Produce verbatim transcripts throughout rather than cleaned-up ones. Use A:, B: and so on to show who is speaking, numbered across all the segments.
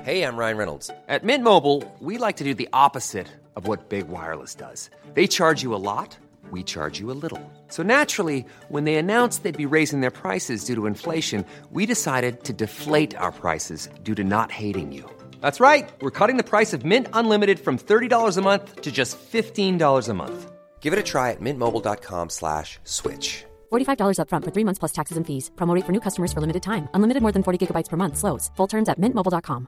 A: Hey, I'm Ryan Reynolds. At Mint Mobile, we like to do the opposite of what Big Wireless does. They charge you a lot, we charge you a little. So naturally, when they announced they'd be raising their prices due to inflation, we decided to deflate our prices due to not hating you. That's right. We're cutting the price of Mint Unlimited from thirty dollars a month to just fifteen dollars a month. Give it a try at mintmobile.com slash switch.
B: forty-five dollars up front for three months plus taxes and fees. Promo rate for new customers for limited time. Unlimited more than forty gigabytes per month. Slows full terms at mint mobile dot com.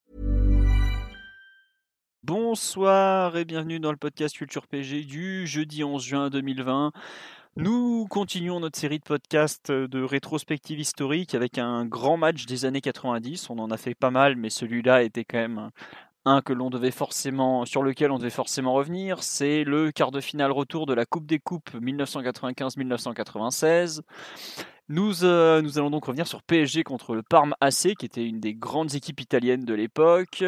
C: Bonsoir et bienvenue dans le podcast Culture P G du jeudi onze juin deux mille vingt. Nous continuons notre série de podcasts de rétrospective historique avec un grand match des années quatre-vingt-dix. On en a fait pas mal, mais celui-là était quand même un que l'on devait forcément, sur lequel on devait forcément revenir. C'est le quart de finale retour de la Coupe des Coupes dix-neuf cent quatre-vingt-quinze dix-neuf cent quatre-vingt-seize. Nous, euh, nous allons donc revenir sur P S G contre le Parme A C, qui était une des grandes équipes italiennes de l'époque.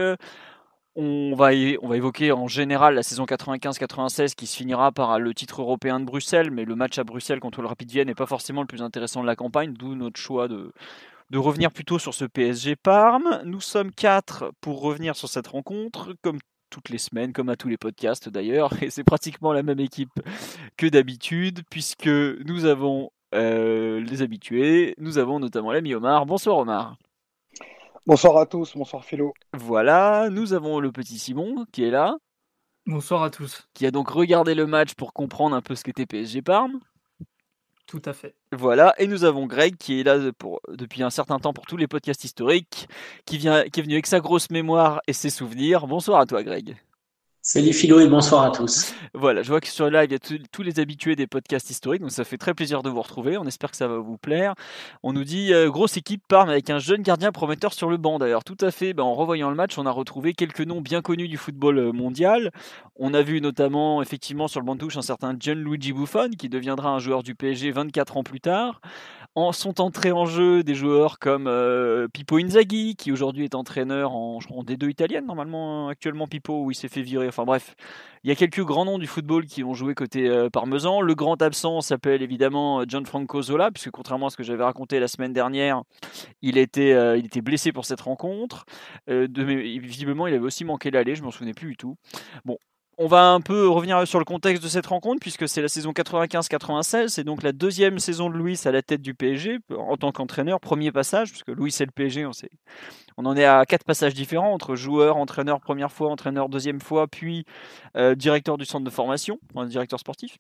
C: On va, on va évoquer en général la saison quatre-vingt-quinze quatre-vingt-seize qui se finira par le titre européen de Bruxelles, mais le match à Bruxelles contre le Rapid Vienne n'est pas forcément le plus intéressant de la campagne, d'où notre choix de, de revenir plutôt sur ce P S G Parme. Nous sommes quatre pour revenir sur cette rencontre, comme toutes les semaines, comme à tous les podcasts d'ailleurs, et c'est pratiquement la même équipe que d'habitude, puisque nous avons euh, les habitués, nous avons notamment l'ami Omar. Bonsoir Omar.
D: Bonsoir à tous, bonsoir Philo.
C: Voilà, nous avons le petit Simon qui est là.
E: Bonsoir à tous.
C: Qui a donc regardé le match pour comprendre un peu ce qu'était P S G Parme.
E: Tout à fait.
C: Voilà, et nous avons Greg qui est là pour, depuis un certain temps pour tous les podcasts historiques, qui, vient, qui est venu avec sa grosse mémoire et ses souvenirs. Bonsoir à toi Greg.
F: Salut Philo et bonsoir à tous.
C: Voilà, je vois que sur le live, il y a tous les habitués des podcasts historiques, donc ça fait très plaisir de vous retrouver, on espère que ça va vous plaire. On nous dit, euh, grosse équipe Parme avec un jeune gardien prometteur sur le banc d'ailleurs. Tout à fait, ben, en revoyant le match, on a retrouvé quelques noms bien connus du football mondial. On a vu notamment, effectivement, sur le banc de touche, un certain Gianluigi Buffon, qui deviendra un joueur du P S G vingt-quatre ans plus tard. En, sont entrés en jeu des joueurs comme euh, Pippo Inzaghi, qui aujourd'hui est entraîneur en, en D deux italienne, normalement, actuellement Pippo, où il s'est fait virer. Enfin bref, il y a quelques grands noms du football qui ont joué côté euh, parmesan. Le grand absent s'appelle évidemment Gianfranco Zola, puisque contrairement à ce que j'avais raconté la semaine dernière, il était, euh, il était blessé pour cette rencontre. Euh, de, visiblement, il avait aussi manqué l'aller, je ne m'en souvenais plus du tout. Bon. On va un peu revenir sur le contexte de cette rencontre, puisque c'est la saison quatre-vingt-quinze quatre-vingt-seize, c'est donc la deuxième saison de Luis à la tête du P S G, en tant qu'entraîneur, premier passage, puisque Luis c'est le P S G, on, sait, on en est à quatre passages différents, entre joueur, entraîneur première fois, entraîneur deuxième fois, puis euh, directeur du centre de formation, enfin, directeur sportif.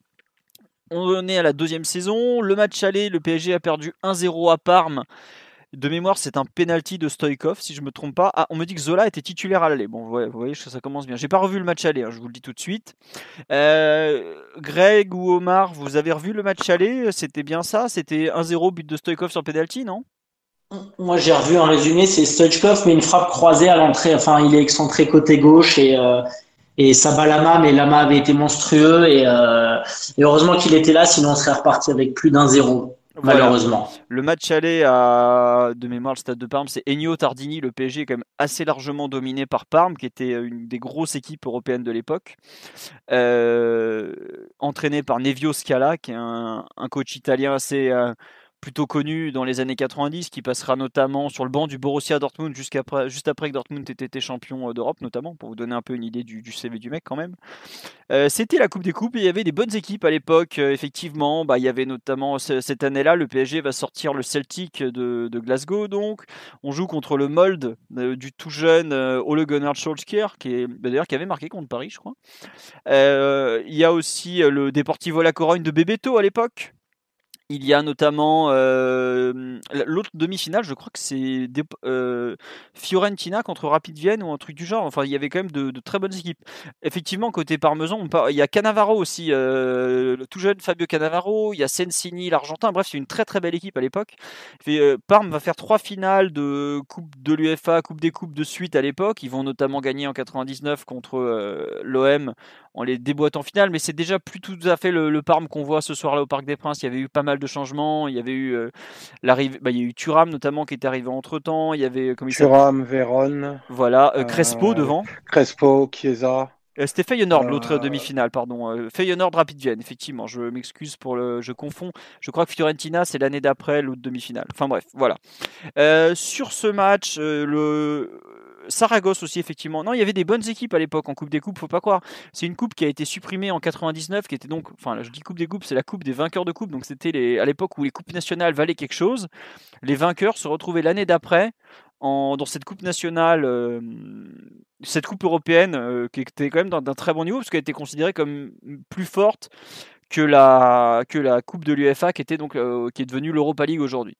C: On est à la deuxième saison, le match aller, le P S G a perdu un zéro à Parme. De mémoire, c'est un penalty de Stoïkov, si je ne me trompe pas. Ah, on me dit que Zola était titulaire à l'aller. Bon, ouais, vous voyez que ça commence bien. J'ai pas revu le match aller, hein, je vous le dis tout de suite. Euh, Greg ou Omar, vous avez revu le match aller? C'était bien ça? C'était un zéro, but de Stoïkov sur penalty, non?
F: Moi, j'ai revu un résumé, c'est Stoïkov, mais une frappe croisée à l'entrée. Enfin, il est excentré côté gauche et, euh, et ça bat Lama, mais Lama avait été monstrueux. Et, euh, et heureusement qu'il était là, sinon on serait reparti avec plus d'un zéro.
C: Voilà.
F: Malheureusement.
C: Le match aller à, de mémoire, le stade de Parme, c'est Ennio Tardini. Le P S G est quand même assez largement dominé par Parme, qui était une des grosses équipes européennes de l'époque. Euh, entraîné par Nevio Scala, qui est un, un coach italien assez euh, plutôt connu dans les années quatre-vingt-dix, qui passera notamment sur le banc du Borussia Dortmund jusqu'après, juste après que Dortmund ait été champion d'Europe, notamment, pour vous donner un peu une idée du, du C V du mec quand même. Euh, c'était la Coupe des Coupes et il y avait des bonnes équipes à l'époque. Euh, effectivement, bah, il y avait notamment c- cette année-là, le P S G va sortir le Celtic de, de Glasgow. Donc, on joue contre le Molde euh, du tout jeune euh, Ole Gunnar Solskjaer, qui est bah, d'ailleurs qui avait marqué contre Paris, je crois. Euh, il y a aussi euh, le Deportivo La Corogne de Bebeto à l'époque. Il y a notamment euh, l'autre demi-finale, je crois que c'est des, euh, Fiorentina contre Rapid Vienne ou un truc du genre. Enfin, il y avait quand même de, de très bonnes équipes. Effectivement, côté parmesan, on par... il y a Cannavaro aussi, euh, le tout jeune Fabio Cannavaro. Il y a Sensini, l'Argentin. Bref, c'est une très très belle équipe à l'époque. Et, euh, Parme va faire trois finales de Coupe de l'UEFA, Coupe des Coupes de suite à l'époque. Ils vont notamment gagner en quatre-vingt-dix-neuf contre euh, l'O M en les déboîtant en finale. Mais c'est déjà plus tout à fait le, le Parme qu'on voit ce soir-là au Parc des Princes. Il y avait eu pas mal de changements. Il y avait eu euh, l'arrivée, bah, il y a eu Thuram notamment qui était arrivé entre temps. Il y avait comme
D: Thuram, Vérone.
C: Voilà, euh, Crespo euh, devant.
D: Crespo, Chiesa.
C: Euh, c'était Feyenoord
D: euh...
C: l'autre demi-finale, pardon. Euh, Feyenoord Rapid Vienne, effectivement. Je m'excuse pour le, je confonds. Je crois que Fiorentina c'est l'année d'après l'autre demi-finale. Enfin bref, voilà. Euh, sur ce match, euh, le Saragosse aussi, effectivement. Non, il y avait des bonnes équipes à l'époque en Coupe des Coupes, faut pas croire. C'est une coupe qui a été supprimée en quatre-vingt-dix-neuf, qui était donc, enfin, je dis Coupe des Coupes, c'est la coupe des vainqueurs de coupe, donc c'était les, à l'époque où les coupes nationales valaient quelque chose. Les vainqueurs se retrouvaient l'année d'après en, dans cette coupe nationale, euh, cette coupe européenne, euh, qui était quand même d'un, d'un très bon niveau, parce qu'elle était considérée comme plus forte que la, que la coupe de l'U E F A, qui était donc, euh, qui est devenue l'Europa League aujourd'hui.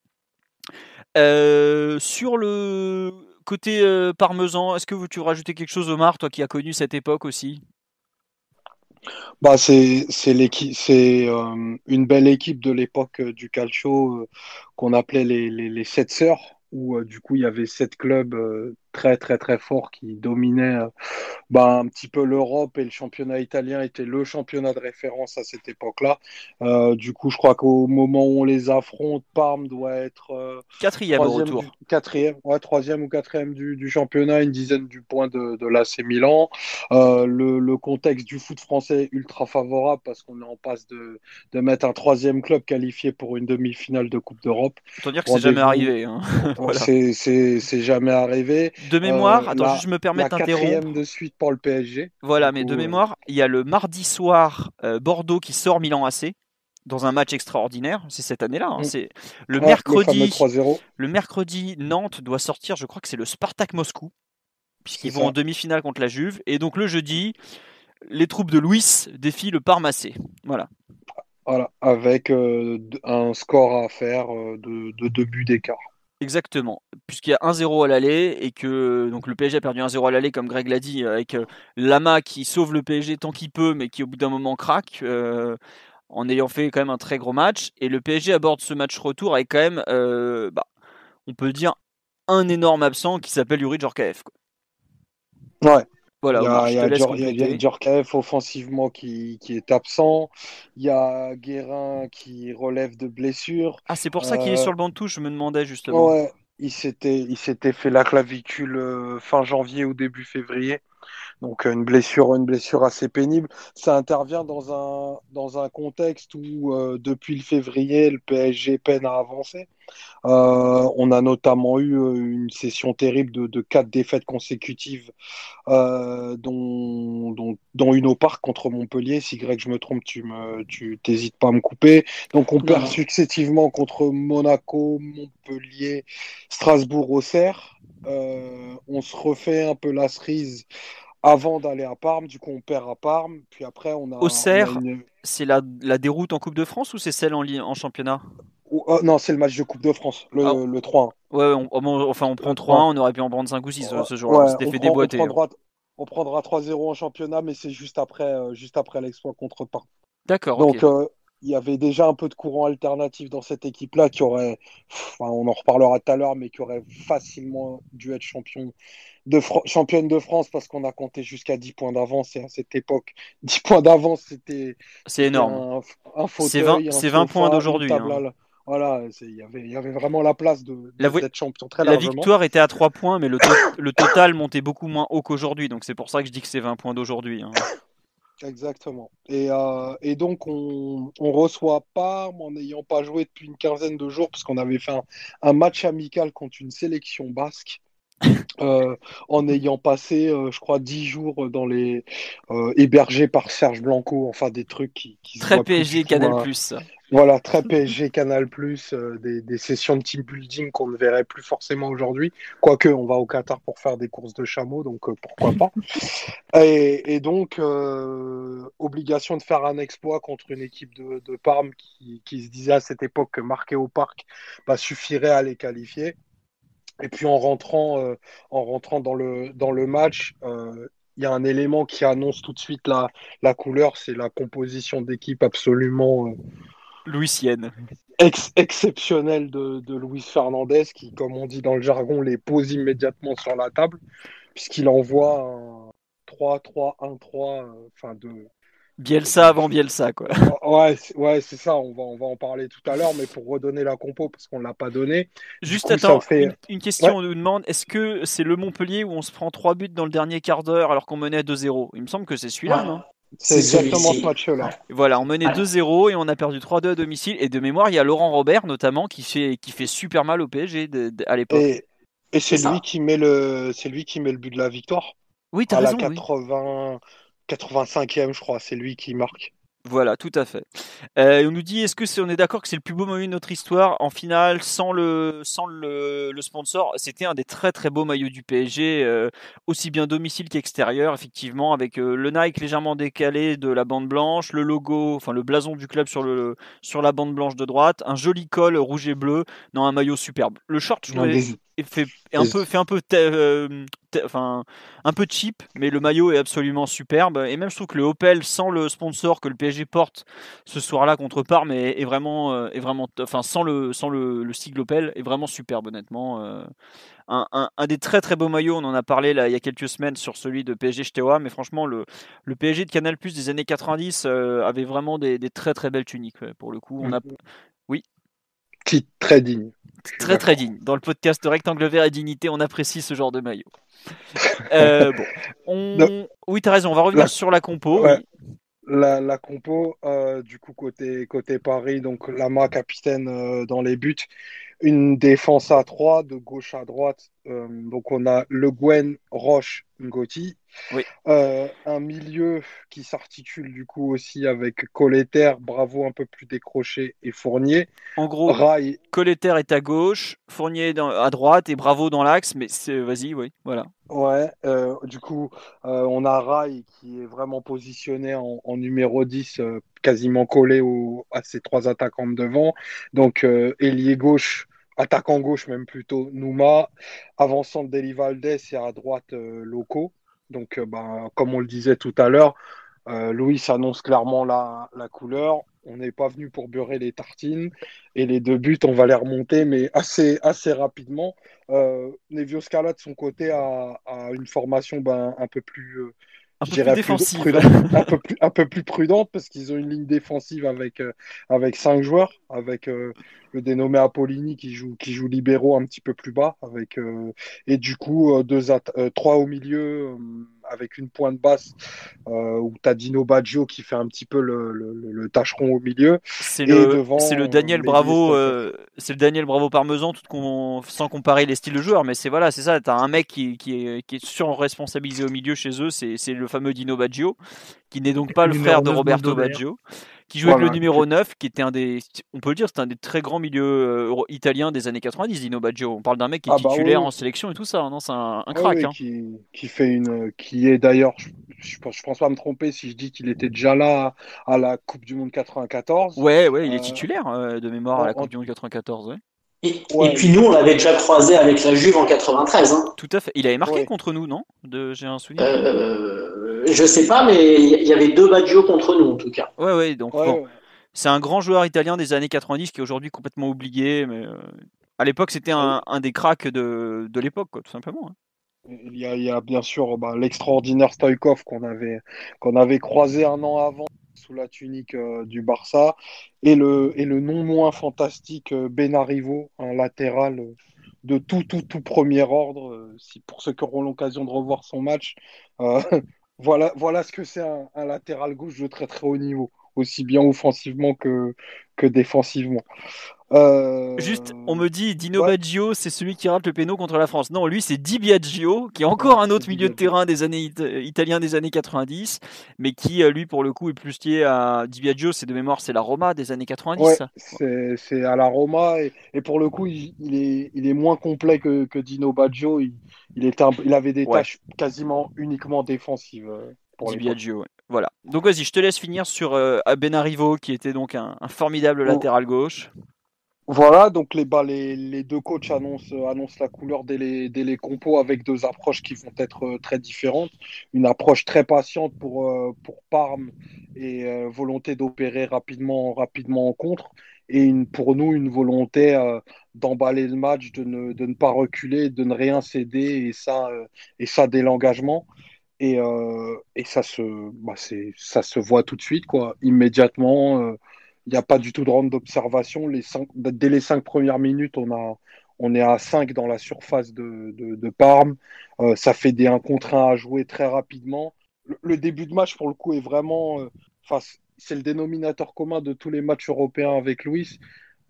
C: Euh, sur le côté euh, parmesan, est-ce que vous, tu veux rajouter quelque chose, Omar, toi qui as connu cette époque aussi?
D: Bah, c'est c'est l'équipe, c'est euh, une belle équipe de l'époque euh, du calcio euh, qu'on appelait les, les, les sept sœurs, où euh, du coup il y avait sept clubs euh, très très très forts qui dominaient euh, bah, un petit peu l'Europe, et le championnat italien était le championnat de référence à cette époque-là. Euh, du coup, je crois qu'au moment où on les affronte, Parme doit être euh,
C: Quatrième au
D: troisième,
C: retour.
D: du, quatrième, ouais, troisième ou quatrième du, du championnat, une dizaine du point de, de l'A C Milan. Euh, le, le contexte du foot français ultra favorable parce qu'on est en passe de, de mettre un troisième club qualifié pour une demi-finale de Coupe d'Europe.
C: Autant dire que c'est jamais
D: Rendez-vous,
C: arrivé. Hein. Voilà.
D: c'est, c'est, c'est jamais arrivé.
C: De mémoire,
D: Euh,
C: attends,
D: la,
C: juste je me permets
D: la
C: de t'interrompre.
D: quatrième de suite pour le P S G.
C: Voilà,
D: Du
C: mais de
D: coup, euh,
C: mémoire, il y a le mardi soir euh, Bordeaux qui sort Milan A C dans un match extraordinaire. C'est cette année-là. Hein.
D: mm.
C: C'est le
D: Ouais, le fameux
C: mercredi.
D: trois zéro.
C: Le mercredi, Nantes doit sortir. Je crois que c'est le Spartak Moscou, puisqu'ils
D: C'est
C: vont en
D: ça.
C: demi-finale contre la Juve. Et donc le jeudi, les troupes de Luis défient le Parme A C. Voilà.
D: Voilà, avec euh, d- un score à faire euh, de, de deux buts d'écart.
C: Exactement, puisqu'il y a un zéro à l'aller et que donc le P S G a perdu un zéro à l'aller, comme Greg l'a dit, avec euh, Lama qui sauve le P S G tant qu'il peut, mais qui au bout d'un moment craque, euh, en ayant fait quand même un très gros match. Et le P S G aborde ce match retour avec quand même, euh, bah, on peut dire, un énorme absent qui s'appelle Yuri Djorkaeff. Quoi.
D: Ouais.
C: Voilà,
D: Il y
C: Omar,
D: a, il
C: je
D: y
C: te
D: a,
C: laisse
D: Djor- il y a- il y a
C: compléter.
D: Djorkaeff offensivement qui, qui est absent. Il y a Guérin qui relève de blessure.
C: Ah, c'est pour ça qu'il est
D: Euh,
C: sur le banc de touche, je me demandais justement.
D: ouais, il s'était, il s'était fait la clavicule euh, fin janvier ou début février. Donc euh, une blessure, une blessure assez pénible. Ça intervient dans un, dans un contexte où euh, depuis le février, le P S G peine à avancer. Euh, on a notamment eu euh, une session terrible de, de quatre défaites consécutives, euh, dont, dont, dont une au parc contre Montpellier. Si Greg, je me trompe, tu me, tu t'hésites pas à me couper. Donc on
F: Non,
D: perd
F: non.
D: successivement contre Monaco, Montpellier, Strasbourg, Auxerre. Euh, on se refait un peu la cerise avant d'aller à Parme. Du coup, on perd à Parme. Puis après, on a, on a
C: Auxerre,
D: une.
C: c'est la, la déroute en Coupe de France ou c'est celle en, li- en championnat?
D: Oh, oh, non, c'est le match de Coupe de France,
C: Ah,
D: le, le trois un.
C: ouais, on, on- enfin on prend
D: Le
C: trois un,
D: trois un.
C: on aurait pu en prendre cinq ou six ce, ce jour-là, on
D: Ouais,
C: s'était
D: on
C: fait
D: prend, on
C: déboîter. Hein.
D: prendra, on prendra trois zéro en championnat, mais c'est juste après, euh, juste après l'exploit contre Parme.
C: D'accord, ok.
D: Donc, euh, il y avait déjà un peu de courant alternatif dans cette équipe-là qui aurait, enfin, on en reparlera tout à l'heure, mais qui aurait facilement dû être champion de Fran- championne de France parce qu'on a compté jusqu'à dix points d'avance. Et à cette époque, dix points d'avance, c'était,
C: C'est
D: c'était
C: énorme.
D: un, un
C: C'est vingt,
D: fauteuil, un
C: c'est vingt points
D: sofa, une
C: d'aujourd'hui.
D: table
C: Hein.
D: à la- Voilà, c'est- il y avait, il y avait vraiment la place de,
C: La,
D: de-
C: vo-
D: d'être champion très
C: la
D: largement.
C: victoire était à trois points, mais le, to- le total montait beaucoup moins haut qu'aujourd'hui, donc c'est pour ça que je dis que c'est vingt points d'aujourd'hui. Hein.
D: Exactement. Et, euh, et donc, on, on reçoit Parme en n'ayant pas joué depuis une quinzaine de jours, parce qu'on avait fait un, un match amical contre une sélection basque, euh, en ayant passé, euh, je crois, dix jours dans les euh, hébergés par Serge Blanco, enfin des trucs qui, qui se
C: Très
D: voient plus
C: P S G,
D: du tout,
C: Canal+.
D: hein.
C: Ça.
D: Voilà, très P S G, Canal+, euh, des, des sessions de team building qu'on ne verrait plus forcément aujourd'hui. Quoique, on va au Qatar pour faire des courses de chameaux, donc euh, pourquoi pas. Et, et donc, euh, obligation de faire un exploit contre une équipe de, de Parme qui, qui se disait à cette époque que marquer au parc bah, suffirait à les qualifier. Et puis en rentrant, euh, en rentrant dans le, dans le match, euh, il y a un élément qui annonce tout de suite la, la couleur, c'est la composition d'équipe absolument euh,
C: Louisienne.
D: ex- exceptionnelle de, de Luis Fernandez, qui, comme on dit dans le jargon, les pose immédiatement sur la table, puisqu'il envoie un trois trois un trois, euh, enfin de...
C: Bielsa avant Bielsa, quoi.
D: Ouais, c'est- ouais, c'est ça, on va, on va en parler tout à l'heure, mais pour redonner la compo, parce qu'on ne l'a pas donné. Du
C: Juste
D: coup,
C: attends,
D: ça fait...
C: une, une question,
D: Ouais.
C: on nous demande, est-ce que c'est le Montpellier où on se prend trois buts dans le dernier quart d'heure alors qu'on menait deux zéro? Il me semble que c'est celui-là,
F: Ouais.
C: non?
D: C'est
F: C'est
D: exactement
F: celui-ci.
D: ce match-là.
C: Voilà, on menait
F: Ouais.
C: deux zéro et on a perdu trois deux à domicile. Et de mémoire, il y a Laurent Robert notamment qui fait, qui fait super mal au P S G de- de- à l'époque.
D: Et, Et
F: C'est
D: c'est lui
F: ça.
D: qui met le, c'est lui qui met le but de la victoire
C: Oui, t'as
D: à la
C: raison, oui.
D: quatre-vingts, quatre-vingt-cinquième, je crois. C'est lui qui marque.
C: Voilà, tout à fait. Euh, on nous dit, est-ce que c'est, on est d'accord que c'est le plus beau maillot de notre histoire en finale sans le, sans le, le sponsor? C'était un des très très beaux maillots du P S G, euh, aussi bien domicile qu'extérieur, effectivement, avec euh, le Nike légèrement décalé de la bande blanche, le logo, enfin le blason du club sur le, sur la bande blanche de droite, un joli col rouge et bleu, non, un maillot superbe. Le short, je
D: Non,
C: trouvais,
D: des-
C: est fait, est un
D: des-
C: peu, fait un peu, te- euh, te- enfin, un peu cheap, mais le maillot est absolument superbe. Et même je trouve que le Opel sans le sponsor que le P S G porte ce soir-là contre Parme est, est vraiment, euh, est vraiment, enfin sans le, sans le, le sigle Opel est vraiment superbe honnêtement. Euh, un, un, un des très très beaux maillots, on en a parlé là il y a quelques semaines sur celui de P S G Steaua, mais franchement le, le P S G de Canal+ des années quatre-vingt-dix euh, avait vraiment des, des très très belles tuniques. Ouais, pour le coup, on a, oui,
D: Titre très digne. Je suis
C: très très
D: d'accord.
C: digne. Dans le podcast Rectangle Vert et Dignité, on apprécie ce genre de maillot. Euh, bon,
D: Non,
C: on... Oui, t'as raison. On va revenir
D: la,
C: sur la compo.
D: ouais,
C: Oui,
D: la, la compo, euh, du coup, côté, côté Paris, donc Lama, capitaine euh, dans les buts. Une défense à trois, de gauche à droite. Euh, donc on a Le Guen, Roche, Ngoti.
C: oui.
D: Euh, un milieu qui s'articule du coup aussi avec Colletter, Bravo un peu plus décroché et Fournier.
C: En gros,
D: Rai,
C: Colletter est à gauche, Fournier dans- à droite et Bravo dans l'axe. Mais c'est, vas-y, oui, voilà.
D: ouais, euh, du coup euh, on a Rai qui est vraiment positionné en, en numéro dix, euh, quasiment collé au, à ses trois attaquants de devant. Donc euh, ailier gauche, attaquant gauche même plutôt, Nouma, avançant de Deli Valdez et à droite euh, Loco. Donc euh, ben, comme on le disait tout à l'heure, Euh, Louis annonce clairement la, la couleur. On n'est pas venu pour beurrer les tartines. Et les deux buts, on va les remonter, mais assez, assez rapidement. Euh, Nevio Scala, de son côté, a, a une formation ben, un peu plus, euh,
C: Un
D: je
C: peu plus
D: dirais, plus
C: défensive.
D: prudent, un peu plus, un peu plus prudente, parce qu'ils ont une ligne défensive avec, euh, avec cinq joueurs, avec euh, le dénommé Apollini qui joue, qui joue libéraux un petit peu plus bas, avec, euh, et du coup, euh, deux at- euh, trois au milieu, euh, avec une pointe basse euh, où tu as Dino Baggio qui fait un petit peu le, le, le tâcheron au milieu,
C: C'est
D: et
C: le, c'est le
D: devant euh,
C: Daniel
D: Mehdi
C: Bravo,
D: Stoïkov.
C: euh, c'est le Daniel Bravo parmesan, tout con- sans comparer les styles de joueurs, mais c'est voilà, c'est ça. T'as un mec qui, qui est, qui est surresponsabilisé au milieu chez eux, c'est, c'est le fameux Dino Baggio, qui n'est donc pas
E: Le
C: le frère
E: numéro
C: de
E: neuf
C: Roberto
E: Boldo d'ailleurs.
C: Baggio, qui jouait avec le
D: Voilà.
C: numéro neuf, qui était un des, on peut le dire, c'était un des très grands milieux euh, euro- italiens des années quatre-vingt-dix, Dino Baggio. On parle d'un mec qui est
D: Ah bah
C: titulaire
D: oui,
C: en sélection et tout ça, hein, non, c'est un, un
D: oui,
C: crack.
D: oui,
C: Hein.
D: qui, qui fait une, qui est d'ailleurs, je, je pense, je pense pas me tromper si je dis qu'il était déjà là à la Coupe du Monde quatre-vingt-quatorze.
C: Ouais, ouais, il est
D: Euh,
C: titulaire euh, de mémoire à la
D: en,
C: Coupe
D: en-
C: du Monde quatre-vingt-quatorze. Ouais.
F: Et, et
D: ouais,
F: puis nous, on l'avait déjà croisé avec la Juve en quatre-vingt-treize. Hein.
C: Tout à fait. Il avait marqué
D: ouais,
C: contre nous, non? De, j'ai un souvenir.
F: Euh, je sais pas, mais il y avait deux Baggio contre nous en tout cas.
C: Ouais, ouais. Donc bon,
D: ouais,
C: c'est un grand joueur italien des années quatre-vingt-dix qui est aujourd'hui complètement oublié, mais euh, à l'époque c'était
D: ouais.
C: un, un des cracks de, de l'époque, quoi, tout simplement. Hein.
D: Il y a, il y a bien sûr bah, l'extraordinaire Stoïkov qu'on avait, qu'on avait croisé un an avant sous la tunique euh, du Barça et le, et le non moins fantastique euh, Benarivo, un latéral euh, de tout, tout, tout premier ordre. Euh, si, pour ceux qui auront l'occasion de revoir son match, euh, voilà, voilà ce que c'est un, un latéral gauche de très très haut niveau, aussi bien offensivement que, que défensivement.
C: Juste, on
D: Euh,
C: me dit Dino
D: ouais,
C: Baggio, c'est celui qui rate le péno contre la France. Non, lui c'est Di Biagio, qui est encore
D: ouais,
C: un
D: c'est
C: autre
D: Di
C: milieu de
D: Biagio.
C: terrain des années it- italien des années quatre-vingt-dix, mais qui euh, lui pour le coup est plus lié à Di Biagio, c'est de mémoire, c'est la Roma des années quatre-vingt-dix.
D: Ouais,
C: Ça.
D: c'est c'est à la Roma et, et pour le coup il, il est il est moins complet que, que Dino Baggio. Il, il était un- il avait des
C: Ouais,
D: tâches quasiment uniquement défensives euh, pour
C: Di
D: l'époque.
C: Biagio. Ouais. Voilà. Donc vas-y, je te laisse finir sur euh, Benarivo, qui était donc un, un formidable
D: Oh,
C: latéral gauche.
D: voilà, donc les, bah, les, les deux coachs annoncent, euh, annoncent la couleur dès les, dès les compos avec deux approches qui vont être euh, très différentes. Une approche très patiente pour, euh, pour Parme et euh, volonté d'opérer rapidement, rapidement en contre. Et une, pour nous, une volonté euh, d'emballer le match, de ne, de ne pas reculer, de ne rien céder, et ça, euh, et ça dès l'engagement. Et, euh, et ça se, bah c'est, ça se voit tout de suite, quoi, immédiatement. euh, Il n'y a pas du tout de ronde d'observation. Les cinq, dès les cinq premières minutes, on, a, on est à cinq dans la surface de, de, de Parme. Euh, ça fait des un contre un à jouer très rapidement. Le, le début de match, pour le coup, est vraiment. Euh, enfin, c'est le dénominateur commun de tous les matchs européens avec Luis.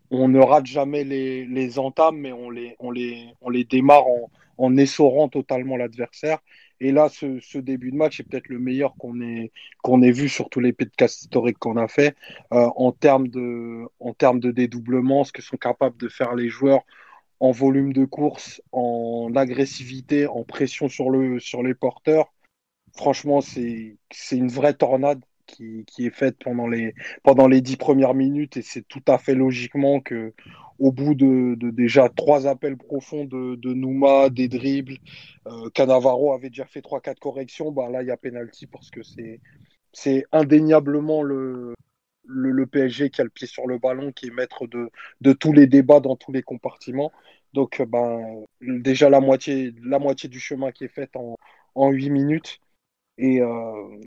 D: on ne rate jamais les, les entames, mais on les, on les, on les démarre en, en essorant totalement l'adversaire. Et là, ce, ce début de match est peut-être le meilleur qu'on ait, qu'on ait vu sur tous les podcasts historiques qu'on a fait euh, en termes de, en termes de dédoublement, ce que sont capables de faire les joueurs en volume de course, en agressivité, en pression sur, le, sur les porteurs. Franchement, c'est, c'est une vraie tornade qui, qui est faite pendant les, pendant les dix premières minutes et c'est tout à fait logiquement que au bout de, de déjà trois appels profonds de, de Nouma, des dribbles, euh, Cannavaro avait déjà fait trois quatre corrections, bah là il y a penalty parce que c'est, c'est indéniablement le, le, le P S G qui a le pied sur le ballon, qui est maître de, de tous les débats dans tous les compartiments. Donc ben, déjà la moitié, la moitié du chemin qui est fait en, en huit minutes. Et, euh,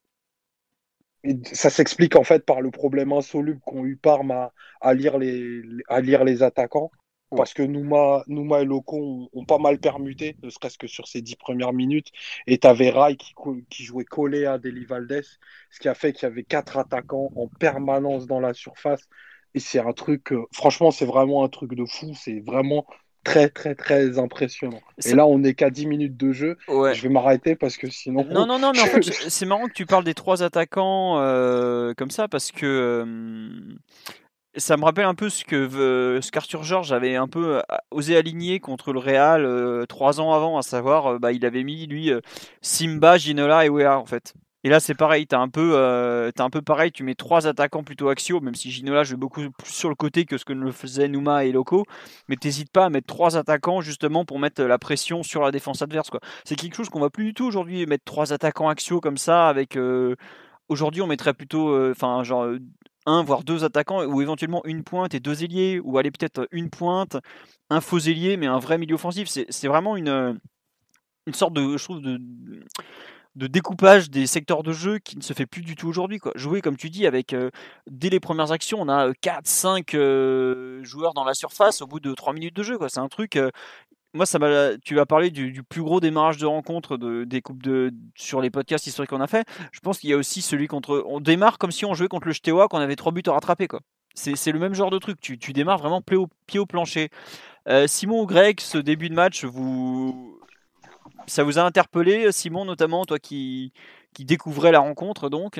D: et ça s'explique en fait par le problème insoluble qu'ont eu Parme à, à lire les, à lire les attaquants.
C: Ouais.
D: Parce que Nouma, Nouma et Loco ont, ont pas mal permuté, ne serait-ce que sur ces dix premières minutes. Et tu avais Rai qui, qui jouait collé à Deli Valdés, ce qui a fait qu'il y avait quatre attaquants en permanence dans la surface. Et c'est un truc, euh, franchement, c'est vraiment un truc de fou. C'est vraiment très, très, très impressionnant.
C: C'est-
D: Et là, on n'est qu'à dix minutes de jeu.
C: Ouais.
D: Je vais m'arrêter parce que sinon.
C: Non, non, non, mais en
D: je-
C: fait, c'est c'est marrant que tu parles des trois attaquants euh, comme ça parce que euh, ça me rappelle un peu ce que euh, ce qu'Arthur Georges avait un peu euh, osé aligner contre le Real euh, trois ans avant, à savoir, euh, bah, il avait mis lui euh, Simba, Ginola et Weah en fait. Et là, c'est pareil, t'as un peu, euh, t'as un peu pareil, tu mets trois attaquants plutôt axiaux, même si Ginola joue beaucoup plus sur le côté que ce que ne le faisaient Nouma et Loco, mais t'hésites pas à mettre trois attaquants justement pour mettre la pression sur la défense adverse, quoi. C'est quelque chose qu'on voit plus du tout aujourd'hui, mettre trois attaquants axiaux comme ça avec. euh, Aujourd'hui, on mettrait plutôt, euh, enfin, genre euh, un voire deux attaquants ou éventuellement une pointe et deux ailiers, ou aller peut-être une pointe, un faux ailier, mais un vrai milieu offensif. C'est c'est vraiment une, euh, une sorte de, je trouve, de, de découpage des secteurs de jeu qui ne se fait plus du tout aujourd'hui, quoi. Jouer, comme tu dis, avec euh, dès les premières actions, on a quatre cinq joueurs dans la surface au bout de trois minutes de jeu, quoi. C'est un truc. euh, moi, ça m'a. Tu as parlé du, du plus gros démarrage de rencontre de, des coupes de sur les podcasts historiques qu'on a fait. Je pense qu'il y a aussi celui contre. On démarre comme si on jouait contre le Steaua, qu'on avait trois buts à rattraper, quoi. C'est, c'est le même genre de truc. Tu, tu démarres vraiment pied au, pied au plancher. Euh, Simon ou Greg, ce début de match, vous, ça vous a interpellé, Simon, notamment, toi qui, qui découvrais la rencontre, donc.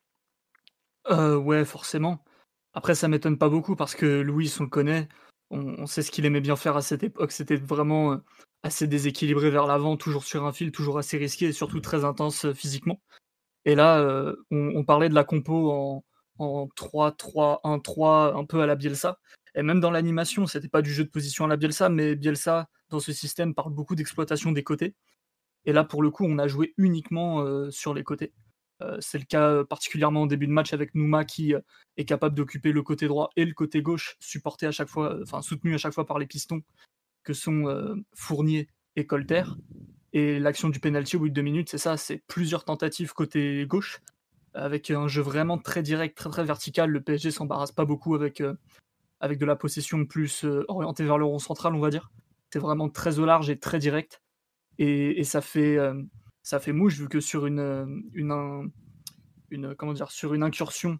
E: Euh, ouais, forcément. Après, ça m'étonne pas beaucoup parce que Louis, on le connaît. On, on sait ce qu'il aimait bien faire à cette époque. C'était vraiment euh, assez déséquilibré vers l'avant, toujours sur un fil, toujours assez risqué et surtout très intense euh, physiquement. Et là, euh, on, on parlait de la compo en, en trois trois un trois, un peu à la Bielsa. Et même dans l'animation, c'était pas du jeu de position à la Bielsa, mais Bielsa, dans ce système, parle beaucoup d'exploitation des côtés. Et là, pour le coup, on a joué uniquement euh, sur les côtés. Euh, c'est le cas euh, particulièrement en début de match avec Nouma qui euh, est capable d'occuper le côté droit et le côté gauche, supporté à chaque fois, enfin soutenu à chaque fois par les pistons que sont euh, Fournier et Colter. Et l'action du penalty au bout de deux minutes, c'est ça, c'est plusieurs tentatives côté gauche, avec un jeu vraiment très direct, très très vertical. Le P S G s'embarrasse pas beaucoup avec, euh, avec de la possession plus euh, orientée vers le rond central, on va dire. C'est vraiment très au large et très direct. Et, et ça fait euh, ça fait mouche vu que sur une, euh, une, un- une comment dire sur une incursion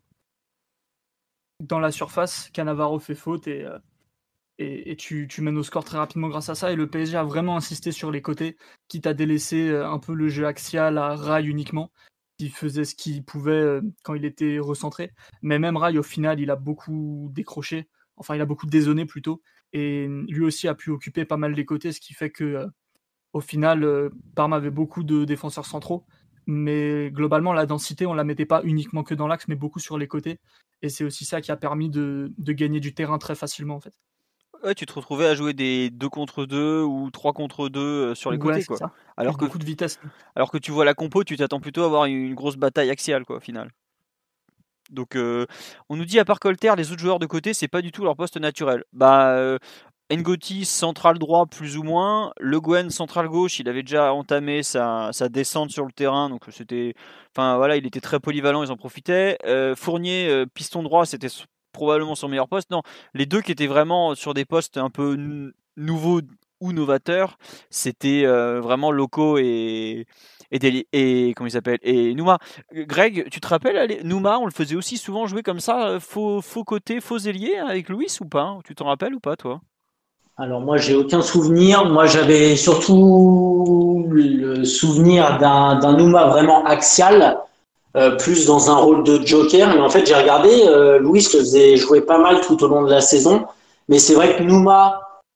E: dans la surface, Cannavaro fait faute et, euh, et, et tu, tu mènes au score très rapidement grâce à ça. Et le P S G a vraiment insisté sur les côtés, quitte à délaisser euh, un peu le jeu axial à Rai uniquement, qui faisait ce qu'il pouvait euh, quand il était recentré. Mais même Rai, au final, il a beaucoup décroché, enfin, il a beaucoup dézonné plutôt. Et lui aussi a pu occuper pas mal les côtés, ce qui fait que euh, au final, euh, Parme avait beaucoup de défenseurs centraux, mais globalement, la densité, on la mettait pas uniquement que dans l'axe, mais beaucoup sur les côtés. Et c'est aussi ça qui a permis de, de gagner du terrain très facilement, en fait.
C: Ouais, tu te retrouvais à jouer des deux contre deux ou trois contre deux euh, sur les
E: Ouais,
C: côtés,
E: c'est
C: quoi.
E: ça.
C: Alors
E: Avec
C: que,
E: beaucoup de vitesse.
C: alors que tu vois la compo, tu t'attends plutôt à avoir une grosse bataille axiale, quoi, au final. Donc, euh, on nous dit à part Colter, les autres joueurs de côté, c'est pas du tout leur poste naturel. Bah, euh, Ngoti, central droit, plus ou moins. Le Guen, central gauche, il avait déjà entamé sa, sa descente sur le terrain, donc c'était. Enfin, voilà, il était très polyvalent, ils en profitaient. Euh, Fournier, euh, piston droit, c'était s- probablement son meilleur poste. Non, les deux qui étaient vraiment sur des postes un peu n- nouveaux ou novateurs, c'était euh, vraiment Loco et et, Deli- et comment il s'appelle et Nouma. Greg, tu te rappelles, allez, Nouma, on le faisait aussi souvent jouer comme ça, euh, faux faux côté, faux ailier avec Luis ou pas hein. Tu t'en rappelles ou pas toi?
F: Alors moi, j'ai aucun souvenir. Moi, j'avais surtout le souvenir d'un d'un Nouma vraiment axial, euh, plus dans un rôle de joker. Mais en fait, j'ai regardé, euh, Louis le faisait jouer pas mal tout au long de la saison. Mais c'est vrai que Nouma,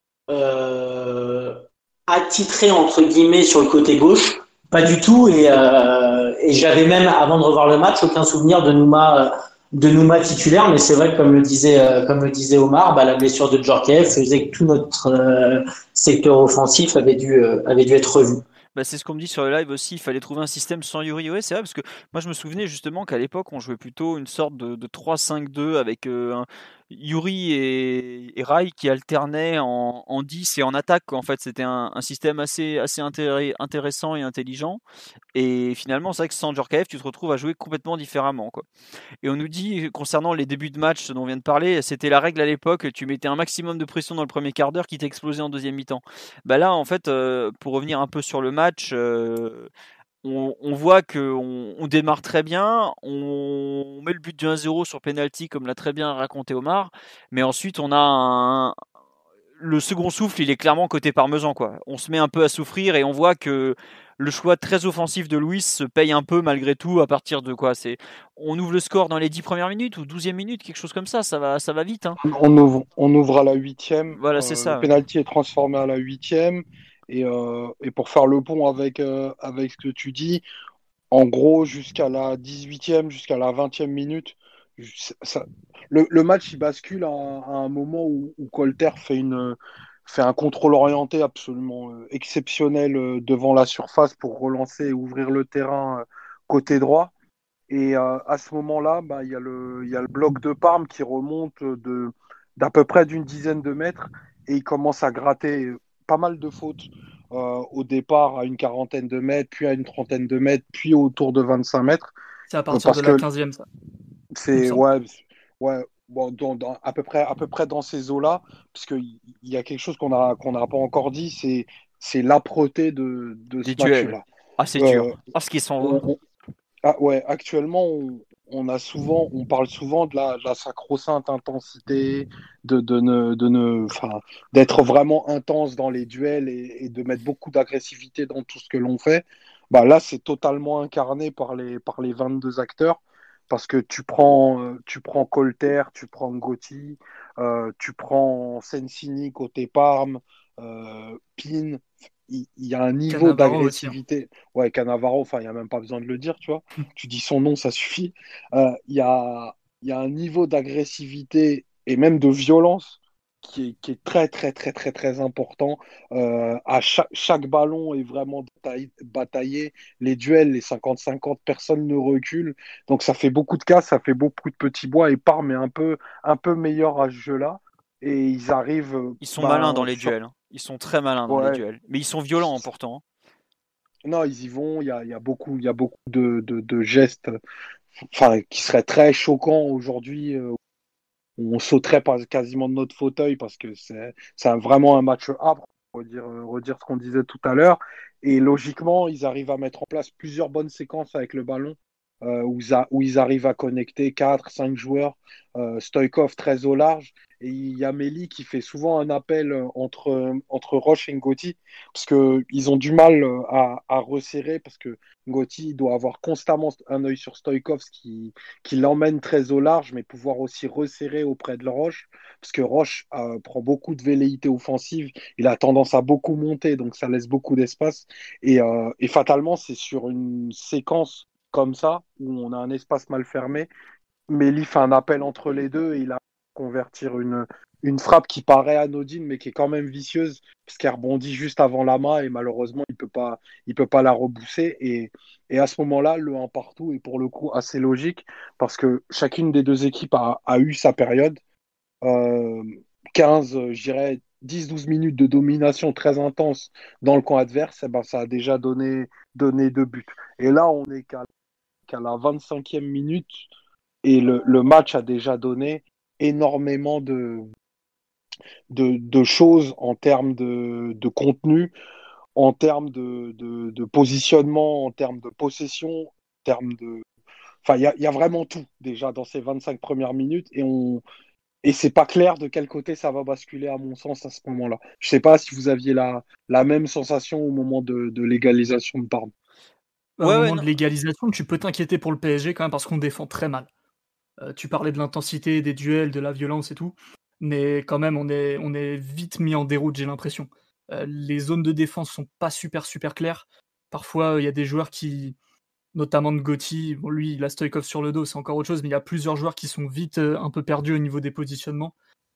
F: euh, attitré entre guillemets sur le côté gauche, pas du tout. Et, euh, et j'avais même, avant de revoir le match, aucun souvenir de Nouma, euh, de Nouma titulaire. Mais c'est vrai que comme le disait, euh, comme le disait Omar, bah, la blessure de Djorkaeff faisait que tout notre euh, secteur offensif avait dû, euh, avait dû être revu.
C: Bah, c'est ce qu'on me dit sur le live aussi, il fallait trouver un système sans Yuri. Ouais, c'est vrai, parce que moi je me souvenais justement qu'à l'époque on jouait plutôt une sorte de, de trois cinq deux avec euh, un- Yuri et, et Rai qui alternaient en, en dix et en attaque, quoi. En fait, c'était un, un système assez, assez intéré- intéressant et intelligent. Et finalement, c'est vrai que sans Djorkaeff, tu te retrouves à jouer complètement différemment, quoi. Et on nous dit, concernant les débuts de match dont on vient de parler, c'était la règle à l'époque, tu mettais un maximum de pression dans le premier quart d'heure qui t'explosait en deuxième mi-temps. Bah là, en fait, euh, pour revenir un peu sur le match, euh, on, on voit qu'on on démarre très bien, on, on met le but du un zéro sur penalty, comme l'a très bien raconté Omar, mais ensuite on a un, le second souffle, il est clairement côté parmesan, quoi. On se met un peu à souffrir et on voit que le choix très offensif de Luis se paye un peu malgré tout à partir de quoi c'est on ouvre le score dans les dix premières minutes ou douzième minute, quelque chose comme ça, ça va ça va vite hein.
D: On ouvre, on ouvre à la huitième.
C: Voilà, c'est
D: Euh, le
C: ça. Ouais.
D: penalty est transformé à la huitième. Et, euh, et pour faire le pont avec, euh, avec ce que tu dis, en gros, jusqu'à la dix-huitième, jusqu'à la vingtième minute, ça- le, le match il bascule à, un à un moment où, où Colter fait, une, fait un contrôle orienté absolument euh, exceptionnel euh, devant la surface pour relancer et ouvrir le terrain euh, côté droit. Et euh, à ce moment-là, bah, il y a le, il y a le bloc de Parme qui remonte de, d'à peu près d'une dizaine de mètres et il commence à gratter pas mal de fautes euh, au départ à une quarantaine de mètres, puis à une trentaine de mètres, puis autour de vingt-cinq mètres.
E: C'est à
D: Euh,
E: partir de
D: parce
E: la
D: que
E: quinzième, ça, il me
D: c'est
E: semble.
D: ouais, ouais bon, dans, dans- à peu près, à peu près dans ces eaux-là, parce qu'il il y a quelque chose qu'on a, qu'on n'a pas encore dit, c'est, c'est l'âpreté de, de ce
C: Des duels.
D: match-là.
C: Ah, c'est
D: Euh,
C: dur. Parce qu'ils sont
D: on, ah ouais, actuellement, on, on a souvent, on parle souvent de la, de la sacro-sainte intensité, de, de ne, de ne, enfin, d'être vraiment intense dans les duels et, et de mettre beaucoup d'agressivité dans tout ce que l'on fait. Bah là, c'est totalement incarné par les, par les vingt-deux acteurs. Parce que tu prends, euh, tu prends Colter, tu prends Gotti, euh, tu prends Sensini côté Parme, euh, Pin. Il il y, a un niveau
E: Cannavaro aussi, hein.
D: d'agressivité. Ouais, Cannavaro, enfin, il n'y a même pas besoin de le dire, tu vois. Tu dis son nom, ça suffit. Euh, Il y a, il y a un niveau d'agressivité et même de violence qui est, qui est très, très, très, très, très important. Euh, à chaque, chaque ballon est vraiment bataillé, bataillé. Les duels, les cinquante cinquante, personne ne recule. Donc, ça fait beaucoup de cas, ça fait beaucoup de petits bois et Parme est un peu, un peu meilleur à ce jeu-là. Et ils arrivent, euh,
C: ils sont malins dans
D: ben,
C: les
D: sur,
C: duels, hein. Ils sont très malins dans les
D: ouais,
C: duels. Mais ils sont violents pourtant, hein.
D: non, ils y vont. Il y a, il y a beaucoup, il y a beaucoup de, de, de gestes, enfin, qui seraient très choquants aujourd'hui. euh, on sauterait pas quasiment de notre fauteuil parce que c'est, c'est un- vraiment un match âpre. Redire, euh, redire ce qu'on disait tout à l'heure. Et logiquement, ils arrivent à mettre en place plusieurs bonnes séquences avec le ballon euh, où, ça- où ils arrivent à connecter quatre cinq joueurs. Euh, Stoïkov très au large. Et il y a Méli qui fait souvent un appel euh, entre, entre Roche et Ngotti parce qu'ils ont du mal euh, à, à resserrer parce que Ngotti doit avoir constamment un œil sur Stoïkov, ce qui, qui l'emmène très au large, mais pouvoir aussi resserrer auprès de la Roche, parce que Roche euh, prend beaucoup de velléité offensive, il a tendance à beaucoup monter, donc ça laisse beaucoup d'espace. Et, euh, et fatalement, c'est sur une séquence comme ça, où on a un espace mal fermé, Méli fait un appel entre les deux et il a convertir une, une frappe qui paraît anodine, mais qui est quand même vicieuse, puisqu'elle rebondit juste avant Lama et malheureusement, il ne peut pas, il peut pas la rebousser. Et, et à ce moment-là, le un partout est pour le coup assez logique, parce que chacune des deux équipes a, a eu sa période. Euh, quinze, je dirais, dix douze minutes de domination très intense dans le camp adverse, eh ben, ça a déjà donné, donné deux buts. Et là, on est qu'à qu'à la vingt-cinquième minute et le, le match a déjà donné énormément de, de, de choses en termes de, de contenu, en termes de, de, de positionnement, en termes de possession, en termes de... Enfin, il y a, y a vraiment tout déjà dans ces vingt-cinq premières minutes et on et c'est pas clair de quel côté ça va basculer à mon sens à ce moment-là. Je sais pas si vous aviez la, la même sensation au moment de, de l'égalisation de Parme.
E: Au
C: Ouais, ouais,
E: moment
C: non.
E: de l'égalisation, tu peux t'inquiéter pour le P S G quand même parce qu'on défend très mal. Euh, tu parlais de l'intensité, des duels, de la violence et tout, mais quand même on est, on est vite mis en déroute, j'ai l'impression. Euh, les zones de défense sont pas super super claires. Parfois il y a des joueurs qui, notamment de Gotti, bon, lui il a Stoïkov sur le dos, c'est encore autre chose, mais il y a plusieurs joueurs qui sont vite euh, un peu perdus au niveau des positionnements.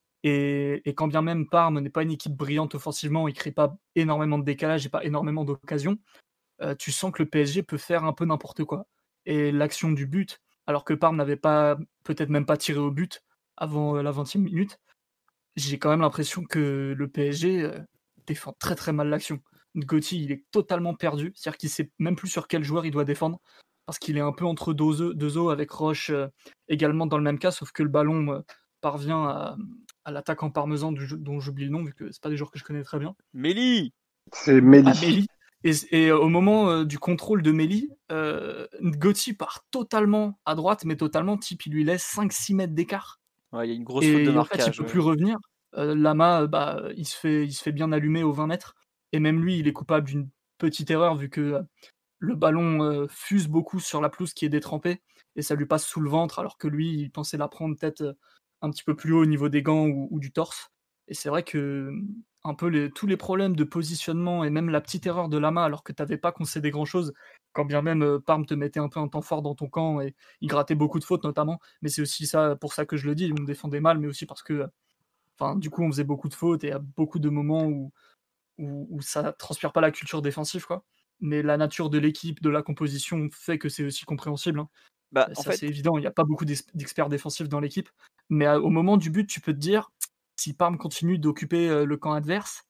E: Et, et quand bien même Parme n'est pas une équipe brillante offensivement, il crée pas énormément de décalage et pas énormément d'occasions, euh, tu sens que le P S G peut faire un peu n'importe quoi. Et l'action du but, alors que Parme n'avait pas, peut-être même pas tiré au but avant euh, la vingtième minute, j'ai quand même l'impression que le P S G euh, défend très très mal l'action. Gotti, il est totalement perdu, c'est-à-dire qu'il sait même plus sur quel joueur il doit défendre, parce qu'il est un peu entre deux eaux, deux eaux avec Roche euh, également dans le même cas, sauf que le ballon euh, parvient à, à l'attaquant parmesan du jeu- dont j'oublie le nom, vu que c'est pas des joueurs que je connais très bien.
C: Méli.
D: C'est
E: À
D: Méli.
E: Méli. Et, et au moment euh, du contrôle de Méli, euh, Gotti part totalement à droite, mais totalement type, il lui laisse cinq six mètres d'écart.
C: Ouais, il y a une grosse faute de
E: Et en fait, il
C: marquage.
E: peut
C: Ouais.
E: plus revenir. Euh, Lama, euh, bah, il se fait, il se fait bien allumer aux vingt mètres. Et même lui, il est coupable d'une petite erreur vu que euh, le ballon euh, fuse beaucoup sur la pelouse qui est détrempée et ça lui passe sous le ventre alors que lui, il pensait la prendre peut-être euh, un petit peu plus haut au niveau des gants ou, ou du torse. Et c'est vrai que un peu les, tous les problèmes de positionnement et même la petite erreur de Lama alors que tu n'avais pas concédé grand-chose, quand bien même euh, Parme te mettait un peu un temps fort dans ton camp et il grattait beaucoup de fautes notamment, mais c'est aussi ça pour ça que je le dis, on défendait mal, mais aussi parce que enfin, du coup on faisait beaucoup de fautes et à beaucoup de moments où, où, où ça transpire pas la culture défensive, quoi. Mais la nature de l'équipe, de la composition fait que c'est aussi compréhensible, hein.
C: Bah, en
E: Ça
C: fait,
E: c'est évident, il n'y a pas beaucoup d'ex- d'experts défensifs dans l'équipe, mais euh, au moment du but, tu peux te dire, si Parme continue d'occuper euh, le camp adverse,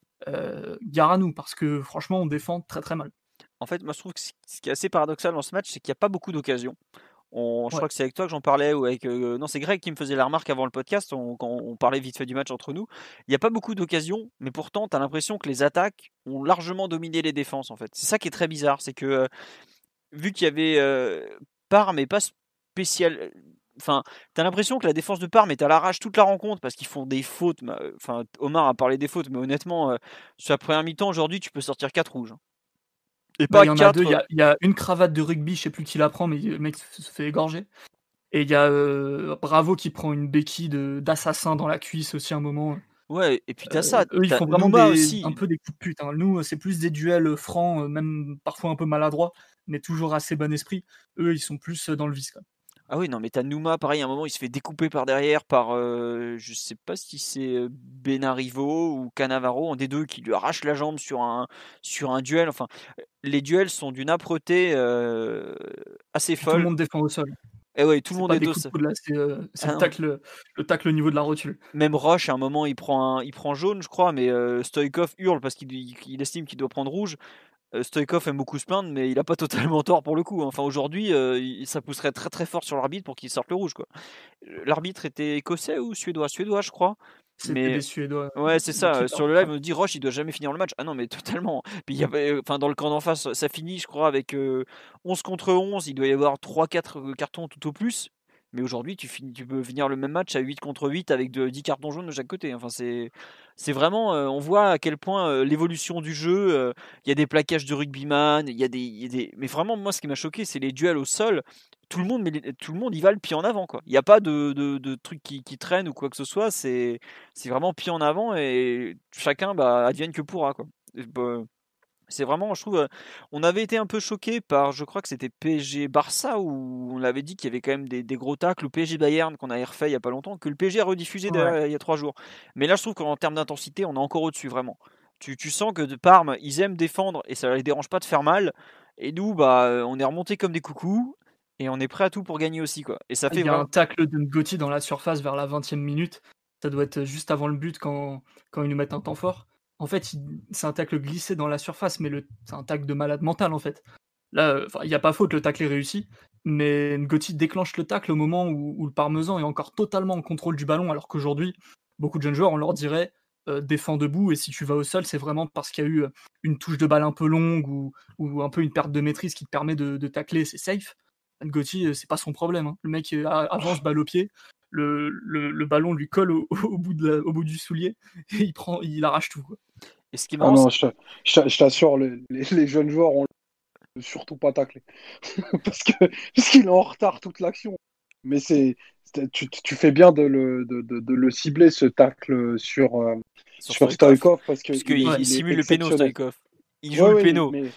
E: euh, gare à nous, parce que franchement, on défend très très mal.
C: en fait, moi je trouve que ce ce qui est assez paradoxal dans ce match, c'est qu'il n'y a pas beaucoup d'occasions. On, je
E: Ouais.
C: crois que c'est avec toi que j'en parlais, ou avec. Euh, non, c'est Greg qui me faisait la remarque avant le podcast, on- quand on parlait vite fait du match entre nous. Il n'y a pas beaucoup d'occasions, mais pourtant, tu as l'impression que les attaques ont largement dominé les défenses, en fait. C'est ça qui est très bizarre, c'est que, euh, vu qu'il y avait euh, Parme, mais pas spécial. Enfin, t'as l'impression que la défense de Parme est à l'arrache toute la rencontre parce qu'ils font des fautes. ma- Enfin, Omar a parlé des fautes, mais honnêtement, euh, sur la première mi-temps, aujourd'hui, tu peux sortir quatre rouges. Et
E: Bah,
C: pas
E: il y en a deux, il y
C: quatre.
E: a, il y a une cravate de rugby, je sais plus qui la prend, mais le mec se se fait égorger. Et il y a euh, Bravo qui prend une béquille de- d'assassin dans la cuisse aussi à un moment.
C: Ouais, et puis t'as
E: Euh,
C: ça.
E: eux, ils
C: T'as
E: font vraiment
C: Nouma
E: des, un
C: aussi.
E: peu des coups de pute, hein. Nous, c'est plus des duels francs, euh, même parfois un peu maladroits, mais toujours assez bon esprit. Eux, ils sont plus euh, dans le vice, quoi.
C: Ah oui, non, mais t'as Nouma, pareil, à un moment, il se fait découper par derrière par, euh, je sais pas si c'est euh, Benarivo ou Cannavaro, un des deux qui lui arrache la jambe sur un, sur un duel. Enfin, les duels sont d'une âpreté euh, assez
E: Puis tout le
C: folle.
E: monde défend au sol.
C: Et ouais, tout le
E: C'est
C: monde
E: pas
C: est
E: des
C: au
E: coups de
C: sol.
E: coude là, c'est euh, c'est
C: Ah
E: le
C: non.
E: tacle, le tacle au niveau de la rotule.
C: Même Roche, à un moment, il prend, un- il prend jaune, je crois, mais euh, Stoïkov hurle parce qu'il il- il estime qu'il doit prendre rouge. Euh, Stoïkov aime beaucoup se plaindre, mais il a pas totalement tort pour le coup. Enfin, aujourd'hui, euh, il- ça pousserait très très fort sur l'arbitre pour qu'il sorte le rouge, quoi. L'arbitre était écossais ou suédois? Suédois, je crois.
E: C'était
C: Mais
E: des Suédois,
C: ouais, c'est ça. euh,
E: l'équipe.
C: Sur le live, on me dit Roche, il doit jamais finir le match. Ah non, mais totalement. Puis il y avait, enfin, dans le camp d'en face, ça finit, je crois, avec euh, onze contre onze. Il doit y avoir trois quatre cartons tout au plus. Mais aujourd'hui, tu, finis, tu peux finir le même match à huit contre huit avec de, dix cartons jaunes de chaque côté. Enfin, c'est, c'est vraiment. euh, on voit à quel point euh, l'évolution du jeu. euh, Il y a des plaquages de rugbyman. Il y a des, il y a des. Mais vraiment, moi, ce qui m'a choqué, c'est les duels au sol. Tout le monde, met les- tout le monde y va le pied en avant, quoi. Il n'y a pas de, de, de trucs qui, qui traînent ou quoi que ce soit. C'est c'est vraiment pied en avant et chacun bah, advienne que pourra quoi. Et, bah, c'est vraiment, je trouve, euh, on avait été un peu choqué par, je crois que c'était P S G Barça où on avait dit qu'il y avait quand même des, des gros tacles, ou P S G Bayern qu'on avait refait il y a pas longtemps, que le P S G a rediffusé
E: Ouais.
C: d'ailleurs il y a trois jours. Mais là, je trouve qu'en termes d'intensité, on est encore au-dessus vraiment. Tu, tu sens que de Parme, ils aiment défendre et ça les dérange pas de faire mal. Et nous, bah, on est remonté comme des coucous et on est prêt à tout pour gagner aussi quoi. Et ça fait
E: Il y a un
C: vraiment.
E: tacle de Gotti dans la surface vers la vingtième minute. Ça doit être juste avant le but quand, quand ils nous mettent un temps fort. En fait, il- c'est un tacle glissé dans la surface, mais le, c'est un tacle de malade mental en fait. Là, euh, enfin, il n'y a pas faute, le tacle est réussi, mais Gotti déclenche le tacle au moment où, où le Parmesan est encore totalement en contrôle du ballon, alors qu'aujourd'hui, beaucoup de jeunes joueurs, on leur dirait euh, défends debout, et si tu vas au sol, c'est vraiment parce qu'il y a eu une touche de balle un peu longue ou, ou un peu une perte de maîtrise qui te permet de, de tacler, c'est safe. N'Goti, c'est pas son problème. Hein. Le mec euh, avance balle au pied, le, le, le ballon lui colle au, au, bout de la, au bout du soulier, et il, prend, il arrache tout. Quoi.
C: Et ce qui est
D: Ah
C: marrant,
D: non,
C: c'est-
D: je, je- je t'assure, les, les- les jeunes joueurs ont surtout pas taclé. parce que parce qu'il est en retard toute l'action. Mais c'est, c'est- tu, tu fais bien de le, de, de- de le cibler, ce tacle sur, euh,
C: sur
D: sur
C: Stoïkov,
D: Stoïkov, parce qu'il
C: puisqu'il
D: est,
E: Ouais.
C: il
D: il est
C: simule le péno,
D: exceptionnel.
C: Stoïkov. Il joue
D: Ouais,
C: le
D: ouais,
C: péno.
D: mais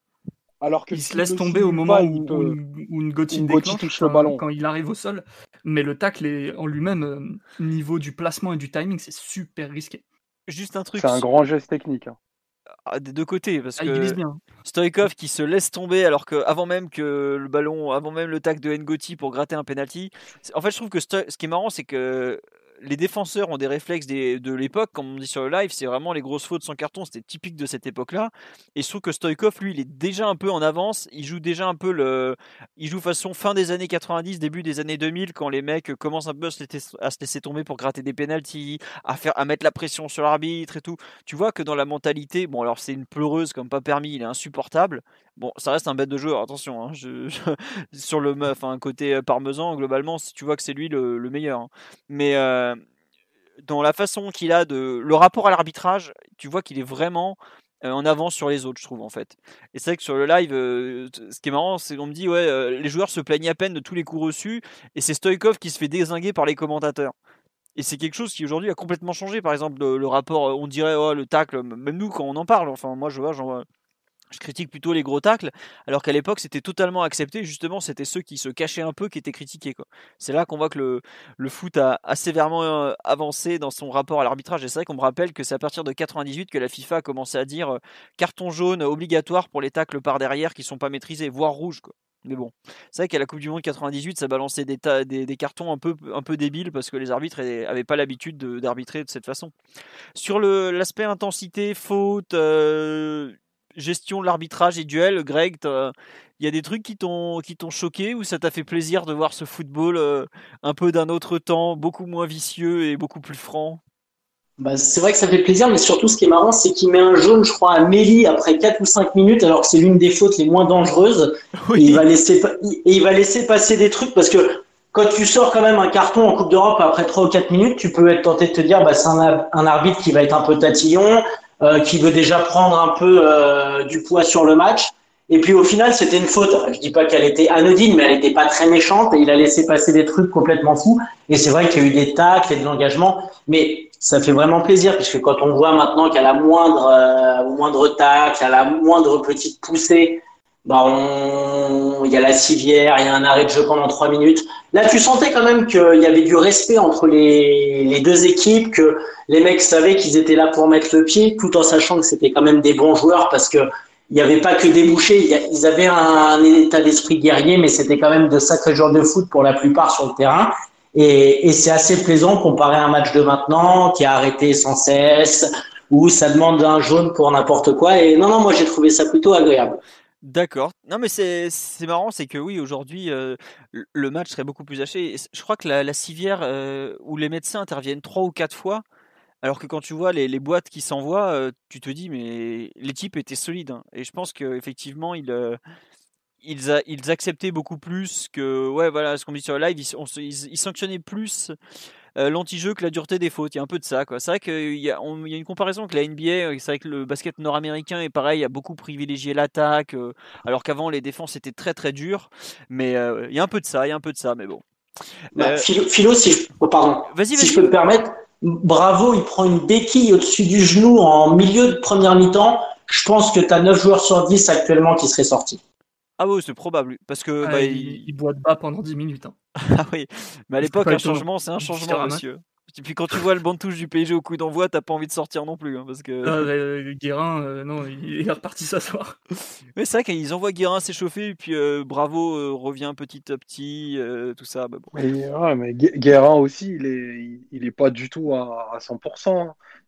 D: alors que
E: Il se
D: s'il
E: laisse
D: le
E: tomber au
D: simule
E: moment
D: pas,
E: où,
D: il
E: où,
D: peut.
E: où N'Goti
D: Où Gotti
E: déclenche,
D: touche le
E: enfin,
D: ballon.
E: quand il arrive au sol. Mais le tacle est, en lui-même, euh, niveau du placement et du timing, c'est super risqué.
C: Juste un truc
D: C'est un
C: su-
D: grand geste technique. Hein.
C: ah, des deux côtés, parce
E: Ah, il glisse
C: que
E: bien.
C: Stoïkov qui se laisse tomber alors que avant même que le ballon, avant même le tac de N'Goti pour gratter un penalty. c'est- En fait, je trouve que Sto- ce qui est marrant, c'est que les défenseurs ont des réflexes des- de l'époque, comme on dit sur le live, c'est vraiment les grosses fautes sans carton, c'était typique de cette époque-là. Et je trouve que Stoïkov, lui, il est déjà un peu en avance, il joue déjà un peu le, il joue façon fin des années quatre-vingt-dix, début des années deux mille, quand les mecs commencent un peu à se laisser, à se laisser tomber pour gratter des penalties, à faire, à mettre la pression sur l'arbitre et tout. Tu vois que dans la mentalité, bon alors c'est une pleureuse comme pas permis, il est insupportable. Bon, ça reste un bête de joueur, attention. Hein, je, je- sur le, enfin côté parmesan, globalement, si tu vois que c'est lui le, le meilleur. Hein. Mais euh, dans la façon qu'il a de, le rapport à l'arbitrage, tu vois qu'il est vraiment euh, en avance sur les autres, je trouve en fait. Et c'est vrai que sur le live, euh, t- ce qui est marrant, c'est qu'on me dit ouais, euh, les joueurs se plaignent à peine de tous les coups reçus, et c'est Stoïkov qui se fait dézinguer par les commentateurs. Et c'est quelque chose qui aujourd'hui a complètement changé. Par exemple, le, le rapport, euh, on dirait oh, le tacle, même nous quand on en parle. Enfin, moi je vois, j'en vois- je critique plutôt les gros tacles, alors qu'à l'époque c'était totalement accepté. Justement, c'était ceux qui se cachaient un peu qui étaient critiqués. Quoi. C'est là qu'on voit que le, le foot a assez sévèrement euh, avancé dans son rapport à l'arbitrage. Et c'est vrai qu'on me rappelle que c'est à partir de quatre-vingt-dix-huit que la FIFA a commencé à dire euh, carton jaune obligatoire pour les tacles par derrière qui sont pas maîtrisés, voire rouge. Quoi. Mais bon, c'est vrai qu'à la Coupe du Monde quatre-vingt-dix-huit, ça balançait des, ta- des, des cartons un peu, un peu débiles parce que les arbitres n'avaient pas l'habitude de- d'arbitrer de cette façon. Sur le, l'aspect intensité, faute, euh, gestion de l'arbitrage et duel, Greg, t'as- il y a des trucs qui t'ont, qui t'ont choqué ou ça t'a fait plaisir de voir ce football euh, un peu d'un autre temps, beaucoup moins vicieux et beaucoup plus franc?
F: Bah, c'est vrai que ça fait plaisir, mais surtout ce qui est marrant, c'est qu'il met un jaune, je crois, à Méli après quatre ou cinq minutes, alors que c'est l'une des fautes les moins dangereuses. Et il va laisser, pa- et il va laisser passer des trucs parce que quand tu sors quand même un carton en Coupe d'Europe après trois ou quatre minutes, tu peux être tenté de te dire, bah, c'est un, ab- un arbitre qui va être un peu tatillon, euh, qui veut déjà prendre un peu euh, du poids sur le match. Et puis au final, c'était une faute. Je dis pas qu'elle était anodine, mais elle était pas très méchante et il a laissé passer des trucs complètement fous. Et c'est vrai qu'il y a eu des tacles et de l'engagement, mais ça fait vraiment plaisir puisque quand on voit maintenant qu'à la moindre, euh, au moindre tacle, à la moindre petite poussée, bah on, il y a la civière, il y a un arrêt de jeu pendant trois minutes. Là, tu sentais quand même qu'il y avait du respect entre les, les deux équipes, que les mecs savaient qu'ils étaient là pour mettre le pied, tout en sachant que c'était quand même des bons joueurs parce que il n'y avait pas que des bouchers, ils avaient un, un état d'esprit guerrier, mais c'était quand même de sacrés joueurs de foot pour la plupart sur le terrain. Et, et c'est assez plaisant comparé à un match de maintenant qui a arrêté sans cesse, où ça demande un jaune pour n'importe quoi. Et non, non, moi j'ai trouvé ça plutôt agréable.
C: D'accord. Non, mais c'est c'est marrant, c'est que oui, aujourd'hui, euh, le le match serait beaucoup plus haché. Et c- je crois que la, la civière euh, où les médecins interviennent trois ou quatre fois, alors que quand tu vois les, les boîtes qui s'envoient, euh, tu te dis, mais les types étaient solides. Hein. Et je pense qu'effectivement, ils, euh, ils, a- ils acceptaient beaucoup plus que, ouais, voilà, ce qu'on dit sur le live, ils, on se- ils- ils sanctionnaient plus euh, l'anti-jeu que la dureté des fautes. Il y a un peu de ça, quoi. C'est vrai qu'il y a, on- il y a une comparaison avec la N B A. euh, C'est vrai que le basket nord-américain est pareil, a beaucoup privilégié l'attaque, euh, alors qu'avant les défenses étaient très très dures. Mais euh, il y a un peu de ça, il y a un peu de ça, mais bon.
F: Bah,
C: Euh,
F: Philo, Philo, si je, oh, pardon,
C: vas-y,
F: si je
C: vas-y.
F: peux me permettre, Bravo, il prend une béquille au-dessus du genou en milieu de première mi-temps. Je pense que tu as neuf joueurs sur dix actuellement qui seraient sortis.
C: Ah oui, c'est probable, parce que
E: Ah,
C: bah,
E: il,
C: il-
E: il boit de bas pendant dix minutes. Hein.
C: ah oui, mais à
E: C'est
C: l'époque
E: pas
C: un
E: étonnant.
C: changement, c'est un
E: Il
C: changement,
E: tire un match.
C: monsieur. Et puis quand tu vois le banc de touche du P S G au coup d'envoi, t'as pas envie de sortir non plus, hein, parce que.
E: Ah, euh, Guérin, euh, non, il il est reparti s'asseoir.
C: Mais c'est vrai qu'ils envoient Guérin s'échauffer et puis euh, Bravo euh, revient petit à petit, euh, tout ça. Bah bon.
D: Et, ouais, mais Gu- Guérin aussi, il est, il, il est pas du tout à, à cent pour cent. Hein. Parce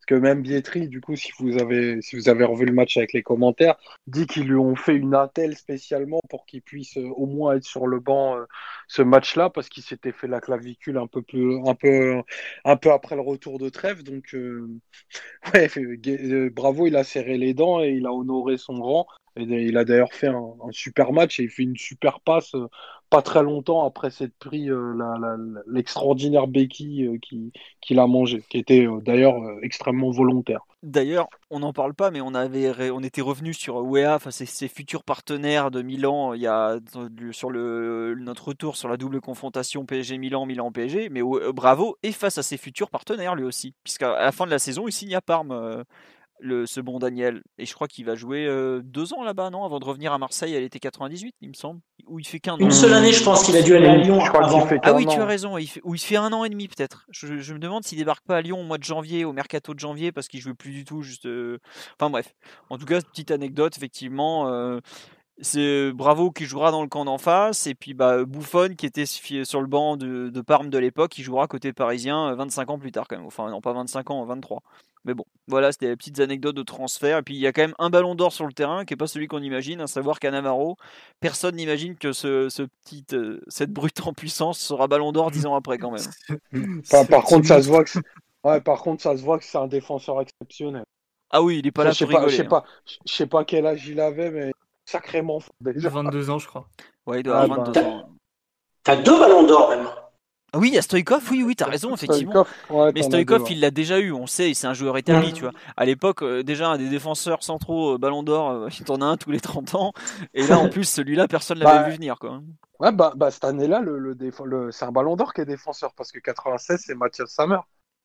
D: que même Bietri, du coup, si vous avez, si vous avez revu le match avec les commentaires, dit qu'ils lui ont fait une attelle spécialement pour qu'il puisse euh, au moins être sur le banc euh, ce match-là, parce qu'il s'était fait la clavicule un peu plus, un peu, un peu après le retour de trêve. Donc, euh, ouais, fait- euh, bravo, il a serré les dents et il a honoré son rang. Et il a d'ailleurs fait un, un super match et il fait une super passe euh, pas très longtemps après s'être pris euh, la- la- la- l'extraordinaire béquille euh, qui, qu'il a mangé, qui était euh, d'ailleurs euh, extrêmement volontaire.
C: D'ailleurs, on n'en parle pas, mais on avait, ré- on était revenu sur U E A, enfin ses, ses futurs partenaires de Milan, il y a dans- sur le notre retour sur la double confrontation P S G Milan, Milan P S G, mais euh, Bravo est face à ses futurs partenaires lui aussi, puisqu'à la fin de la saison, il signe à Parme. euh, le, ce bon Daniel. Et je crois qu'il va jouer euh, deux ans là-bas, non? Avant de revenir à Marseille à l'été quatre-vingt-dix-huit, il me semble. Où il fait qu'un
F: Une
C: an.
F: seule année, je pense qu'il a dû aller à Lyon
D: Je crois qu'il
F: avant.
D: fait
C: Ah
D: qu'un
C: oui, tu as
D: an.
C: raison. Il fait, où il fait un an et demi peut-être. Je, je me demande s'il débarque pas à Lyon au mois de janvier, au mercato de janvier, parce qu'il jouait plus du tout. Juste. euh, Enfin bref. En tout cas, petite anecdote, effectivement. euh, C'est Bravo qui jouera dans le camp d'en face, et puis bah, Buffon qui était fi- sur le banc de, de Parme de l'époque, qui jouera côté parisien euh, vingt-cinq ans plus tard quand même. Enfin non, pas vingt-cinq ans, vingt-trois. Mais bon, voilà, c'était les petites anecdotes de transfert. Et puis il y a quand même un ballon d'or sur le terrain qui n'est pas celui qu'on imagine, à savoir qu'à Navarro, personne n'imagine que ce, ce petit, euh, cette brute en puissance sera ballon d'or dix ans après quand même.
D: Par,
E: Ce
D: par
E: petit
D: contre, ça se
E: monstre.
D: voit que c'est- ouais, par contre, ça se voit que c'est un défenseur exceptionnel.
C: Ah oui, il est pas
D: Ça,
C: là
D: je sais
C: pour
D: pas, je
C: rigoler.
D: sais
C: hein.
D: pas, je sais pas quel âge il avait, mais sacrément fort déjà.
E: vingt-deux ans, je crois.
C: Ouais, il doit
D: Ah
C: avoir
D: ben,
C: vingt-deux ans.
F: T'as deux ballons d'or même.
C: Ah oui, il y a Stoïkov, oui, oui, t'as raison, effectivement.
D: Stoïkov, ouais,
C: Mais
D: t'en as deux.
C: Stoïkov,
D: Ouais.
C: il l'a déjà eu, on le sait, c'est un joueur établi, tu vois. À l'époque, euh, déjà, un des défenseurs centraux euh, Ballon d'Or, euh, il t'en a un tous les trente ans. Et là, en plus, celui-là, personne l'avait vu
D: Bah,
C: venir, quoi.
D: ouais, bah, bah, cette année-là, le, le, déf- le- c'est un ballon d'or qui est défenseur parce que quatre-vingt-seize, c'est Mathias Sammer.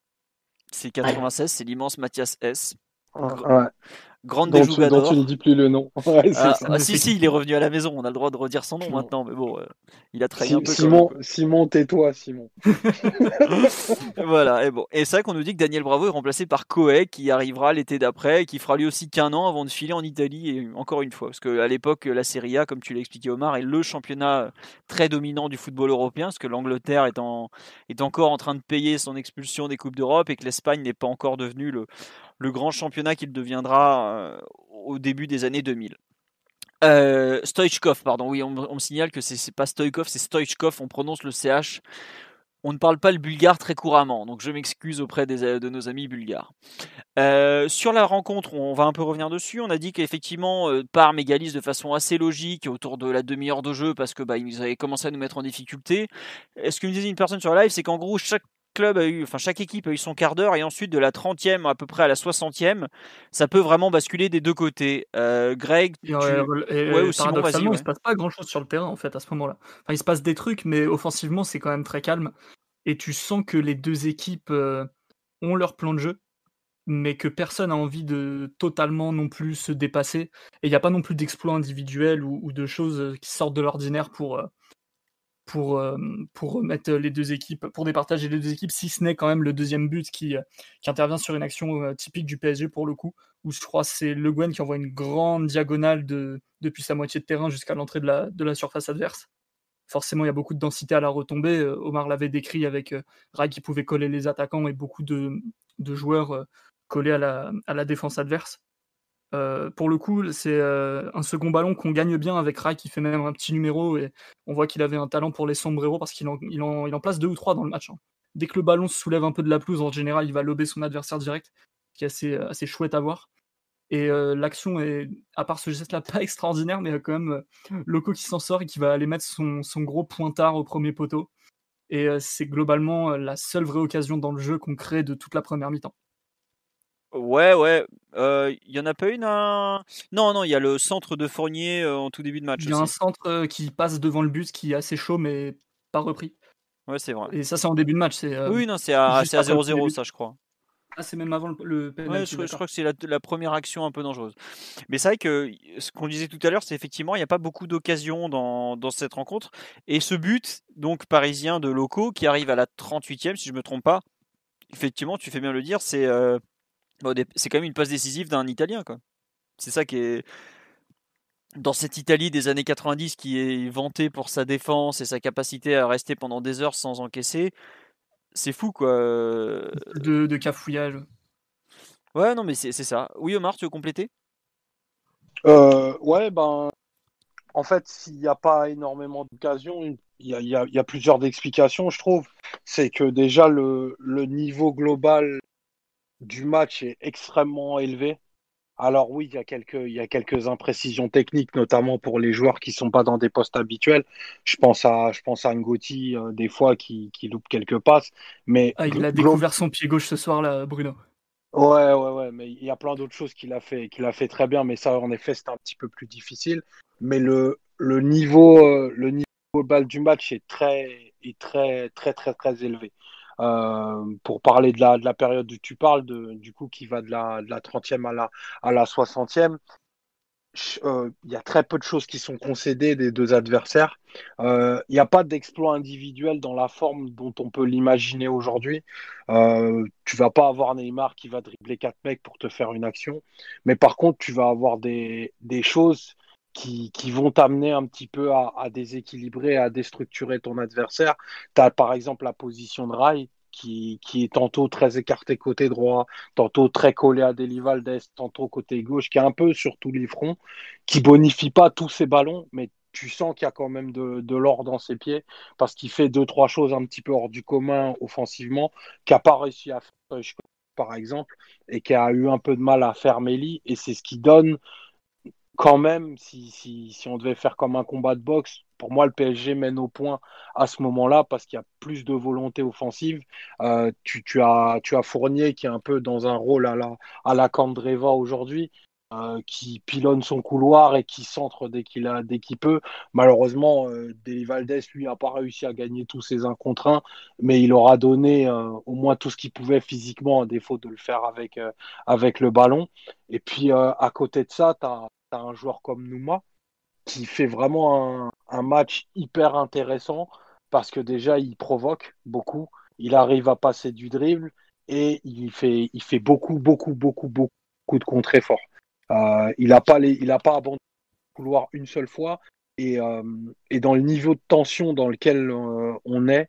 C: C'est quatre-vingt-seize, c'est l'immense Mathias S.
D: Ouais,
C: Gr-
D: ouais.
C: Grande
D: Dont, tu, dont tu ne
C: jugador.
D: dis plus le nom. Ouais, c'est
C: Ah,
D: ça.
C: ah,
E: De
C: si,
E: cette
C: si, il est
E: équipe.
C: revenu à la maison, on a le droit de redire son nom maintenant, mais bon, euh, il a trahi un
D: Si-
C: peu quand même,
D: Simon,
C: quoi.
D: Simon, tais-toi, Simon.
C: Voilà, et bon. Et c'est vrai qu'on nous dit que Daniel Bravo est remplacé par Coé, qui arrivera l'été d'après, et qui fera lui aussi qu'un an avant de filer en Italie, et encore une fois, parce qu'à l'époque, la Serie A, comme tu l'as expliqué Omar, est le championnat très dominant du football européen, parce que l'Angleterre est, en, est encore en train de payer son expulsion des Coupes d'Europe, et que l'Espagne n'est pas encore devenue le, le grand championnat qu'il deviendra euh, au début des années deux mille. Euh, Stoichkov, pardon, oui, on, on me signale que c'est, c'est pas Stoïkov, c'est Stoichkov, on prononce le C H. On ne parle pas le bulgare très couramment, donc je m'excuse auprès des, de nos amis bulgares. Euh, sur la rencontre, on va un peu revenir dessus. On a dit qu'effectivement, euh, Parme égalise de façon assez logique autour de la demi-heure de jeu parce que bah, ils avaient commencé à nous mettre en difficulté. Ce que me disait une personne sur la live, c'est qu'en gros, chaque club a eu, enfin chaque équipe a eu son quart d'heure et ensuite de la trentième à peu près à la soixantième, ça peut vraiment basculer des deux côtés. Euh, Greg,
E: Et,
C: tu...
E: euh, et
C: ouais, ou Simon, vas-y,
E: paradoxalement, il
C: ouais.
E: se passe pas grand-chose sur le terrain en fait à ce moment-là. Enfin, il se passe des trucs, mais offensivement, c'est quand même très calme. Et tu sens que les deux équipes euh, ont leur plan de jeu, mais que personne n'a envie de totalement non plus se dépasser. Et il n'y a pas non plus d'exploits individuels ou, ou de choses qui sortent de l'ordinaire pour, euh, pour, euh, pour remettre les deux équipes, pour départager les deux équipes, si ce n'est quand même le deuxième but qui, euh, qui intervient sur une action euh, typique du P S G pour le coup, où je crois que c'est Le Guen qui envoie une grande diagonale de, depuis sa moitié de terrain jusqu'à l'entrée de la, de la surface adverse. Forcément, il y a beaucoup de densité à la retombée. Euh, Omar l'avait décrit avec euh, Rai qui pouvait coller les attaquants et beaucoup de, de joueurs euh, collés à la, à la défense adverse. Euh, pour le coup, c'est euh, un second ballon qu'on gagne bien avec Rai qui fait même un petit numéro et on voit qu'il avait un talent pour les sombreros parce qu'il en, il en, il en place deux ou trois dans le match. Hein. Dès que le ballon se soulève un peu de la pelouse, en général, il va lober son adversaire direct, ce qui est assez, assez chouette à voir. Et euh, l'action est, à part ce geste-là, pas extraordinaire, mais il y a quand même euh, Loco qui s'en sort et qui va aller mettre son, son gros pointard au premier poteau. Et euh, c'est globalement euh, la seule vraie occasion dans le jeu qu'on crée de toute la première mi-temps.
C: Ouais, ouais. Il euh, y en a pas une un... Non, non, il y a le centre de Fournier euh, en tout début de match.
E: Il y a
C: aussi.
E: un centre euh, qui passe devant le but qui est assez chaud, mais pas repris.
C: Ouais, c'est vrai.
E: Et ça, c'est en début de match. C'est, euh,
C: oui, non, c'est à, c'est à zéro zéro, ça, je crois.
E: Ah, c'est même avant le, le penalty,
C: Ouais, je, je crois que c'est la, la première action un peu dangereuse. Mais c'est vrai que ce qu'on disait tout à l'heure, c'est effectivement, il n'y a pas beaucoup d'occasions dans, dans cette rencontre. Et ce but, donc parisien de Loco, qui arrive à la trente-huitième, si je ne me trompe pas, effectivement, tu fais bien le dire, c'est, euh, c'est quand même une passe décisive d'un Italien, quoi. C'est ça qui est... Dans cette Italie des années quatre-vingt-dix qui est vantée pour sa défense et sa capacité à rester pendant des heures sans encaisser, c'est fou, quoi.
E: De, de cafouillage.
C: Ouais, non, mais c'est, c'est ça. Oui, Omar, tu veux compléter?
D: Euh, ouais, ben, en fait, s'il n'y a pas énormément d'occasions, il y a, il y a- il y a plusieurs explications, je trouve. C'est que déjà, le, le niveau global du match est extrêmement élevé. Alors oui, il y a quelques, il y a quelques imprécisions techniques, notamment pour les joueurs qui sont pas dans des postes habituels. Je pense à, je pense à Ngoti, euh, des fois, qui, qui loupe quelques passes. Mais
E: Ah, il
D: glo-
E: a
D: glo-
E: découvert son pied gauche ce soir-là, Bruno.
D: ouais, ouais, ouais, mais il y a plein d'autres choses qu'il a fait, qu'il a fait très bien, mais ça, en effet, c'est un petit peu plus difficile. Mais le, le niveau, euh, le niveau global du match est très, est très, très, très, très élevé. Euh, pour parler de la, de la période où tu parles, de, du coup, qui va de la, de la trentième à la, à la soixantième, euh, il y a très peu de choses qui sont concédées des deux adversaires. Euh, Il n'y a pas d'exploit individuel dans la forme dont on peut l'imaginer aujourd'hui. Euh, tu vas pas avoir Neymar qui va dribbler quatre mecs pour te faire une action, mais par contre, tu vas avoir des, des choses qui, qui vont t'amener un petit peu à, à déséquilibrer, à déstructurer ton adversaire. Tu as par exemple la position de Rai. Qui, qui est tantôt très écarté côté droit, tantôt très collé à Deli Valdez, tantôt côté gauche, qui est un peu sur tous les fronts, qui bonifie pas tous ses ballons, mais tu sens qu'il y a quand même de, de l'or dans ses pieds, parce qu'il fait deux, trois choses un petit peu hors du commun offensivement, qui n'a pas réussi à faire, par exemple, et qui a eu un peu de mal à faire Méli, et c'est ce qui donne quand même, si, si, si on devait faire comme un combat de boxe, pour moi, le P S G mène au point à ce moment-là parce qu'il y a plus de volonté offensive. Euh, tu, tu, as, tu as Fournier qui est un peu dans un rôle à la, à la Candreva aujourd'hui, euh, qui pilonne son couloir et qui centre dès qu'il a, dès qu'il peut. Malheureusement, euh, Deli Valdez, lui, n'a pas réussi à gagner tous ses un contre un, mais il aura donné euh, au moins tout ce qu'il pouvait physiquement, à défaut de le faire avec, euh, avec le ballon. Et puis, euh, à côté de ça, tu as t'as un joueur comme Nouma qui fait vraiment un, un match hyper intéressant parce que déjà il provoque beaucoup, il arrive à passer du dribble et il fait, il fait beaucoup, beaucoup, beaucoup, beaucoup de contrées forts. Euh, il n'a pas, les, il a pas abandonné le couloir une seule fois et, euh, et dans le niveau de tension dans lequel euh, on est,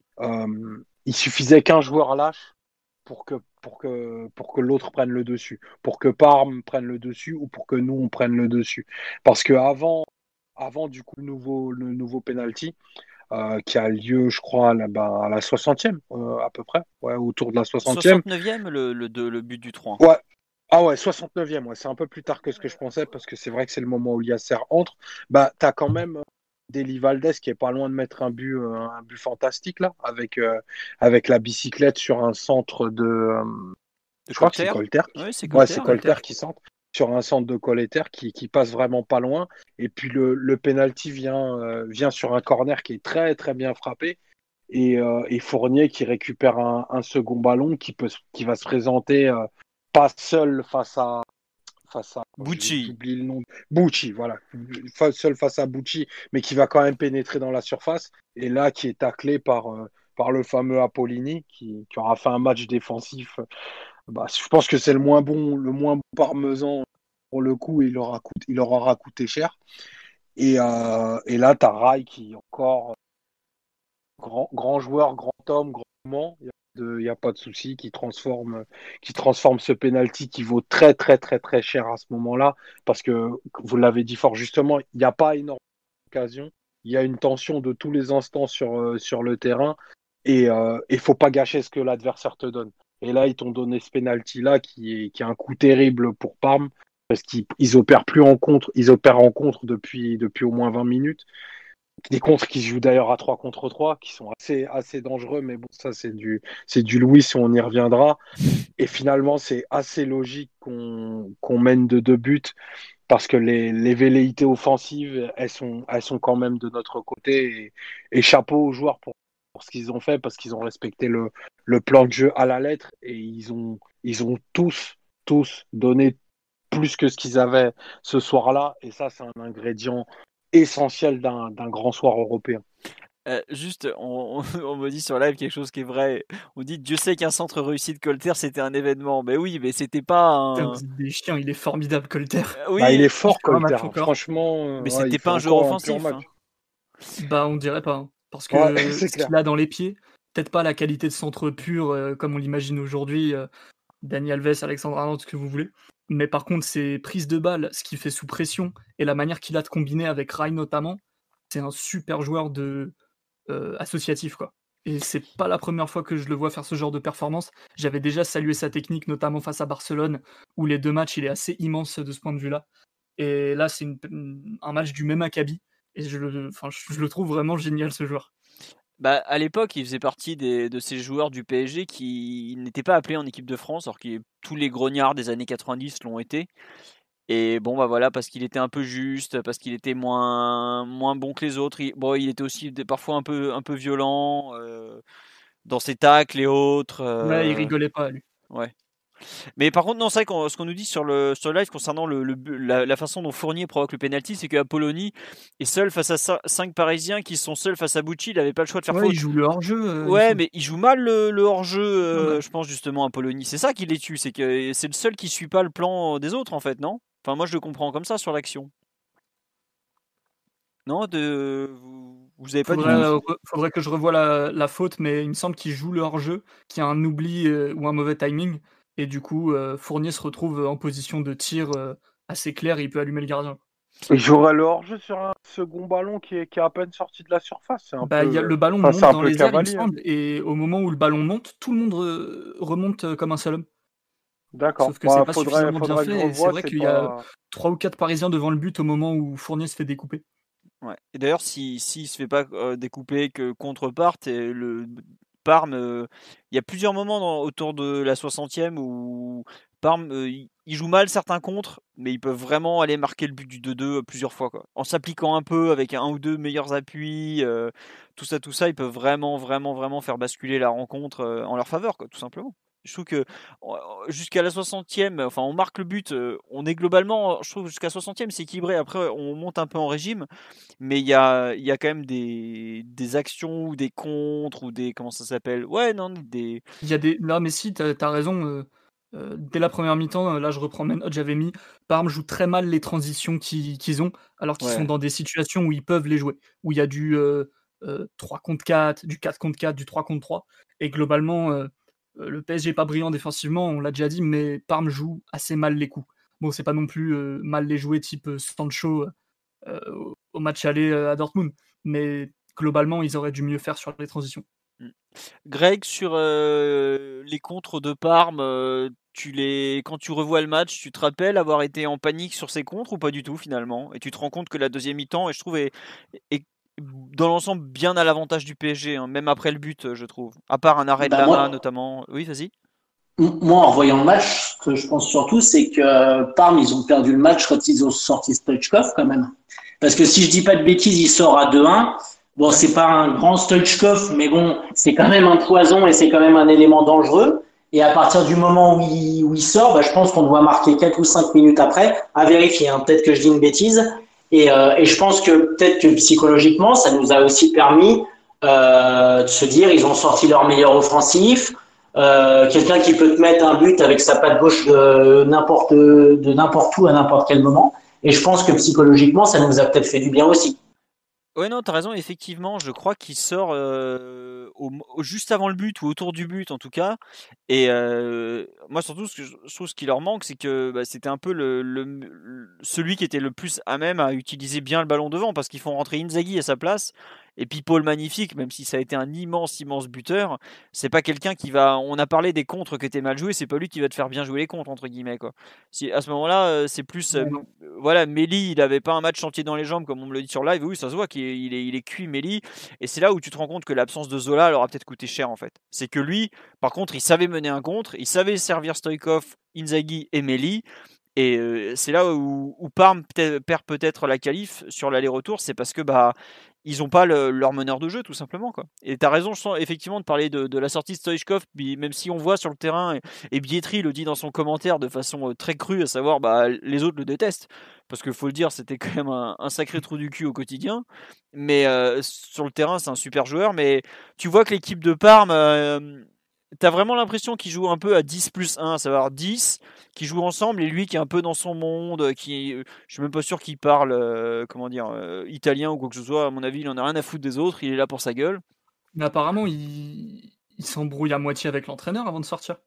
D: euh, il suffisait qu'un joueur lâche pour que, pour que, pour que l'autre prenne le dessus, pour que Parme prenne le dessus ou pour que nous, on prenne le dessus. Parce que avant, avant du coup, le nouveau, le nouveau penalty, euh, qui a lieu, je crois, à la, ben, à la soixantième, euh, à peu près, ouais, autour de la soixantième.
C: soixante-neuvième, le, le, de- le but du trois.
D: Ouais. Ah ouais, soixante-neuvième, ouais, c'est un peu plus tard que ce que je pensais, parce que c'est vrai que c'est le moment où Yasser entre. Bah, t'as quand même Deli Valdez qui est pas loin de mettre un but, euh, un but fantastique, là, avec, euh, avec la bicyclette sur un centre de, euh,
C: De
D: je crois que c'est
C: Colter.
D: Colter.
C: Oui, c'est
D: Ouais,
C: Colter.
D: c'est
E: Colter.
D: Colter qui centre sur un centre de Colter qui, qui passe vraiment pas loin. Et puis le, le penalty vient, euh, vient sur un corner qui est très très bien frappé. Et, euh, et Fournier qui récupère un, un second ballon qui, peut, qui va se présenter euh, pas seul face à, face à
C: Bucci.
D: j'oublie le nom. Bucci, voilà. Fa- Seul face à Bucci, mais qui va quand même pénétrer dans la surface. Et là, qui est taclé par, euh, par le fameux Apollini, qui, qui aura fait un match défensif. Bah, je pense que c'est le moins bon, le moins bon parmesan pour le coup, il aura coûté, il aura coûté cher. Et, euh, et là, tu as Rai qui est encore grand, grand joueur, grand homme, grand moment. Il n'y a pas de souci, qui transforme, qui transforme ce penalty qui vaut très, très, très, très cher à ce moment-là. Parce que, vous l'avez dit fort justement, il n'y a pas énormément d'occasions. Il y a une tension de tous les instants sur, euh, sur le terrain. Et il euh, ne faut pas gâcher ce que l'adversaire te donne. Et là, ils t'ont donné ce penalty-là qui est, qui est un coup terrible pour Parme. Parce qu'ils ils opèrent plus en contre, ils opèrent en contre depuis, depuis au moins vingt minutes. Des contres qui se jouent d'ailleurs à trois contre trois, qui sont assez, assez dangereux, mais bon, ça, c'est du, c'est du Louis, on y reviendra. Et finalement, c'est assez logique qu'on qu'on mène de deux buts, parce que les, les velléités offensives, elles sont, elles sont quand même de notre côté. Et, et chapeau aux joueurs pour, pour ce qu'ils ont fait, parce qu'ils ont respecté le, le plan de jeu à la lettre, et ils ont, ils ont tous, tous donné plus que ce qu'ils avaient ce soir-là. Et ça, c'est un ingrédient essentiel d'un, d'un grand soir européen.
C: Euh, juste, on, on, on me dit sur live quelque chose qui est vrai. On dit Dieu sait qu'un centre réussi de Colter c'était un événement. Mais oui, mais c'était pas
E: Putain,
C: un.
E: vous êtes des chiens, il est formidable, Colter.
C: Euh,
D: Bah, il est
C: oui,
E: Il
D: fort,
E: fait un
D: Colter.
E: match encore.
D: Franchement, euh,
C: mais
D: ouais,
C: c'était
D: il fait
C: pas un joueur
D: encore un pur
C: offensif.
D: match.
C: Hein.
E: Bah, on dirait pas. Hein. Parce
D: Ouais,
E: que
D: c'est
E: ce
D: clair.
E: qu'il a dans les pieds, peut-être pas la qualité de centre pur euh, comme on l'imagine aujourd'hui, euh, Dani Alves, Alexandre Arnold, ce que vous voulez. Mais par contre, ses prises de balles, ce qu'il fait sous pression et la manière qu'il a de combiner avec Rai notamment, c'est un super joueur de euh, associatif, quoi. Et c'est pas la première fois que je le vois faire ce genre de performance. J'avais déjà salué sa technique, notamment face à Barcelone, où les deux matchs, il est assez immense de ce point de vue-là. Et là, c'est une, un match du même acabit. Et je le, enfin, je le trouve vraiment génial, ce joueur.
C: Bah, à l'époque, il faisait partie des, de ces joueurs du P S G qui n'étaient pas appelés en équipe de France, alors que tous les grognards des années quatre-vingt-dix l'ont été. Et bon, bah voilà, parce qu'il était un peu juste, parce qu'il était moins, moins bon que les autres. Il, bon, il était aussi des- parfois un peu, un peu violent euh, dans ses tacles et autres. euh,
E: Ouais, il rigolait pas, lui.
C: ouais. Mais par contre, non, c'est vrai qu'on, ce qu'on nous dit sur le, sur le live concernant le, le bu- la, la façon dont Fournier provoque le penalty, c'est qu'Apolloni est seul face à cin- cinq Parisiens qui sont seuls face à Bucci. Il n'avait pas le choix de faire
E: Ouais,
C: faute.
E: il joue le hors-jeu. euh, il
C: Ouais,
E: semble.
C: mais il joue mal le, le hors-jeu, euh,
E: Ouais.
C: je pense justement, Apolloni. C'est ça qui les tue, c'est que c'est le seul qui suit pas le plan des autres, en fait, non? Enfin, moi, je le comprends comme ça sur l'action. Non, de vous, vous avez pas du
E: Faudrait,
C: tout.
E: euh, re- faudrait que je revoie la, la faute, mais il me semble qu'il joue le hors-jeu, qu'il y a un oubli euh, ou un mauvais timing. Et du coup, euh, Fournier se retrouve en position de tir euh, assez clair et il peut allumer le gardien.
D: Et j'aurais le hors-jeu sur un second ballon qui est, qui est à peine sorti de la surface. C'est un
E: Bah, il y a,
D: peu,
E: le ballon
D: enfin, c'est
E: monte
D: un
E: dans
D: peu
E: les airs, il me
D: cavalier.
E: semble. Et au moment où le ballon monte, tout le monde re- remonte euh, comme un seul homme.
D: D'accord.
E: Sauf que
D: Bah,
E: c'est pas
D: faudrait,
E: suffisamment bien
D: faudrait que je
E: fait. Et c'est
D: revoie.
E: vrai
D: C'est
E: qu'il y a
D: pas.
E: trois ou quatre Parisiens devant le but au moment où Fournier se fait découper.
C: Ouais. Et d'ailleurs, si s'il se fait pas euh, découper que contre Parth, et le Parme, euh, il y a plusieurs moments dans- autour de la soixantième où Parme, euh, il il joue mal certains contres, mais ils peuvent vraiment aller marquer le but du deux deux plusieurs fois, quoi. En s'appliquant un peu avec un ou deux meilleurs appuis, euh, tout ça, tout ça, ils peuvent vraiment, vraiment, vraiment faire basculer la rencontre euh, en leur faveur, quoi, tout simplement. Je trouve que euh, jusqu'à la soixantième, enfin, on marque le but, euh, on est globalement, je trouve, jusqu'à soixantième, c'est équilibré. Après, on monte un peu en régime, mais il y a, il y a quand même des, des actions ou des contres ou des. Comment ça s'appelle? Ouais, non, des.
E: Il y a des. Là, mais si, t'as as raison. euh, euh, dès la première mi-temps, euh, là, je reprends mes notes, j'avais mis Parme joue très mal les transitions qu'ils qu'ils ont, alors qu'ils sont
C: Ouais.
E: dans des situations où ils peuvent les jouer, où il y a du euh, euh, trois contre quatre, du quatre contre quatre, du trois contre trois. Et globalement, euh, euh, le P S G n'est pas brillant défensivement, on l'a déjà dit, mais Parme joue assez mal les coups. Bon, c'est pas non plus euh, mal les jouer type euh, Sancho euh, au- au match aller euh, à Dortmund, mais globalement, ils auraient dû mieux faire sur les transitions.
C: Mm. Greg, sur euh, les contres de Parme, euh, tu les, quand tu revois le match, tu te rappelles avoir été en panique sur ces contres ou pas du tout finalement? Et tu te rends compte que la deuxième mi-temps, et je trouve, est, est dans l'ensemble bien à l'avantage du P S G, hein, même après le but, je trouve. À part un arrêt de
F: Bah
C: Lama
F: moi,
C: notamment. Oui, vas-y.
F: moi, en voyant le match, ce que je pense surtout, c'est que euh, Parme, ils ont perdu le match quand ils ont sorti Stoichkov quand même. Parce que si je dis pas de bêtises, il sort à deux un. Bon, c'est pas un grand Stoichkov, mais bon, c'est quand même un poison et c'est quand même un élément dangereux. Et à partir du moment où il, où il sort, bah, je pense qu'on doit marquer quatre ou cinq minutes après, à vérifier. Hein, peut-être que je dis une bêtise. Et, euh, et je pense que peut-être que psychologiquement, ça nous a aussi permis euh, de se dire, ils ont sorti leur meilleur offensif. Euh, quelqu'un qui peut te mettre un but avec sa patte gauche de n'importe de n'importe où à n'importe quel moment. Et je pense que psychologiquement, ça nous a peut-être fait du bien aussi.
C: Ouais, non, t'as raison, effectivement, je crois qu'il sort euh, au- au- juste avant le but ou autour du but en tout cas. Et euh, moi, surtout, ce que je, je trouve ce qui leur manque, c'est que bah, c'était un peu le, le- le- celui qui était le plus à même à utiliser bien le ballon devant parce qu'ils font rentrer Inzaghi à sa place. Et puis Paul Magnifique, même si ça a été un immense, immense buteur, c'est pas quelqu'un qui va. On a parlé des contres qui étaient mal joués, c'est pas lui qui va te faire bien jouer les contres, entre guillemets, quoi. Si, à ce moment-là, euh, c'est plus. euh,
E: Ouais, non.
C: voilà, Méli, il avait pas un match chantier dans les jambes comme on me le dit sur live. Oui, ça se voit qu'il est, il est, il est cuit, Méli. Et c'est là où tu te rends compte que l'absence de Zola leur a peut-être coûté cher en fait. C'est que lui, par contre, il savait mener un contre, il savait servir Stoïkov, Inzaghi et Méli. Et euh, c'est là où, où Parme peut perd peut-être la qualif sur l'aller-retour, c'est parce que bah ils ont pas le, leur meneur de jeu tout simplement quoi. Et t'as raison, je sens effectivement de parler de, de la sortie de Stoichkov, même si on voit sur le terrain et, et Bietri le dit dans son commentaire de façon euh, très crue, à savoir bah les autres le détestent parce qu'il faut le dire, c'était quand même un, un sacré trou du cul au quotidien. Mais euh, sur le terrain, c'est un super joueur. Mais tu vois que l'équipe de Parme, euh, t'as vraiment l'impression qu'ils jouent un peu à dix plus un, à savoir dix qui jouent ensemble et lui qui est un peu dans son monde, qui je suis même pas sûr qu'il parle euh, comment dire euh, italien ou quoi que ce soit. À mon avis, il en a rien à foutre des autres. Il est là pour sa gueule.
E: Mais apparemment, il, il s'embrouille à moitié avec l'entraîneur avant de sortir.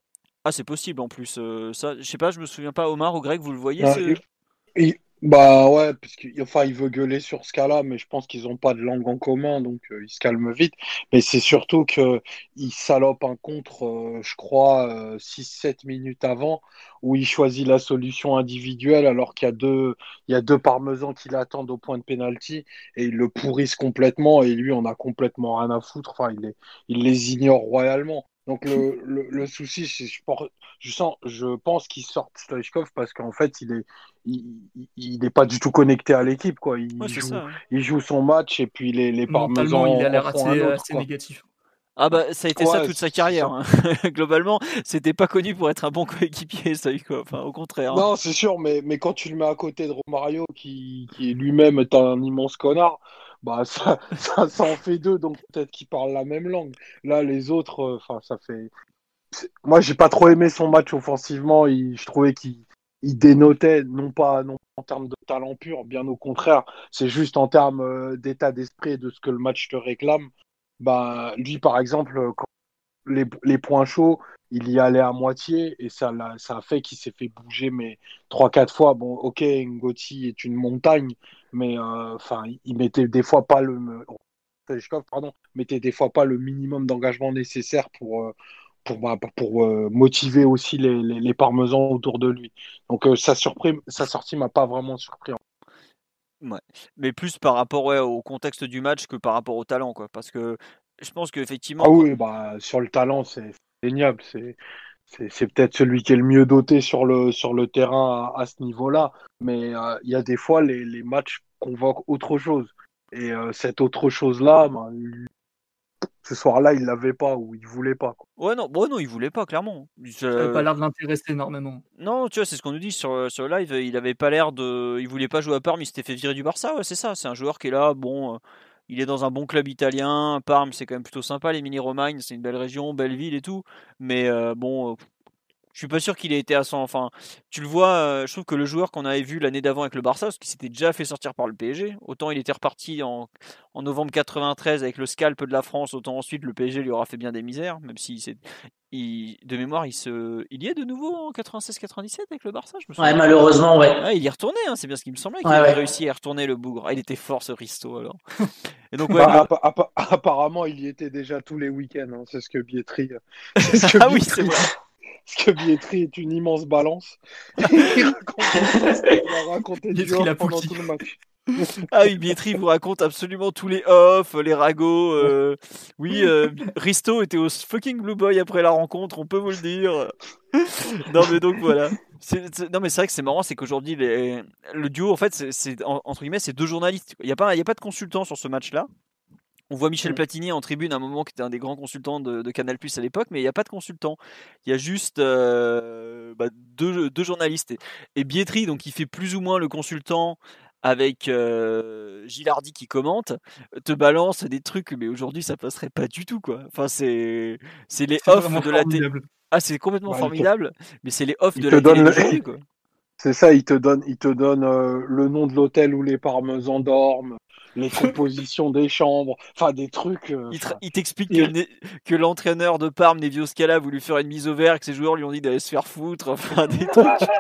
C: Ah, c'est possible en plus. euh, ça, je sais pas, je me souviens pas, Omar ou Greg, vous le voyez
D: Non,
C: ce...
D: il- il- bah ouais, parce qu'il enfin, il veut gueuler sur ce cas-là, mais je pense qu'ils ont pas de langue en commun, donc euh, il se calme vite. Mais c'est surtout que il salope un contre, euh, je crois, euh, six sept minutes avant, où il choisit la solution individuelle, alors qu'il y a deux, il y a deux parmesans qui l'attendent au point de pénalty, et ils le pourrissent complètement, et lui, on a complètement rien à foutre. Enfin, il les, il les ignore royalement. Donc le, le, le souci, c'est je, por- je sens, je pense qu'il sort Stoichkov parce qu'en fait, il est il, il n'est pas du tout connecté à l'équipe, quoi.
C: Ouais,
D: Il
C: c'est
D: joue,
C: ça. Hein.
D: il joue son match et puis les, les
E: Mentalement, il a
D: parmesans en
E: l'air
D: font
E: assez,
D: un autre,
E: assez
D: quoi.
E: négatif.
C: Ah bah ça a été ça
D: Ouais,
C: toute sa
D: c'est
C: carrière.
D: ça.
C: Hein. Globalement, c'était pas connu pour être un bon coéquipier, ça quoi. Enfin, au contraire. Hein.
D: Non, c'est sûr, mais, mais quand tu le mets à côté de Romario, qui, qui lui-même est un immense connard, bah ça, ça, ça en fait deux, donc peut-être qu'ils parlent la même langue. Là, les autres, euh, enfin, ça fait. c'est- Moi, j'ai pas trop aimé son match offensivement. Il- je trouvais qu'il il dénotait, non pas, non pas en termes de talent pur, bien au contraire. C'est juste en termes euh, d'état d'esprit et de ce que le match te réclame. Bah, lui, par exemple, quand les, les points chauds, il y allait à moitié et ça, l'a- ça a fait qu'il s'est fait bouger mais trois quatre fois. Bon, ok, Ngoti est une montagne, mais euh, enfin, il mettait des fois pas le Stoichkov, pardon, mettait des fois pas le minimum d'engagement nécessaire pour euh, pour bah, pour euh, motiver aussi les, les, les parmesans autour de lui. Donc euh, sa surprise, sa sortie m'a pas vraiment surpris.
C: Ouais. Mais plus par rapport ouais, au contexte du match que par rapport au talent, quoi. Parce que je pense
D: Ah
C: qu'effectivement, quand-
D: oui, bah sur le talent, c'est c'est indéniable. C'est c'est c'est peut-être celui qui est le mieux doté sur le sur le terrain à, à ce niveau-là. Mais euh, il y a des fois les, les matchs convoquent autre chose. Et euh, cette autre chose-là, ben, lui, ce soir-là, il l'avait pas ou il voulait pas, quoi.
C: ouais non, bon, non, il voulait pas clairement.
E: Ça avait pas
C: Je-
E: l'air de l'intéresser énormément.
C: Non, tu vois, c'est ce qu'on nous dit sur, sur le live. Il avait pas l'air de, il voulait pas jouer à Parme, il s'était fait virer du Barça. Ouais, c'est ça. C'est un joueur qui est là. Bon, euh, il est dans un bon club italien. Parme, c'est quand même plutôt sympa. Les Mini-Romagnes, c'est une belle région, belle ville et tout. Mais euh, bon, euh, je suis pas sûr qu'il ait été à cent. Enfin, tu le vois, euh, je trouve que le joueur qu'on avait vu l'année d'avant avec le Barça, parce qu'il s'était déjà fait sortir par le P S G, autant il était reparti en, en novembre quatre-vingt-treize avec le scalp de la France, autant ensuite le P S G lui aura fait bien des misères, même si c'est, il, de mémoire, il se, il y est de nouveau en quatre-vingt-seize quatre-vingt-dix-sept avec le Barça, je me
F: Ouais,
C: souviens.
F: malheureusement, ouais.
C: Ah, il y est retourné, hein, c'est bien ce qui me semblait qu'il
F: Ouais,
C: avait
F: ouais.
C: réussi à retourner le bougre. Ah, il était fort ce Risto alors. Et donc ouais,
D: Bah,
C: le...
D: appa- appa- apparemment, il y était déjà tous les week-ends. Hein. C'est ce que Bietri, c'est ce que
C: ah oui, c'est
D: Bietri,
C: vrai.
D: ce que Bietri est une immense balance. il, raconte, il a raconté du
E: Bietri,
D: off
E: la
D: pendant
E: poulie.
D: tout le match.
C: Ah oui, Bietri vous raconte absolument tous les off, les ragots. euh, Oui, euh, Risto était au fucking Blue Boy après la rencontre, on peut vous le dire. Non mais donc voilà. C'est- c'est- non mais c'est vrai que c'est marrant, c'est qu'aujourd'hui les- le duo en fait c'est c'est- en- entre guillemets c'est deux journalistes. Il y a pas il y a pas de consultant sur ce match-là. On voit Michel Platini en tribune à un moment qui était un des grands consultants de, de Canal+ à l'époque, mais il n'y a pas de consultant. Il y a juste euh, bah, deux, deux journalistes. Et, et Bietri, donc il fait plus ou moins le consultant avec euh, Gilardi qui commente, te balance des trucs, mais aujourd'hui ça passerait pas du tout quoi. Enfin c'est c'est les
E: C'est
C: off
E: vraiment
C: de la télé.
E: formidable.
C: Ah c'est complètement
D: Bah, il te,
C: formidable, mais c'est les off
D: il
C: de
D: te
C: la télé
D: donne le,
C: d'aujourd'hui quoi.
D: c'est ça, il te donne, il te donne euh, le nom de l'hôtel où les parmesans dorment, les compositions des chambres, enfin des trucs. euh,
C: Il, te-
D: Enfin,
C: il t'explique que,
D: il-
C: né- que l'entraîneur de Parme, Nevio Scala, a voulu faire une mise au vert, que ses joueurs lui ont dit d'aller se faire foutre, enfin des trucs.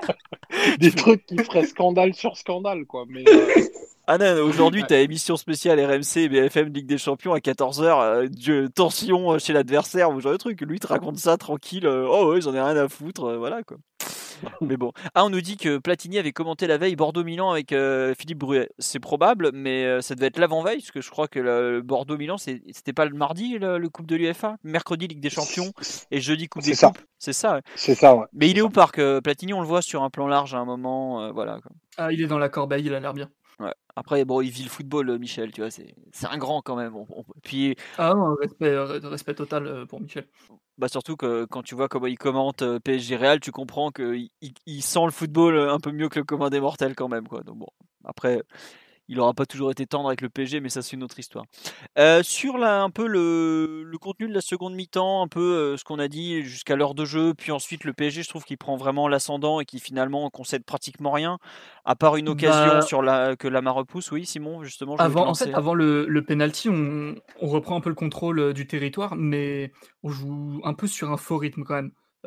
C: Tu
D: des
C: fais,
D: trucs qui feraient scandale sur scandale, quoi. Mais euh,
C: ah non, aujourd'hui,
E: Ouais.
C: t'as émission spéciale R M C, B F M, Ligue des Champions à quatorze heures, tension euh, chez l'adversaire, ou genre de truc. Lui, il te raconte ça tranquille, euh, oh ouais, j'en ai rien à foutre, euh, voilà quoi. Mais bon. Ah, on nous dit que Platini avait commenté la veille Bordeaux-Milan avec euh, Philippe Bruet. C'est probable, mais euh, ça devait être l'avant-veille, parce que je crois que le Bordeaux-Milan, c'est- c'était pas le mardi, le, le Coupe de l'U E F A? Mercredi, Ligue des Champions, et jeudi, Coupe
D: c'est
C: des
D: ça,
C: Coupes. C'est ça, ouais.
D: c'est ça, ouais.
C: Mais
D: C'est
C: il est
D: ça.
C: au parc, euh, Platini, on le voit sur un plan large à un moment, euh, voilà. Quoi.
E: Ah, il est dans la corbeille, il a l'air bien.
C: Ouais. Après, bon, il vit le football, euh, Michel, tu vois, c'est c'est un grand quand même. On- on- Puis,
E: Ah non, respect, re- respect total euh, pour Michel.
C: bah surtout que quand tu vois comment il commente euh, P S G Real, tu comprends qu'il il, il sent le football euh, un peu mieux que le commun des mortels quand même, quoi. Donc bon, après, il n'aura pas toujours été tendre avec le P S G, mais ça c'est une autre histoire. Euh, sur la, un peu le, le contenu de la seconde mi-temps, un peu euh, ce qu'on a dit jusqu'à l'heure de jeu, puis ensuite le P S G, je trouve qu'il prend vraiment l'ascendant et qui finalement concède pratiquement rien, à part une occasion
E: Bah,
C: sur la, que Lama repousse. Oui, Simon, justement, je voulais te
E: avant, en fait,
C: lancer.
E: avant le, le penalty, on, on reprend un peu le contrôle euh, du territoire, mais on joue un peu sur un faux rythme quand même.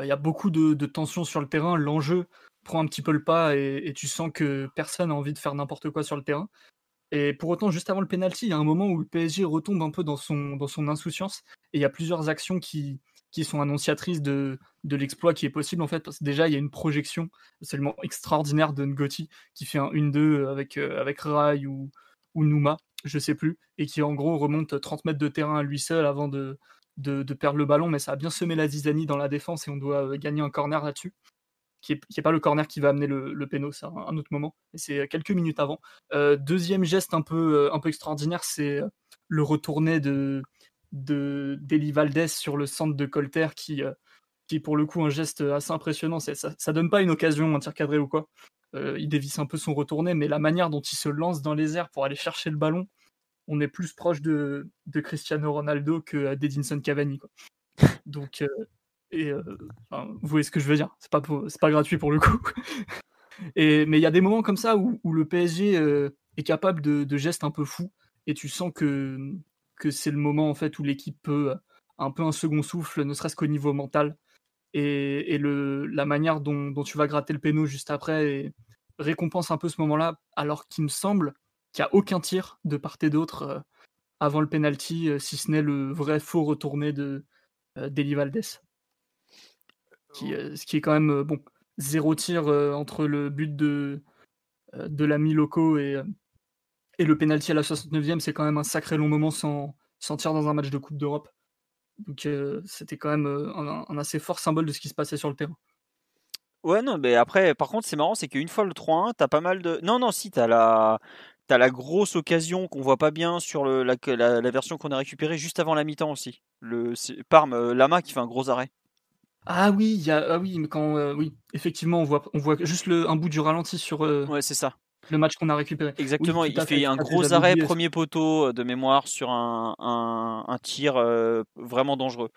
E: il y a beaucoup de, de tension sur le terrain. L'enjeu prend un petit peu le pas et, et tu sens que personne n'a envie de faire n'importe quoi sur le terrain. Et pour autant, juste avant le penalty, il y a un moment où le P S G retombe un peu dans son, dans son insouciance. Et il y a plusieurs actions qui, qui sont annonciatrices de, de l'exploit qui est possible, en fait. Parce que déjà, il y a une projection absolument extraordinaire de Ngoti qui fait un un deux avec, euh, avec Rai ou, ou Nouma, je sais plus, et qui en gros remonte trente mètres de terrain à lui seul avant de, de, de perdre le ballon. Mais ça a bien semé la zizanie dans la défense et on doit gagner un corner là-dessus. Qui n'est est pas le corner qui va amener le, le péno, c'est un, un autre moment, et c'est quelques minutes avant. Euh, deuxième geste un peu, euh, un peu extraordinaire, c'est le retourné de, de d'Eli Valdés sur le centre de Colter, qui, euh, qui est pour le coup un geste assez impressionnant. C'est, ça, ça donne pas une occasion, un tir cadré ou quoi. Euh, il dévisse un peu son retourné, mais la manière dont il se lance dans les airs pour aller chercher le ballon, on est plus proche de, de Cristiano Ronaldo que d'Edinson Cavani, quoi. Donc... Euh, Et euh, enfin, vous voyez ce que je veux dire, c'est pas, pour, c'est pas gratuit pour le coup. Et, mais il y a des moments comme ça où, où le P S G euh, est capable de, de gestes un peu fous et tu sens que, que c'est le moment en fait où l'équipe peut un peu un second souffle, ne serait-ce qu'au niveau mental. Et, et le, la manière dont, dont tu vas gratter le péno juste après et récompense un peu ce moment-là, alors qu'il me semble qu'il n'y a aucun tir de part et d'autre euh, avant le penalty, euh, si ce n'est le vrai faux retourné de euh, d'Eli Valdés. Qui, euh, ce qui est quand même euh, bon, zéro tir euh, entre le but de, euh, de l'ami Loco et, euh, et le penalty à la soixante-neuvième, c'est quand même un sacré long moment sans, sans tir dans un match de Coupe d'Europe. Donc euh, c'était quand même euh, un, un assez fort symbole de ce qui se passait sur le terrain.
C: Ouais, non, mais après, par contre, c'est marrant, c'est qu'une fois le trois un, t'as pas mal de. Non, non, si, t'as la. T'as la grosse occasion qu'on voit pas bien sur le, la, la, la version qu'on a récupérée juste avant la mi-temps aussi. Le c'est Parme, euh, Lama qui fait un gros arrêt.
E: Ah oui, y a, ah oui, mais quand euh, oui, effectivement, on voit, on voit juste le, un bout du ralenti sur euh,
C: Ouais, c'est ça.
E: le match qu'on a récupéré. Oui,
C: Exactement,
E: tout
C: il
E: à fait.
C: fait
E: Tout
C: un
E: à fait,
C: gros
E: j'avais
C: arrêt,
E: oublié ça.
C: premier poteau euh, de mémoire sur un, un, un tir euh, vraiment dangereux.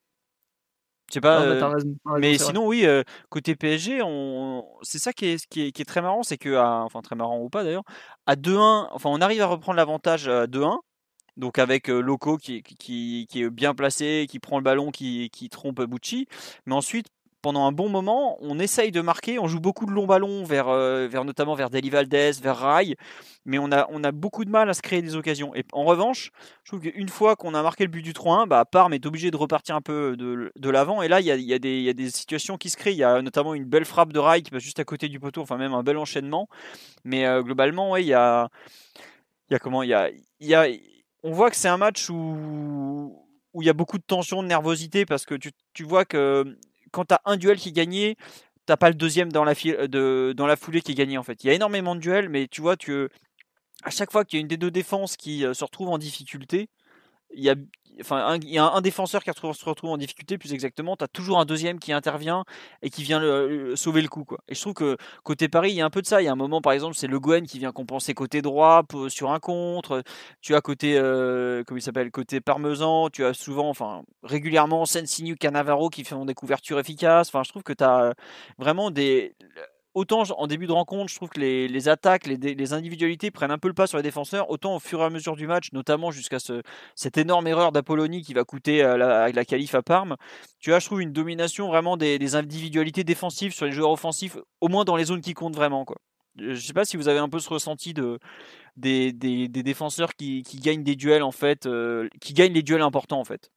C: Je sais pas,
E: Ah bah
C: euh,
E: t'as raison, t'as raison,
C: mais
E: c'est vrai.
C: sinon, oui, euh, côté P S G, on... c'est ça qui est, qui est, qui est très marrant, c'est que, à- enfin très marrant ou pas d'ailleurs, à deux un, enfin on arrive à reprendre l'avantage à deux un, donc avec euh, Loco qui, qui, qui est bien placé, qui prend le ballon, qui, qui trompe Bucci, mais ensuite, pendant un bon moment, on essaye de marquer, on joue beaucoup de longs ballons vers, euh, vers notamment vers Deli Valdés, vers Rai, mais on a, on a beaucoup de mal à se créer des occasions. Et en revanche, je trouve qu'une fois qu'on a marqué le but du trois un, bah, Parme est obligé de repartir un peu de, de l'avant. Et là, il y a, il y, a des, il y a des situations qui se créent. Il y a notamment une belle frappe de Rai qui passe juste à côté du poteau, enfin même un bel enchaînement. Mais euh, globalement, ouais, il y a, il y a comment, il y a, il y a, on voit que c'est un match où où il y a beaucoup de tension, de nervosité, parce que tu, tu vois que quand tu as un duel qui est gagné, t'as pas le deuxième dans la, file, de, dans la foulée qui est gagné en fait. Il y a énormément de duels, mais tu vois que à chaque fois qu'il y a une des deux défenses qui euh, se retrouve en difficulté, il y a, enfin, un, il y a un défenseur qui retrouve, se retrouve en difficulté, plus exactement, tu as toujours un deuxième qui intervient et qui vient le, le- sauver le coup, quoi. Et je trouve que côté Paris, il y a un peu de ça. Il y a un moment, par exemple, c'est Le Guen qui vient compenser côté droit pour- sur un contre. Tu as côté, euh, comment il s'appelle, côté Parmesan, tu as souvent, enfin, régulièrement Sensignou, Cannavaro qui font des couvertures efficaces. Enfin, je trouve que tu as vraiment des. Autant en début de rencontre, je trouve que les, les attaques, les, les individualités prennent un peu le pas sur les défenseurs, autant au fur et à mesure du match, notamment jusqu'à ce, cette énorme erreur d'Apolloni qui va coûter euh, la, la qualif à Parme. Tu as, je trouve, une domination vraiment des, des individualités défensives sur les joueurs offensifs, au moins dans les zones qui comptent vraiment, quoi. Je sais pas si vous avez un peu ce ressenti de, des, des, des défenseurs qui, qui gagnent des duels, en fait, euh, qui gagnent les duels importants, en fait.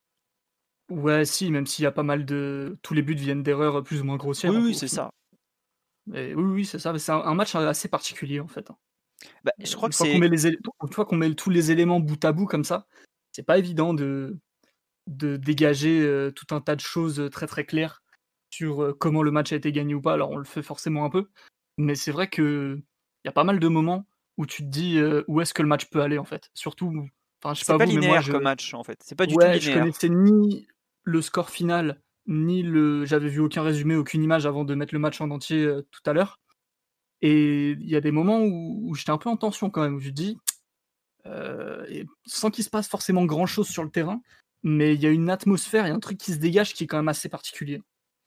E: Ouais, si, même s'il y a pas mal de. Tous les buts viennent d'erreurs plus ou moins grossières
C: Oui,
E: hein,
C: oui,
E: au
C: c'est
E: final.
C: ça.
E: Mais oui, oui, c'est ça. Mais c'est un, un match assez particulier en fait, hein.
C: Bah,
E: Euh,
C: je crois
E: Une
C: que
E: fois qu'on
C: c'est.
E: met les, éle- une fois qu'on met tous les éléments bout à bout comme ça, c'est pas évident de, de dégager euh, tout un tas de choses euh, très très claires sur euh, comment le match a été gagné ou pas. Alors on le fait forcément un peu, mais c'est vrai que il y a pas mal de moments où tu te dis euh, où est-ce que le match peut aller en fait. Surtout, enfin je sais
C: C'est
E: pas
C: pas
E: vous, mais moi
C: linéaire
E: je,
C: comme match, en fait. C'est pas du tout
E: ouais, je
C: linéaire.
E: connaissais ni le score final, ni le, j'avais vu aucun résumé, aucune image avant de mettre le match en entier euh, tout à l'heure. Et il y a des moments où, où j'étais un peu en tension quand même, où je me dis, euh, et sans qu'il se passe forcément grand chose sur le terrain, mais il y a une atmosphère et un truc qui se dégage qui est quand même assez particulier.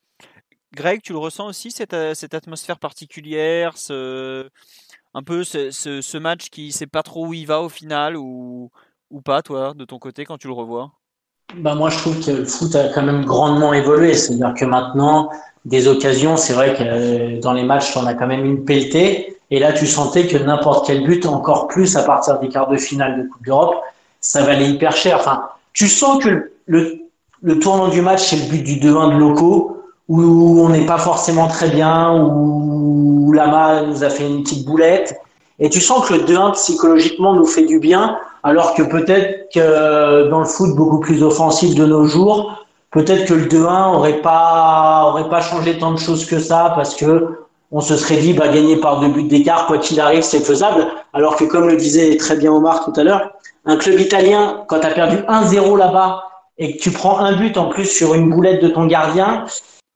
C: Greg, tu le ressens aussi, cette, euh, cette atmosphère particulière, ce, un peu ce, ce, ce match qui sait pas trop où il va au final ou, ou pas, toi, de ton côté, quand tu le revois?
F: Bah moi je trouve que le foot a quand même grandement évolué, c'est-à-dire que maintenant des occasions, c'est vrai que euh, dans les matchs on a quand même une pelletée et là tu sentais que n'importe quel but, encore plus à partir des quarts de finale de Coupe d'Europe, ça valait hyper cher. Enfin, tu sens que le, le, le tournant du match c'est le but du deux un de Loco où on n'est pas forcément très bien, où Lama nous a fait une petite boulette et tu sens que le deux un psychologiquement nous fait du bien. Alors que peut-être que dans le foot beaucoup plus offensif de nos jours, peut-être que le deux un aurait pas aurait pas changé tant de choses que ça parce que on se serait dit bah gagner par deux buts d'écart quoi qu'il arrive c'est faisable. Alors que comme le disait très bien Omar tout à l'heure, un club italien quand tu as perdu un zéro là-bas et que tu prends un but en plus sur une boulette de ton gardien,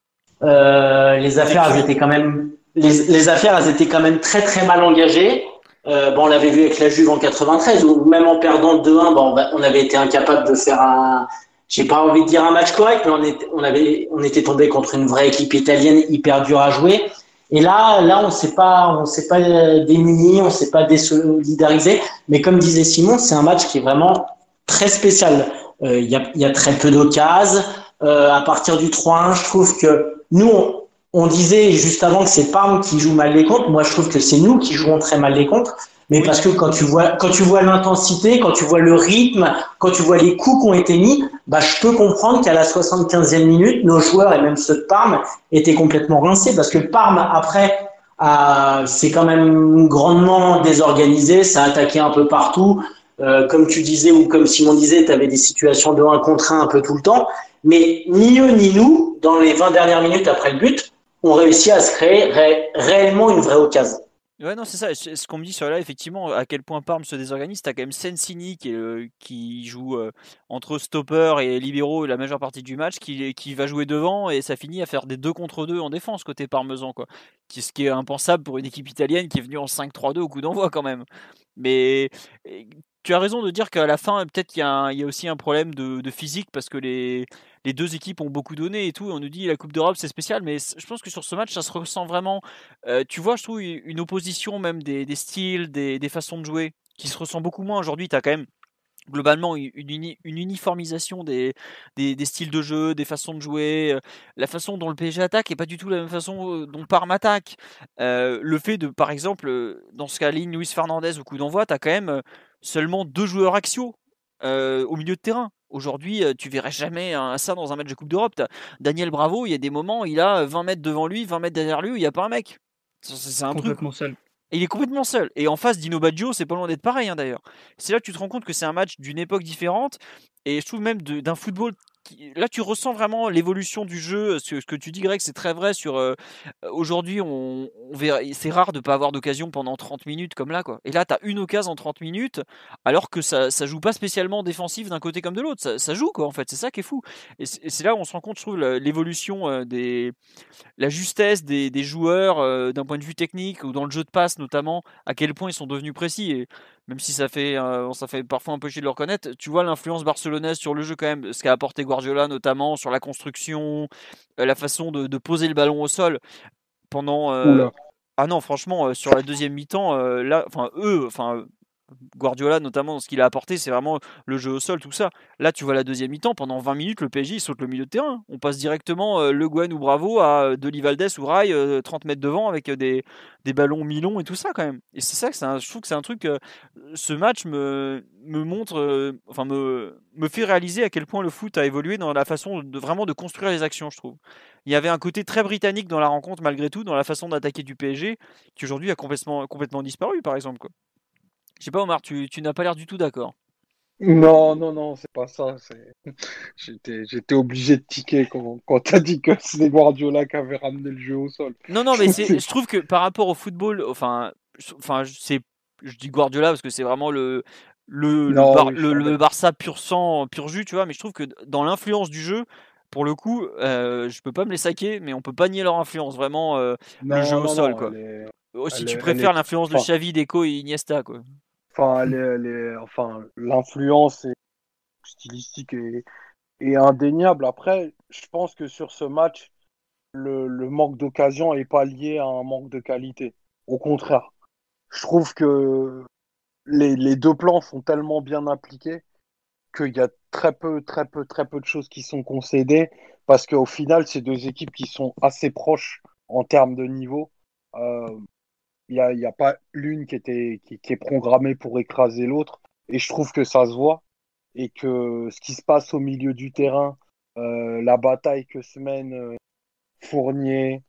F: euh, les affaires elles étaient quand même les, les affaires elles étaient quand même très très mal engagées. Euh, bon, on l'avait vu avec la Juve en quatre-vingt-treize, où même en perdant deux un, bon, on avait été incapable de faire un, j'ai pas envie de dire un match correct, mais on était, on avait, on était tombé contre une vraie équipe italienne hyper dure à jouer. Et là, là, on s'est pas, on s'est pas démunis, on s'est pas désolidarisé. Mais comme disait Simon, c'est un match qui est vraiment très spécial. Il euh, y a, il y a très peu d'occasions. Euh, à partir du trois un, je trouve que nous, on, on disait juste avant que c'est Parme qui joue mal les comptes. Moi, je trouve que c'est nous qui jouons très mal les comptes. Mais oui. Parce que quand tu vois, quand tu vois l'intensité, quand tu vois le rythme, quand tu vois les coups qui ont été mis, bah, je peux comprendre qu'à la soixante-quinzième minute, nos joueurs et même ceux de Parme étaient complètement rincés parce que Parme, après, a, c'est quand même grandement désorganisé. Ça a attaqué un peu partout. Euh, comme tu disais ou comme Simon disait, tu avais des situations de un contre un un peu tout le temps. Mais ni eux ni nous, dans les vingt dernières minutes après le but, ont réussi à se créer ré- réellement une vraie occasion.
C: Ouais, non, c'est ça. Ce qu'on me dit sur là, effectivement, à quel point Parme se désorganise. T'as quand même Sensini qui, est le, qui joue euh, entre stopper et libéraux la majeure partie du match, qui, qui va jouer devant et ça finit à faire des deux contre deux en défense côté parmesan, quoi. Qui, ce qui est impensable pour une équipe italienne qui est venue en cinq trois deux au coup d'envoi quand même. Mais tu as raison de dire qu'à la fin, peut-être qu'il y a, un, il y a aussi un problème de, de physique parce que les, les deux équipes ont beaucoup donné et tout. On nous dit la Coupe d'Europe c'est spécial, mais je pense que sur ce match ça se ressent vraiment. Euh, tu vois, je trouve une opposition même des, des styles, des, des façons de jouer qui se ressent beaucoup moins aujourd'hui. Tu as quand même globalement une, uni, une uniformisation des, des, des, styles de jeu, des façons de jouer, la façon dont le P S G attaque n'est pas du tout la même façon dont Parme attaque. Euh, le fait de, par exemple, dans ce cas ligne Luis Fernandez au coup d'envoi, tu as quand même seulement deux joueurs axiaux euh, au milieu de terrain. Aujourd'hui, tu verrais jamais hein, ça dans un match de Coupe d'Europe. T'as Daniel Bravo, il y a des moments, il a vingt mètres devant lui, vingt mètres derrière lui, où il n'y a pas un mec. C'est, c'est un
E: complètement
C: truc.
E: seul.
C: Et il est complètement seul. Et en face, Dino Baggio, c'est pas loin d'être pareil hein, d'ailleurs. C'est là que tu te rends compte que c'est un match d'une époque différente. Et je trouve même de, d'un football. Qui... Là, tu ressens vraiment l'évolution du jeu. Ce, ce que tu dis, Greg, c'est très vrai. Sur euh, aujourd'hui, on, on verra, c'est rare de pas avoir d'occasion pendant trente minutes comme là, quoi. Et là, tu as une occasion en trente minutes, alors que ça, ça joue pas spécialement défensif d'un côté comme de l'autre. Ça, ça joue, quoi, en fait. C'est ça qui est fou. Et c'est, et c'est là où on se rend compte, je trouve, l'évolution des. La justesse des, des joueurs euh, d'un point de vue technique ou dans le jeu de passe notamment, à quel point ils sont devenus précis. Et même si ça fait, euh, ça fait parfois un peu chier de le reconnaître, tu vois l'influence barcelonaise sur le jeu quand même, ce qu'a apporté Guardiola notamment sur la construction, euh, la façon de, de poser le ballon au sol pendant. Euh... Ah non, franchement, euh, sur la deuxième mi-temps, euh, là, enfin eux, enfin. Guardiola notamment dans ce qu'il a apporté c'est vraiment le jeu au sol tout ça. Là tu vois la deuxième mi-temps pendant vingt minutes le P S G il saute le milieu de terrain, on passe directement euh, Le Guen ou Bravo à Deli Valdés ou Rai euh, trente mètres devant avec euh, des, des ballons mi-longs et tout ça quand même. Et c'est ça que c'est un, je trouve que c'est un truc euh, ce match me, me montre euh, enfin me, me fait réaliser à quel point le foot a évolué dans la façon de vraiment de construire les actions je trouve. Il y avait un côté très britannique dans la rencontre malgré tout dans la façon d'attaquer du P S G qui aujourd'hui a complètement, complètement disparu par exemple quoi. Je sais pas Omar, tu, tu n'as pas l'air du tout d'accord.
D: Non, non, non, c'est pas ça. C'est... J'étais, j'étais obligé de tiquer quand, quand t'as dit que c'était Guardiola qui avait ramené le jeu au sol.
C: Non, non, mais c'est, je trouve que par rapport au football, enfin, enfin, c'est, je dis Guardiola parce que c'est vraiment le, le,
D: non,
C: le, bar,
D: oui,
C: le, le Barça pur sang, pur jus, tu vois. Mais je trouve que dans l'influence du jeu, pour le coup, euh, je peux pas me les saquer, mais on peut pas nier leur influence, vraiment, euh,
D: non,
C: le jeu
D: non,
C: au sol,
D: non,
C: quoi.
D: Est...
C: Si
D: elle
C: tu
D: est,
C: préfères
D: est...
C: l'influence
D: enfin,
C: de Xavi, Deco et Iniesta, quoi.
D: Enfin, elle est, elle est... enfin l'influence est stylistique et, et indéniable. Après, je pense que sur ce match, le, le manque d'occasion n'est pas lié à un manque de qualité. Au contraire, je trouve que les, les deux plans sont tellement bien appliqués qu'il y a très peu, très peu, très peu de choses qui sont concédées, parce qu'au final, c'est deux équipes qui sont assez proches en termes de niveau. Euh, Il n'y a, il y a pas l'une qui était, qui, qui est programmée pour écraser l'autre, et je trouve que ça se voit, et que ce qui se passe au milieu du terrain, euh, la bataille que se mènent euh, Fournier,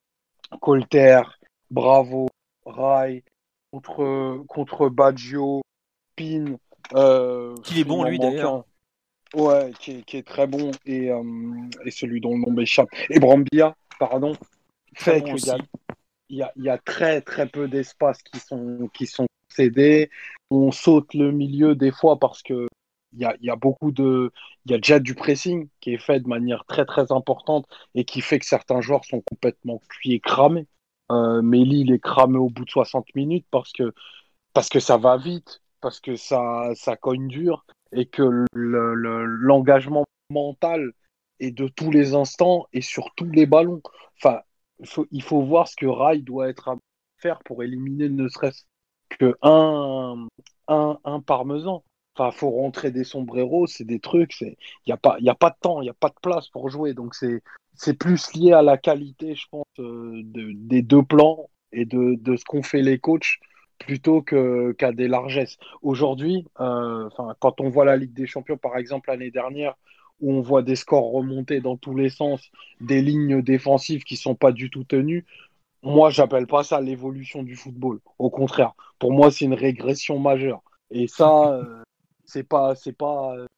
D: Colter, Bravo, Rai, contre, contre Baggio, Pin, euh,
C: Qu'il est
D: il
C: bon,
D: m'en
C: lui,
D: manque
C: d'ailleurs.
D: un. Ouais, qui est, qui est très bon, et, euh, et celui dont le nom m'échappe. Et Brambilla, pardon,
C: Très
D: fait
C: bon
D: qu'il y a,
C: aussi.
D: il y a, il y a très très peu d'espace qui sont, qui sont cédés. On saute le milieu des fois parce que il y a, il y a beaucoup de, il y a déjà du pressing qui est fait de manière très très importante et qui fait que certains joueurs sont complètement cuits et cramés. Euh, mais Lille est cramé au bout de soixante minutes parce que parce que ça va vite, parce que ça, ça cogne dur et que le- le- l'engagement mental est de tous les instants et sur tous les ballons. Enfin, il faut, il faut voir ce que Rai doit être à faire pour éliminer ne serait-ce que un, un, un parmesan. Enfin, faut rentrer des sombreros, c'est des trucs, c'est, il y a pas, il y a pas de temps, il y a pas de place pour jouer. Donc c'est, c'est plus lié à la qualité, je pense, euh, de, des deux plans et de, de ce qu'ont fait les coachs plutôt que, qu'à des largesses. Aujourd'hui, euh, enfin, quand on voit la Ligue des Champions, par exemple, l'année dernière, où on voit des scores remonter dans tous les sens, des lignes défensives qui sont pas du tout tenues, moi, j'appelle pas ça l'évolution du football. Au contraire, pour moi, c'est une régression majeure. Et ça, euh, c'est pas, c'est pas. euh,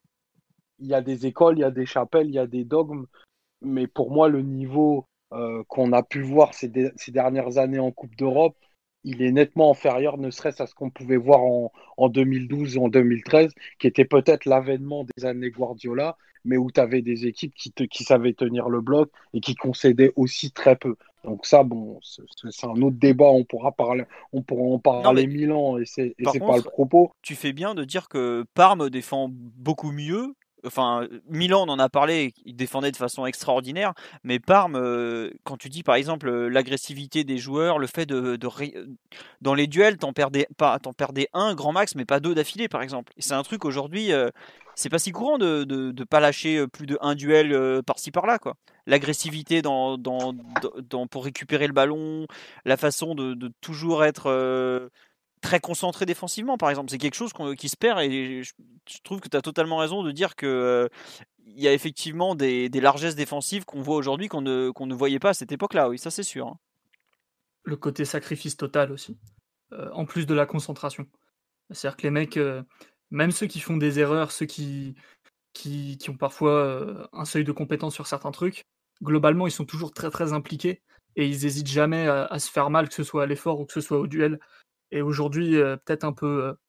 D: Il y a des écoles, il y a des chapelles, il y a des dogmes, mais pour moi, le niveau euh, qu'on a pu voir ces, dé- ces dernières années en Coupe d'Europe, il est nettement inférieur, ne serait-ce à ce qu'on pouvait voir en, en deux mille douze ou en deux mille treize, qui était peut-être l'avènement des années Guardiola, mais où tu avais des équipes qui, te- qui savaient tenir le bloc et qui concédaient aussi très peu. Donc ça, bon, c'est c'est un autre débat, on pourra parler, on pourra en
C: Non, mais
D: parler mille ans et c'est et
C: par
D: c'est pas le
C: contre,
D: propos.
C: tu fais bien de dire que Parme défend beaucoup mieux. Enfin, Milan, on en a parlé, il défendait de façon extraordinaire, mais Parme, euh, quand tu dis par exemple euh, l'agressivité des joueurs, le fait de, de ré- dans les duels, t'en perdais pas, t'en perdais un grand max, mais pas deux d'affilée par exemple. Et c'est un truc aujourd'hui, euh, c'est pas si courant de, de, de pas lâcher euh, plus de un duel euh, par-ci par-là quoi. L'agressivité dans, dans, dans, dans- pour récupérer le ballon, la façon de, de toujours être euh, très concentré défensivement, par exemple. C'est quelque chose qu'on- qui se perd et je, je trouve que tu as totalement raison de dire que euh, il y a effectivement des, des largesses défensives qu'on voit aujourd'hui qu'on ne, qu'on ne voyait pas à cette époque-là. Oui, ça c'est sûr, hein.
E: Le côté sacrifice total aussi, euh, en plus de la concentration. C'est-à-dire que les mecs, euh, même ceux qui font des erreurs, ceux qui, qui, qui ont parfois euh, un seuil de compétence sur certains trucs, globalement, ils sont toujours très très impliqués et ils hésitent jamais à, à se faire mal, que ce soit à l'effort ou que ce soit au duel. Et aujourd'hui, euh, peut-être un peu, euh,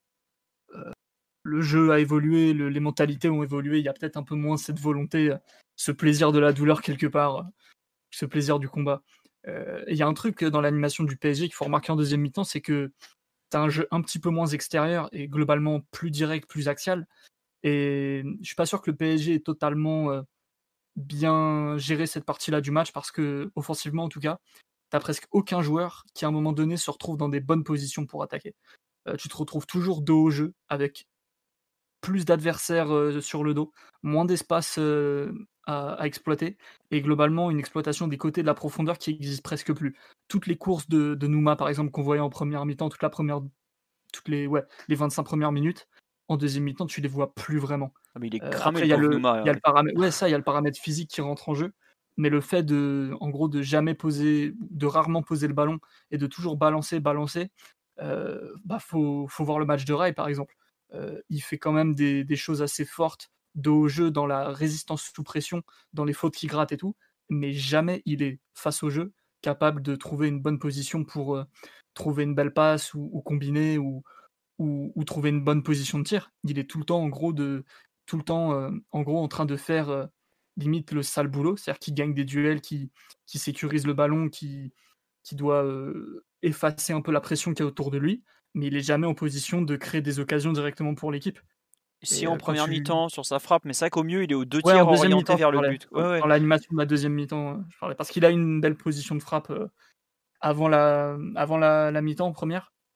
E: le jeu a évolué, le- les mentalités ont évolué, il y a peut-être un peu moins cette volonté, euh, ce plaisir de la douleur quelque part, euh, ce plaisir du combat. Euh, et il y a un truc euh, dans l'animation du P S G qu'il faut remarquer en deuxième mi-temps, c'est que tu as un jeu un petit peu moins extérieur et globalement plus direct, plus axial. Et je suis pas sûr que le P S G ait totalement euh, bien géré cette partie-là du match parce que, offensivement en tout cas, t'as presque aucun joueur qui à un moment donné se retrouve dans des bonnes positions pour attaquer. Euh, tu te retrouves toujours dos au jeu avec plus d'adversaires euh, sur le dos, moins d'espace euh, à, à exploiter et globalement une exploitation des côtés de la profondeur qui existe presque plus. Toutes les courses de, de Nouma par exemple qu'on voyait en première mi-temps, toute la première, toutes les, ouais, les vingt-cinq premières minutes, en deuxième mi-temps tu les vois plus vraiment.
C: Ah, mais il est
E: Euh,
C: cramé
E: après
C: le
E: il y a
C: pauvre
E: le,
C: Nouma,
E: il y a
C: hein.
E: le paramètre, ouais ça il y a le paramètre physique qui rentre en jeu, mais le fait de, en gros, de jamais poser, de rarement poser le ballon et de toujours balancer, balancer, euh, bah faut, faut voir le match de Rai par exemple. Euh, il fait quand même des, des choses assez fortes de haut jeu dans la résistance sous pression, dans les fautes qui grattent et tout, mais jamais il est face au jeu capable de trouver une bonne position pour euh, trouver une belle passe ou, ou combiner ou, ou, ou trouver une bonne position de tir. Il est tout le temps en gros de tout le temps euh, en gros en train de faire euh, limite le sale boulot, c'est-à-dire qu'il gagne des duels, qui, qui sécurise le ballon, qui, qui doit euh, effacer un peu la pression qu'il y a autour de lui, mais il est jamais en position de créer des occasions directement pour l'équipe.
C: Si
E: Et
C: en
E: euh, quand
C: première
E: tu...
C: mi-temps sur sa frappe, mais c'est vrai qu'au mieux il est aux deux
E: Ouais, en
C: tiers
E: deuxième
C: orienté
E: mi-temps, je
C: vers le
E: parlais.
C: but. Ouais, ouais.
E: Dans l'animation de la deuxième mi-temps, euh, je parlais. Parce qu'il a une belle position de frappe euh, avant la, avant la, la mi-temps, en première.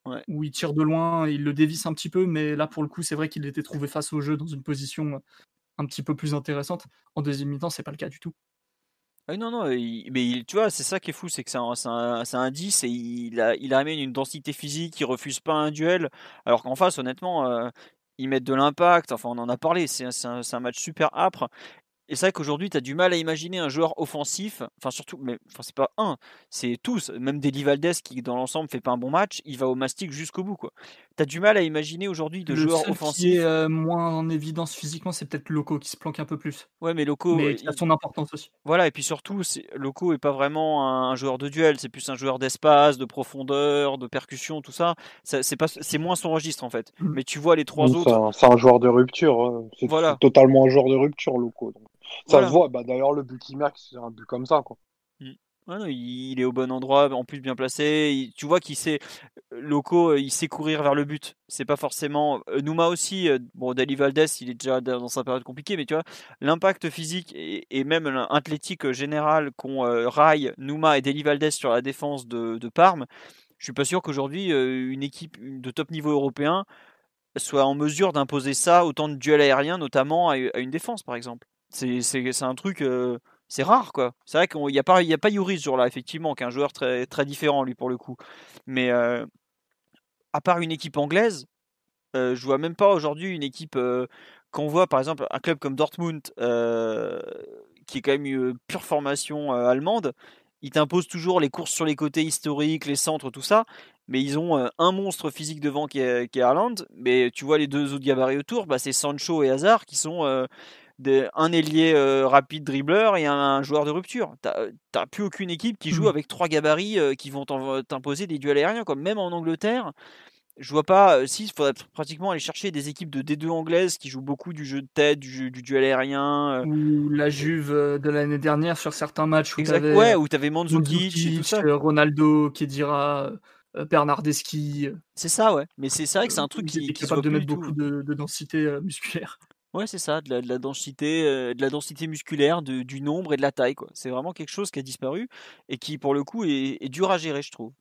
C: Ouais.
E: où il tire de loin, il le dévisse un petit peu, mais là, pour le coup, c'est vrai qu'il était trouvé face au jeu dans une position un petit peu plus intéressante. En deuxième mi-temps, c'est pas le cas du tout.
C: Ah oui, non, non, il- mais il- tu vois, c'est ça qui est fou, c'est que c'est un, c'est un, c'est un dix et il, a, il amène une densité physique, il refuse pas un duel, alors qu'en face, honnêtement, euh, ils mettent de l'impact, enfin on en a parlé, c'est un, c'est un- c'est un match super âpre. Et c'est vrai qu'aujourd'hui, tu as du mal à imaginer un joueur offensif, enfin surtout, mais enfin, c'est pas un, c'est tous, même Deli Valdez qui dans l'ensemble fait pas un bon match, il va au mastic jusqu'au bout, quoi. Tu as du mal à imaginer aujourd'hui de
E: Le
C: joueurs
E: seul qui est
C: offensifs.
E: euh, moins en évidence physiquement, c'est peut-être Loco qui se planque un peu plus,
C: Ouais, mais Loco,
E: mais
C: euh,
E: qui a
C: il-
E: son importance aussi.
C: voilà, et puis surtout, c'est- Loco est pas vraiment un, un joueur de duel, c'est plus un joueur d'espace, de profondeur, de percussion, tout ça. Ça- c'est pas, c'est moins son registre en fait.
E: Mm.
C: Mais tu vois les trois
D: Donc, C'est
C: autres,
D: un, c'est un joueur de rupture. hein. C'est
C: voilà,
D: c'est totalement un joueur de rupture, Loco. Donc, ça se
C: voilà.
D: voit. Bah, d'ailleurs, le but qu'il marque, c'est un but comme ça, quoi.
C: Mm. Ouais, non, il, il est au bon endroit, en plus bien placé. Il- tu vois qu'il sait, Loco, euh, il sait courir vers le but. C'est pas forcément. euh, Nouma aussi, euh, bon, Dali Valdez, il est déjà dans sa période compliquée, mais tu vois, l'impact physique et, et même l'athlétique général qu'ont euh, Rai, Nouma et Dali Valdez sur la défense de, de Parme, je suis pas sûr qu'aujourd'hui, euh, une équipe de top niveau européen soit en mesure d'imposer ça, autant de duels aériens, notamment à, à une défense, par exemple. C'est c'est- c'est un truc. euh, c'est rare, quoi. C'est vrai qu'il n'y a pas, il y a pas Yuri ce jour-là, effectivement, qui est un joueur très, très différent, lui, pour le coup. Mais euh, à part une équipe anglaise, euh, je vois même pas aujourd'hui une équipe euh, qu'on voit, par exemple, un club comme Dortmund, euh, qui est quand même une pure formation euh, allemande. Ils t'imposent toujours les courses sur les côtés historiques, les centres, tout ça. Mais ils ont euh, un monstre physique devant qui est, qui est Haaland. Mais tu vois les deux autres gabarits autour, bah, c'est Sancho et Hazard qui sont euh, des- un ailier euh, rapide dribbleur et un, un joueur de rupture. T'as t'as plus aucune équipe qui joue
E: Mm.
C: avec trois gabarits euh, qui vont t'en- t'imposer des duels aériens. Comme même en Angleterre, je vois pas. euh, Si, il faudrait pratiquement aller chercher des équipes de D deux anglaises qui jouent beaucoup du jeu de tête, du, jeu- du duel aérien. euh,
E: Ou la Juve euh, de l'année dernière sur certains matchs où tu
C: Exact.
E: avais
C: Ouais, où t'avais Mandzukic et tout
E: Mandzukic,
C: ça.
E: euh, Ronaldo, Khedira, euh, Bernardeschi,
C: C'est ça, ouais. Mais c'est c'est vrai que c'est
E: euh,
C: un truc
E: où ils
C: qui,
E: étaient
C: qui se voit
E: capables de
C: plus
E: mettre
C: du tout.
E: beaucoup de, de densité euh, musculaire.
C: Ouais, c'est ça, de la, de la densité, euh, de la densité musculaire, de- du nombre et de la taille, quoi. C'est vraiment quelque chose qui a disparu et qui, pour le coup, est, est dur à gérer, je trouve.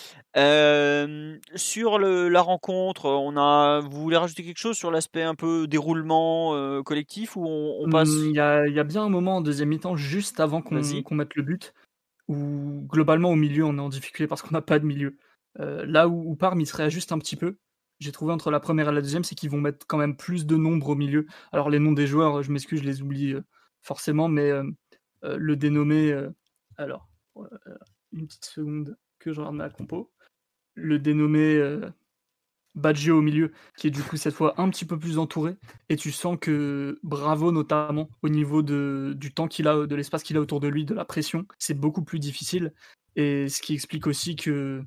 C: Euh, sur le, la rencontre, on a, vous voulez rajouter quelque chose sur l'aspect un peu déroulement euh, collectif ou on, on passe?
E: Hum, Il y a, il y a bien un moment en deuxième mi-temps, juste avant qu'on
C: Vas-y.
E: qu'on mette le but, où globalement au milieu on est en difficulté parce qu'on n'a pas de milieu. Euh, là où, où Parme il se réajuste un petit peu, j'ai trouvé entre la première et la deuxième, c'est qu'ils vont mettre quand même plus de nombre au milieu. Alors les noms des joueurs, je m'excuse, je les oublie euh, forcément, mais euh, euh, le dénommé, euh, alors euh, une petite seconde que je regarde ma compo, le dénommé euh, Baggio au milieu, qui est du coup cette fois un petit peu plus entouré, et tu sens que Bravo notamment au niveau de, du temps qu'il a, de l'espace qu'il a autour de lui, de la pression, c'est beaucoup plus difficile, et ce qui explique aussi que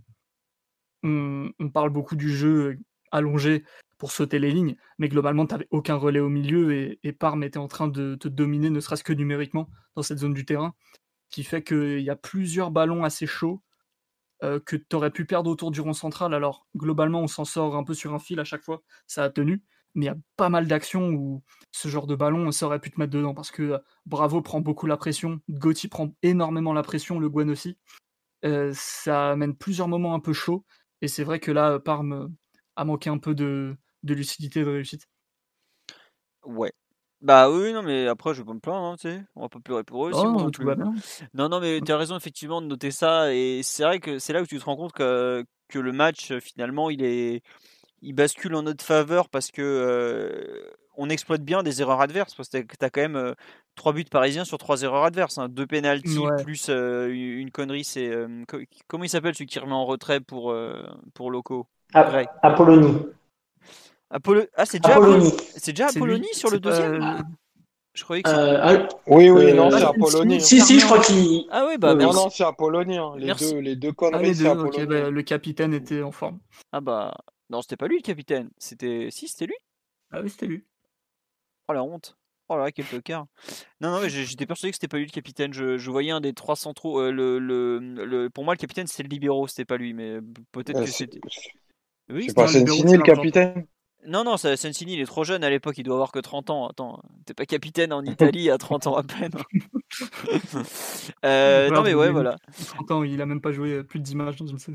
E: on, on parle beaucoup du jeu allongé pour sauter les lignes, mais globalement t'avais aucun relais au milieu, et, et Parme était en train de te dominer, ne serait-ce que numériquement, dans cette zone du terrain, qui fait qu'il y a plusieurs ballons assez chauds euh, que tu aurais pu perdre autour du rond central. Alors, globalement, on s'en sort un peu sur un fil à chaque fois, ça a tenu, mais il y a pas mal d'actions où ce genre de ballon, ça aurait pu te mettre dedans, parce que euh, Bravo prend beaucoup la pression, Gotti prend énormément la pression, Le Guen aussi. Euh, ça amène plusieurs moments un peu chauds, et c'est vrai que là, Parme a manqué un peu de, de lucidité, de réussite.
C: Ouais. Bah oui, non, mais après, je vais pas me plaindre, hein, tu sais. On va pas pleurer pour eux, si moi
E: Oh,
C: non
E: tout va
C: plus.
E: bien.
C: Non, non, mais tu as raison, effectivement, de noter ça. Et c'est vrai que c'est là où tu te rends compte que, que le match, euh, finalement, il est, il bascule en notre faveur parce que euh, on exploite bien des erreurs adverses. Parce que tu as quand même euh, trois buts parisiens sur trois erreurs adverses. Hein. Deux pénaltys
E: Ouais.
C: plus euh, une connerie. C'est euh, co- comment il s'appelle celui qui remet en retrait pour, euh, pour Loco? Ray.
F: Ap- Apollonie.
C: Apollo... Ah, c'est déjà,
F: Apollonie.
C: c'est déjà
E: C'est
C: Apollonie
E: lui,
C: sur le
E: c'est pas,
C: deuxième?
E: euh,
C: Je croyais que c'était.
F: Euh, Al-
D: Oui, oui,
F: Euh,
D: non,
F: Ah,
D: c'est
E: c'est
D: Apollonie. hein.
F: si, si, je crois qu'il.
C: Ah oui, bah
F: Oui, oui.
D: Non,
C: merci.
D: non, c'est Apollonie. hein. Les,
C: Merci.
D: deux, les deux
E: Ah,
D: conneries,
E: les
D: c'est
E: deux, ok,
D: Apollonie.
E: bah,
D: hein.
E: le capitaine était en forme.
C: Ah bah non, c'était pas lui le capitaine. C'était si, c'était lui.
E: Ah oui, c'était lui.
C: Oh la honte. Oh là, quel tocard. Non, non, mais j'ai- j'étais persuadé que c'était pas lui le capitaine. Je, je voyais un des trois centraux. euh, le, le, le- pour moi, le capitaine c'était le libéraux, c'était pas lui, mais peut-être
D: Euh,
C: que
D: c'est
C: c'était. Oui,
D: c'est
C: c'était.
D: pas
E: Non, le libéraux,
D: Sensini,
E: c'est
D: le
E: l'Argentin.
D: capitaine?
C: Non, non, ça- Sensini, il est trop jeune à l'époque. Il doit avoir que trente ans. Attends, t'es pas capitaine en Italie à trente ans à peine. Euh, non,
E: Regarde,
C: mais ouais,
E: Borini,
C: voilà.
E: trente ans, il a même pas joué plus de dix matchs dans une saison.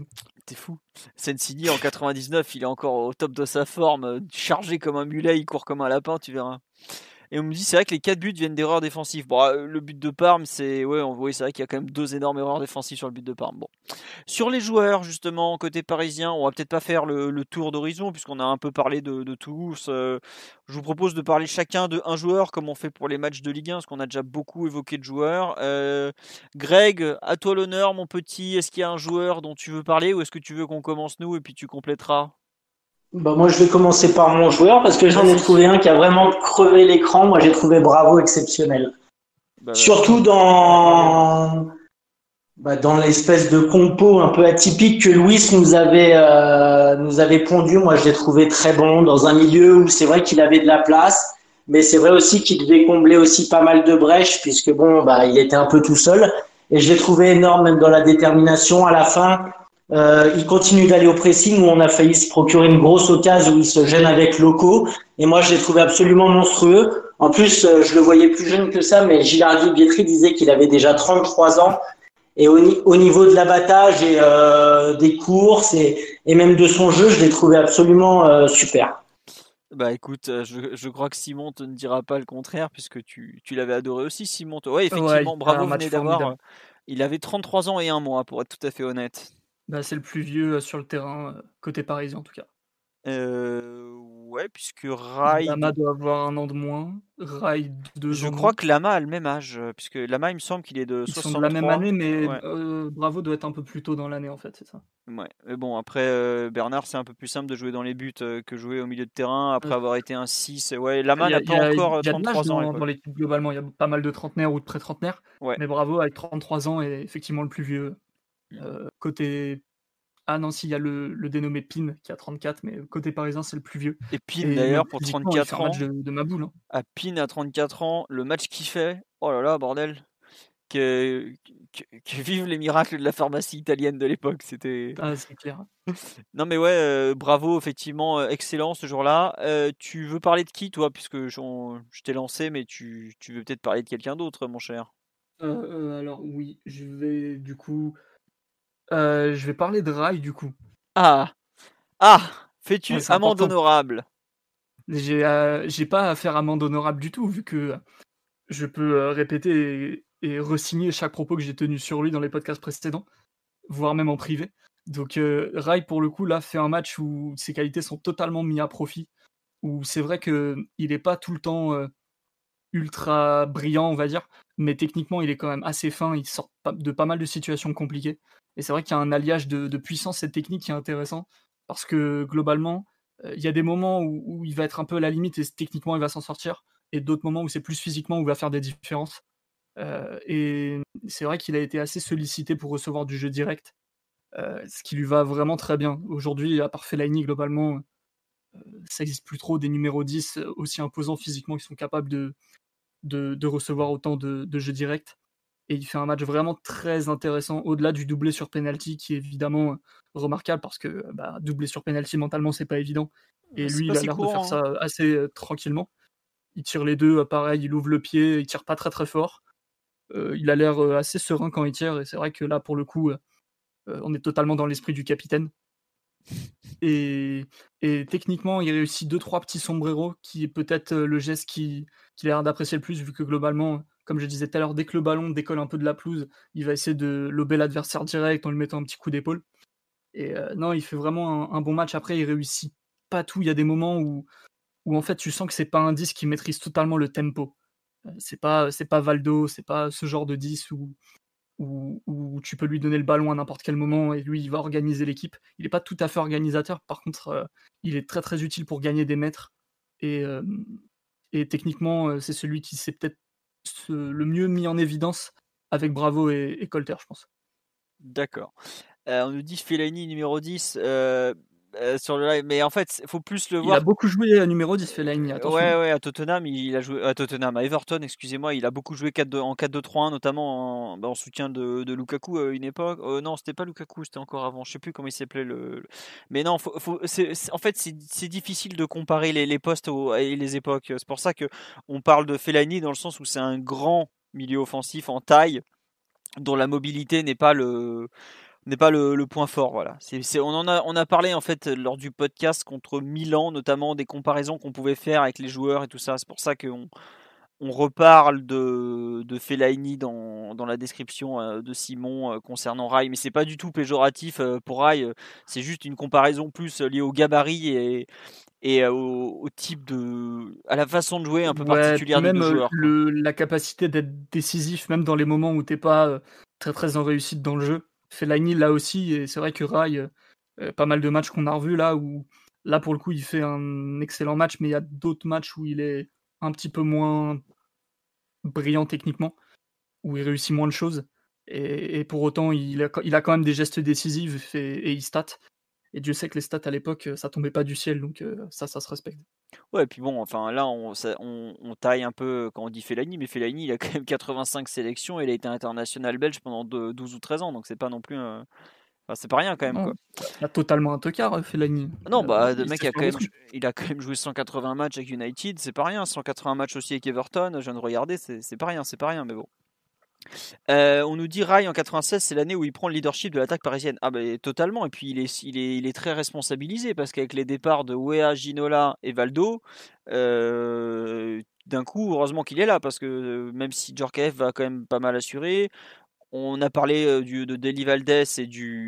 C: c'était fou. Sensigny en quatre-vingt-dix-neuf, il est encore au top de sa forme, chargé comme un mulet, il court comme un lapin, tu verras. Et on me dit, c'est vrai que les quatre buts viennent d'erreurs défensives. Bon, le but de Parme, c'est ouais, on voit, c'est vrai qu'il y a quand même deux énormes erreurs défensives sur le but de Parme. Bon, sur les joueurs justement côté parisien, on va peut-être pas faire le, le tour d'horizon puisqu'on a un peu parlé de, de tous. Euh, je vous propose de parler chacun de un joueur comme on fait pour les matchs de Ligue un, parce qu'on a déjà beaucoup évoqué de joueurs. Euh, Greg, à toi l'honneur, mon petit. Est-ce qu'il y a un joueur dont tu veux parler ou est-ce que tu veux qu'on commence nous et puis tu compléteras?
F: Bah, moi, je vais commencer par mon joueur parce que j'en ai trouvé un qui a vraiment crevé l'écran. Moi, j'ai trouvé Bravo exceptionnel. Bah, Surtout dans, bah, dans l'espèce de compo un peu atypique que Luis nous avait, euh, nous avait pondu. Moi, je l'ai trouvé très bon dans un milieu où c'est vrai qu'il avait de la place, mais c'est vrai aussi qu'il devait combler aussi pas mal de brèches puisque bon, bah, il était un peu tout seul. Et je l'ai trouvé énorme même dans la détermination à la fin. Euh, il continue d'aller au pressing où on a failli se procurer une grosse occasion où il se gêne avec Loco. Et moi, je l'ai trouvé absolument monstrueux. En plus, euh, je le voyais plus jeune que ça, mais Gilardi Bietri disait qu'il avait déjà trente-trois ans. Et au, au niveau de l'abattage et euh, des courses et, et même de son jeu, je l'ai trouvé absolument euh, super.
C: Bah écoute, je, je crois que Simon te ne dira pas le contraire puisque tu, tu l'avais adoré aussi, Simon. Ouais, effectivement,
E: ouais,
C: Bravo venait d'avoir. Il avait trente-trois ans et un mois, pour être tout à fait honnête.
E: Bah, c'est le plus vieux sur le terrain, côté parisien en tout cas.
C: Euh, ouais, puisque Rai.
E: Lama doit avoir un an de moins. Rai deux
C: Je
E: ans
C: crois
E: moins.
C: que Lama a le même âge, puisque Lama, il me semble qu'il est de
E: Ils
C: soixante-trois.
E: sont de la même année, mais
C: ouais.
E: euh, Bravo doit être un peu plus tôt dans l'année en fait, c'est ça.
C: Ouais, mais bon, après euh, Bernard, c'est un peu plus simple de jouer dans les buts euh, que jouer au milieu de terrain après ouais. avoir été un six. Ouais, Lama n'a pas a, encore trente-trois ans.
E: Dans, dans l'équipe globalement, il y a pas mal de trentenaires ou de pré-trentenaires, ouais. Mais Bravo avec trente-trois ans est effectivement le plus vieux. Euh, côté Ah non, si, il y a le, le dénommé Pin qui a trente-quatre, mais côté parisien, c'est le plus vieux.
C: Et Pin, et d'ailleurs, pour trente-quatre ans.
E: Un match de, de ma boule. Hein.
C: À Pin à trente-quatre ans, le match qu'il fait, oh là là, bordel. Que, que, que vivent les miracles de la pharmacie italienne de l'époque. C'était.
E: Ah, c'est clair.
C: Non, mais ouais, euh, bravo, effectivement, euh, excellent ce jour-là. Euh, tu veux parler de qui, toi, puisque je, on, je t'ai lancé, mais tu, tu veux peut-être parler de quelqu'un d'autre, mon cher.
E: Euh, euh, alors, oui, je vais du coup. Euh, je vais parler de Rai du coup.
C: Ah Ah Fais-tu ouais, amende honorable?
E: J'ai, euh, j'ai pas à faire amende honorable du tout, vu que je peux euh, répéter et, et re-signer chaque propos que j'ai tenu sur lui dans les podcasts précédents, voire même en privé. Donc euh, Rai, pour le coup, là, fait un match où ses qualités sont totalement mises à profit, où c'est vrai qu'il n'est pas tout le temps euh, ultra brillant, on va dire, mais techniquement, il est quand même assez fin, il sort de pas mal de situations compliquées. Et c'est vrai qu'il y a un alliage de, de puissance et de technique qui est intéressant, parce que globalement, euh, il y a des moments où, où il va être un peu à la limite et techniquement, il va s'en sortir, et d'autres moments où c'est plus physiquement, où il va faire des différences. Euh, et c'est vrai qu'il a été assez sollicité pour recevoir du jeu direct, euh, ce qui lui va vraiment très bien. Aujourd'hui, à part Fellaini, globalement, euh, ça n'existe plus trop des numéros dix aussi imposants physiquement qui sont capables de, de, de recevoir autant de, de jeux directs. Et il fait un match vraiment très intéressant, au-delà du doublé sur penalty, qui est évidemment remarquable, parce que bah, doubler sur penalty mentalement, c'est pas évident. Et
C: c'est
E: lui,
C: il
E: a l'air courant, de faire hein. ça assez euh, tranquillement. Il tire les deux, pareil, il ouvre le pied, il tire pas très très fort. Euh, il a l'air euh, assez serein quand il tire, et c'est vrai que là, pour le coup, euh, on est totalement dans l'esprit du capitaine. Et, et techniquement, il réussit deux trois petits sombreros, qui est peut-être le geste qui, qui a l'air d'apprécier le plus, vu que globalement, comme je disais tout à l'heure, dès que le ballon décolle un peu de la pelouse, il va essayer de lober l'adversaire direct en lui mettant un petit coup d'épaule. Et euh, non, il fait vraiment un, un bon match. Après, il réussit pas tout. Il y a des moments où, où en fait, tu sens que c'est pas un dix qui maîtrise totalement le tempo. C'est pas, c'est pas Valdo, c'est pas ce genre de dix où, où, où tu peux lui donner le ballon à n'importe quel moment et lui, il va organiser l'équipe. Il n'est pas tout à fait organisateur. Par contre, euh, il est très très utile pour gagner des mètres. Et, euh, et techniquement, c'est celui qui s'est peut-être le mieux mis en évidence avec Bravo et, et Colter, je pense.
C: D'accord. Euh, on nous dit Fellaini numéro dix euh, euh, sur le live, mais en fait, il faut plus le voir.
E: Il a beaucoup joué à numéro dix, Fellaini, attention.
C: Ouais, ouais, à Tottenham, il a joué à Tottenham, à Everton, excusez-moi, il a beaucoup joué quatre deux, en quatre deux trois un, notamment en, bah, en soutien de, de Lukaku à une époque. Euh, non, c'était pas Lukaku, c'était encore avant. Je sais plus comment il s'appelait le. Mais non, faut, faut, c'est, c'est, en fait, c'est, c'est difficile de comparer les, les postes au, et les époques. C'est pour ça que on parle de Fellaini dans le sens où c'est un grand milieu offensif en taille, dont la mobilité n'est pas le n'est pas le, le point fort. Voilà. C'est, c'est, on en a, on a parlé en fait lors du podcast contre Milan, notamment des comparaisons qu'on pouvait faire avec les joueurs et tout ça. C'est pour ça qu'on on reparle de, de Fellaini dans, dans la description euh, de Simon euh, concernant Rai, mais c'est pas du tout péjoratif euh, pour Rai. euh, C'est juste une comparaison plus euh, liée au gabarit et, et euh, au, au type de, à la façon de jouer un peu
E: Ouais, puis
C: particulière des deux
E: même euh,
C: joueurs, quoi.
E: le, la capacité d'être décisif, même dans les moments où t'es pas euh, très très en réussite dans le jeu. Fellaini là aussi, et c'est vrai que Rai, euh, euh, pas mal de matchs qu'on a revus là, où là pour le coup il fait un excellent match, mais il y a d'autres matchs où il est un petit peu moins brillant techniquement, où il réussit moins de choses. Et, et pour autant, il a, il a quand même des gestes décisifs et, et il stat. Et Dieu sait que les stats à l'époque, ça tombait pas du ciel, donc euh, ça, ça se respecte.
C: Ouais, et puis bon, enfin là, on, ça- on, on taille un peu quand on dit Fellaini, mais Fellaini, il a quand même quatre-vingt-cinq sélections et il a été international belge pendant deux- douze ou treize ans, donc c'est pas non plus. euh, Enfin, c'est pas rien quand même, quoi.
E: Non, pas totalement un tocard, euh, Fellaini.
C: Non,
E: Il, a-
C: bah, le
E: il
C: mec
E: sait
C: a
E: faire
C: quand
E: des
C: même,
E: trucs.
C: il a quand même joué cent quatre-vingts matchs avec United, c'est pas rien. cent quatre-vingts matchs aussi avec Everton, je viens de regarder, c'est c'est pas rien, c'est pas rien, mais bon. Euh, on nous dit Rai en quatre-vingt-seize, c'est l'année où il prend le leadership de l'attaque parisienne. Ah bah totalement. Et puis il est, il est, il est très responsabilisé parce qu'avec les départs de Weah, Ginola et Valdo, euh, d'un coup, heureusement qu'il est là parce que euh, même si Djorkaeff va quand même pas mal assurer, on a parlé euh, du, de Deli Valdés et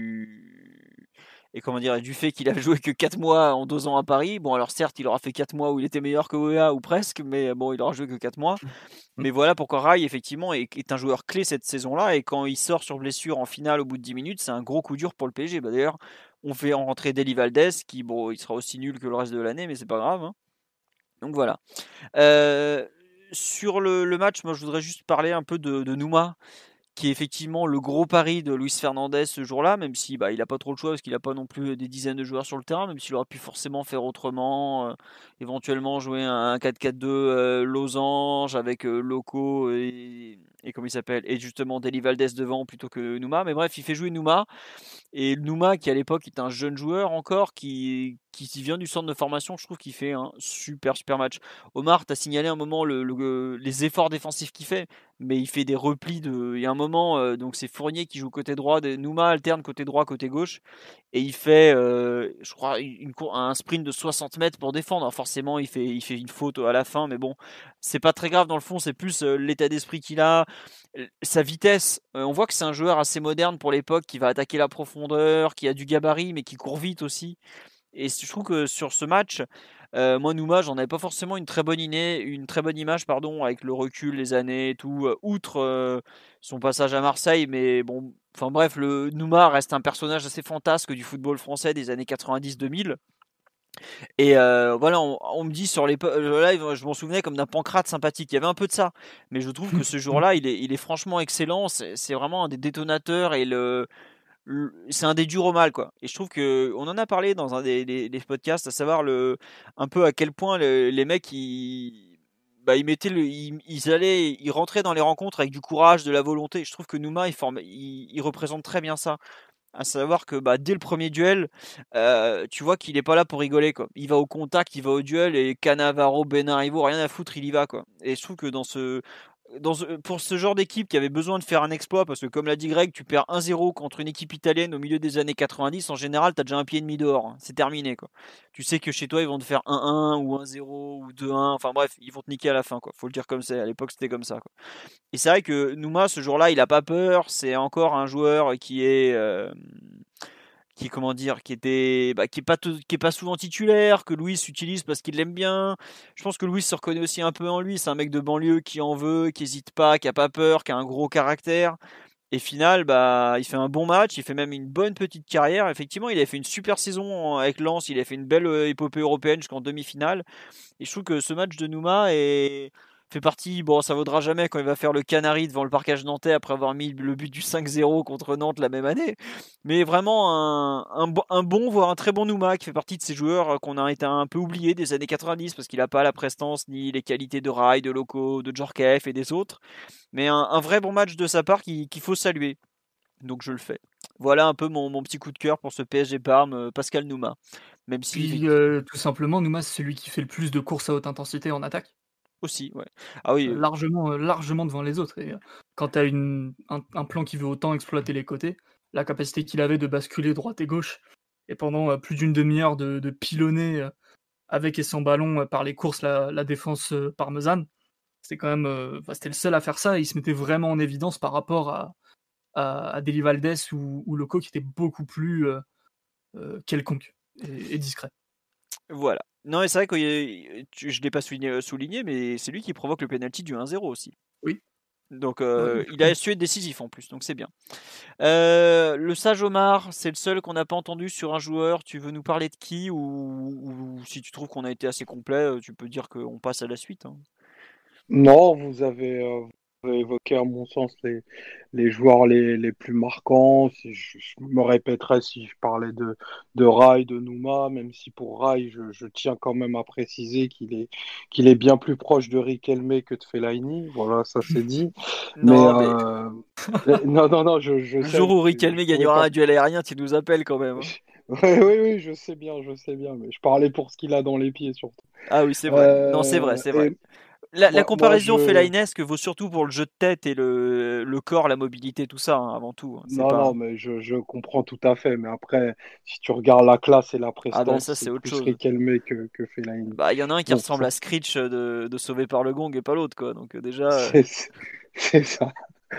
C: du et comment dire du fait qu'il a joué que quatre mois en deux ans à Paris. Bon alors certes, il aura fait quatre mois où il était meilleur que Weah ou presque, mais bon, il aura joué que quatre mois. Mais voilà pourquoi Rai, effectivement, est, est un joueur clé cette saison-là. Et quand il sort sur blessure en finale au bout de dix minutes, c'est un gros coup dur pour le P S G. Bah, d'ailleurs, on fait en rentrer Deli Valdés, qui, bon, il sera aussi nul que le reste de l'année, mais c'est pas grave, hein. Donc voilà. Euh, sur le, le match, moi, je voudrais juste parler un peu de, de Nouma, qui est effectivement le gros pari de Luis Fernandez ce jour-là, même si bah, il n'a pas trop le choix parce qu'il n'a pas non plus des dizaines de joueurs sur le terrain, même s'il aurait pu forcément faire autrement, euh, éventuellement jouer un quatre quatre deux euh, losange avec euh, Loco et, et comment il s'appelle, et justement Deli Valdés devant plutôt que Nouma. Mais bref, il fait jouer Nouma. Et Nouma, qui à l'époque est un jeune joueur encore, qui, qui vient du centre de formation, je trouve qu'il fait un super super match. Omar, tu as signalé un moment le, le- les efforts défensifs qu'il fait, mais il fait des replis de. Il y a un moment, euh, donc c'est Fournier qui joue côté droit, Nouma alterne côté droit, côté gauche, et il fait, euh, je crois, une, cour- un sprint de soixante mètres pour défendre. Alors forcément, il fait, il fait une faute à la fin, mais bon, c'est pas très grave dans le fond, c'est plus euh, l'état d'esprit qu'il a, euh, sa vitesse. Euh, on voit que c'est un joueur assez moderne pour l'époque, qui va attaquer la profondeur, qui a du gabarit, mais qui court vite aussi. Et je trouve que sur ce match, euh, moi Nouma, j'en avais pas forcément une très bonne iné- une très bonne image, pardon, avec le recul, les années et tout, euh, outre euh, son passage à Marseille, mais bon, enfin bref, le Nouma reste un personnage assez fantasque du football français des années quatre-vingt-dix deux mille. Et euh, voilà, on, on me dit sur les live, je m'en souvenais comme d'un Pancrate sympathique. Il y avait un peu de ça, mais je trouve que ce jour-là, il est, il est franchement excellent. C'est c'est vraiment un des détonateurs et le, le- c'est un des durs au mal, quoi. Et je trouve que on en a parlé dans un des, des- des podcasts, à savoir le un peu à quel point le- les mecs ils bah, ils mettaient le, ils, ils allaient, ils rentraient dans les rencontres avec du courage, de la volonté. Je trouve que Nouma, il, forme, il, il représente très bien ça. À savoir que bah, dès le premier duel, euh, tu vois qu'il est pas là pour rigoler, quoi. Il va au contact, il va au duel et Cannavaro, Benarivo, rien à foutre, il y va, quoi. Et je trouve que dans ce, dans ce- pour ce genre d'équipe qui avait besoin de faire un exploit, parce que comme l'a dit Greg, tu perds un zéro contre une équipe italienne au milieu des années quatre-vingt-dix, en général, t'as déjà un pied et demi dehors, hein. C'est terminé, quoi. Tu sais que chez toi, ils vont te faire un un ou un zéro ou deux un, enfin bref, ils vont te niquer à la fin, quoi. Faut le dire comme c'est. À l'époque, c'était comme ça, quoi. Et c'est vrai que Nouma, ce jour-là, il a pas peur. C'est encore un joueur qui est, euh, qui comment dire, qui était, bah, qui est pas, tout- qui est pas souvent titulaire, que Louis utilise parce qu'il l'aime bien. Je pense que Louis se reconnaît aussi un peu en lui. C'est un mec de banlieue qui en veut, qui hésite pas, qui a pas peur, qui a un gros caractère. Et final, bah, il fait un bon match, il fait même une bonne petite carrière. Effectivement, il a fait une super saison avec Lens, il a fait une belle euh, épopée européenne jusqu'en demi-finale. Et je trouve que ce match de Nouma est... fait partie, bon, ça vaudra jamais quand il va faire le Canari devant le parquage nantais après avoir mis le but du cinq zéro contre Nantes la même année. Mais vraiment un, un, bo- un bon, voire un très bon Nouma qui fait partie de ces joueurs qu'on a été un peu oubliés des années quatre-vingt-dix parce qu'il n'a pas la prestance ni les qualités de Rai, de Loco, de Djorkaeff et des autres. Mais un, un vrai bon match de sa part qui- qu'il faut saluer. Donc je le fais. Voilà un peu mon, mon petit coup de cœur pour ce P S G Parme, euh, Pascal Nouma. Même si,
E: Puis
C: effectivement,
E: euh, tout simplement, Nouma, c'est celui qui fait le plus de courses à haute intensité en attaque.
C: aussi, ouais. Ah oui,
E: Euh,
C: euh,
E: largement, euh, largement devant les autres. Et euh, quand tu as une, un, un plan qui veut autant exploiter les côtés, la capacité qu'il avait de basculer droite et gauche, et pendant euh, plus d'une demi-heure de, de pilonner euh, avec et sans ballon euh, par les courses la, la défense euh, parmesane. C'était quand même, euh, enfin, c'était le seul à faire ça, et il se mettait vraiment en évidence par rapport à, à, à Deli Valdés ou, ou Loco, qui était beaucoup plus euh, euh, quelconque et, et discret.
C: Voilà. Non, et c'est vrai que euh, tu- je ne l'ai pas souligné, souligné, mais c'est lui qui provoque le penalty du un zéro aussi.
E: Oui.
C: Donc
E: Ouais,
C: euh,
E: je
C: il a su être décisif en plus, donc c'est bien. Euh, le sage Omar, c'est le seul qu'on n'a pas entendu sur un joueur. Tu veux nous parler de qui, ou, ou si tu trouves qu'on a été assez complet, euh, tu peux dire qu'on passe à la suite, hein.
D: Non, vous avez, euh, vous avez évoqué à mon sens les, les joueurs les, les plus marquants. Si je, je me répéterais si je parlais de, de Rai, de Nouma, même si pour Rai, je, je tiens quand même à préciser qu'il est, qu'il est bien plus proche de Riquelme que de Fellaini. Voilà, ça c'est dit. Mais
C: Non, mais
D: euh, non, non, non, je, je
C: le jour
D: sais,
C: où
D: c'est-
C: Riquelme
D: je pouvais
C: gagnera
D: pas.
C: un duel aérien, tu nous appelles quand même, hein.
D: Oui, oui, oui, je sais bien, je sais bien, mais je parlais pour ce qu'il a dans les pieds surtout.
C: Ah oui, c'est vrai. Non, c'est vrai,
D: Euh,
C: c'est vrai.
D: et
C: La, la
D: moi, moi,
C: comparaison
D: je,
C: Fellainesc vaut surtout pour le jeu de tête et le, le corps, la mobilité, tout ça, hein, avant tout, hein. C'est
D: non, non,
C: pas.
D: mais je, je comprends tout à fait. Mais après, si tu regardes la classe et la
C: Ah bah
D: prestance,
C: ça, c'est
D: c'est
C: autre
D: plus
C: chose.
D: Riquelme que, que Fellaini.
C: Bah, il y en a un qui
D: Donc,
C: ressemble
D: ça,
C: à Screech de, de Sauvé par le Gong et pas l'autre, quoi. Donc, euh, déjà. euh,
D: c'est c'est- c'est ça.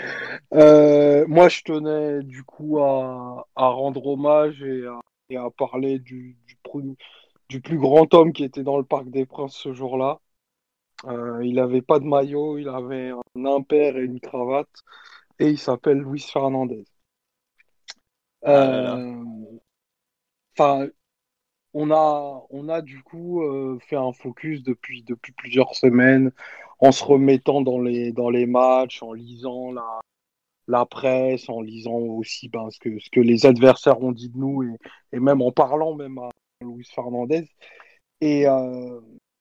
D: Euh, moi, je tenais du coup à, à rendre hommage et à, et à parler du, du, plus, du plus grand homme qui était dans le Parc des Princes ce jour-là. Euh, il avait pas de maillot, il avait un impair et une cravate, et il s'appelle Luis Fernandez.
C: Ah là là.
D: Euh, Enfin, on a, on a du coup euh, fait un focus depuis, depuis plusieurs semaines en se remettant dans les, dans les matchs, en lisant la, la presse, en lisant aussi ben, ce que, ce que les adversaires ont dit de nous et, et même en parlant même à Luis Fernandez. Et, euh,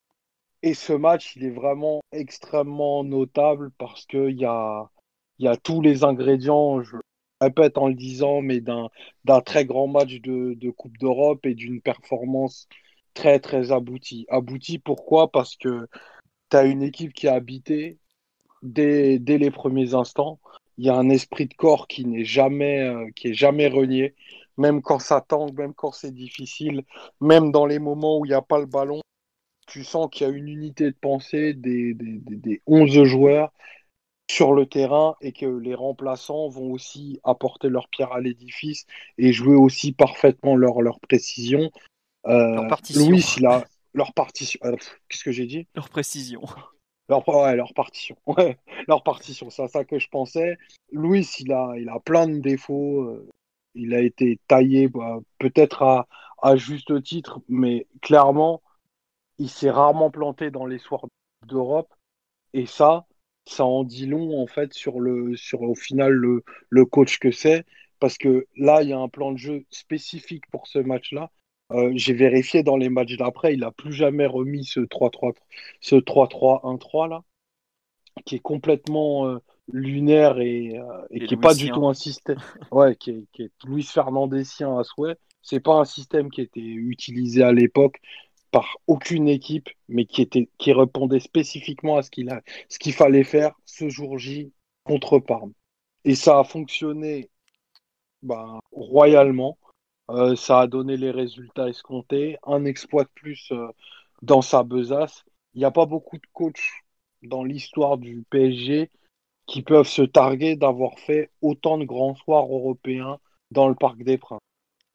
D: et ce match, il est vraiment extrêmement notable parce qu'il y a, il y a tous les ingrédients, je répète en le disant, mais d'un, d'un très grand match de, de Coupe d'Europe et d'une performance très, très aboutie. Aboutie, pourquoi? Parce que tu as une équipe qui a habité dès, dès les premiers instants. Il y a un esprit de corps qui n'est jamais, euh, qui est jamais renié, même quand ça tangue, même quand c'est difficile, même dans les moments où il n'y a pas le ballon. Tu sens qu'il y a une unité de pensée des, des, des, des onze joueurs sur le terrain et que les remplaçants vont aussi apporter leur pierre à l'édifice et jouer aussi parfaitement leur, leur précision.
C: Leur
D: Euh,
C: partition.
D: Louis, il a leur partition. euh, Qu'est-ce que j'ai dit?
C: Leur précision.
D: Leur, ouais, leur partition. Ouais, leur partition, c'est à ça que je pensais. Louis, il a, il a plein de défauts. euh, Il a été taillé, bah, peut-être à, à juste titre, mais clairement, il s'est rarement planté dans les soirs d'Europe. Et ça, ça en dit long en fait sur le sur au final le, le coach que c'est. Parce que là, il y a un plan de jeu spécifique pour ce match-là. Euh, j'ai vérifié dans les matchs d'après, il n'a plus jamais remis ce trois trois ce trois trois un trois là, qui est complètement euh, lunaire et, euh, et
C: Les
D: qui est pas du
C: Louisiens.
D: tout un système. Ouais, qui est, qui est Luis Fernandésien à souhait. C'est pas un système qui était utilisé à l'époque par aucune équipe, mais qui était qui répondait spécifiquement à ce qu'il a, ce qu'il fallait faire ce jour J contre Parme. Et ça a fonctionné ben, royalement. Euh, ça a donné les résultats escomptés. Un exploit de plus euh, dans sa besace. Il n'y a pas beaucoup de coachs dans l'histoire du P S G qui peuvent se targuer d'avoir fait autant de grands soirs européens dans le Parc des Princes.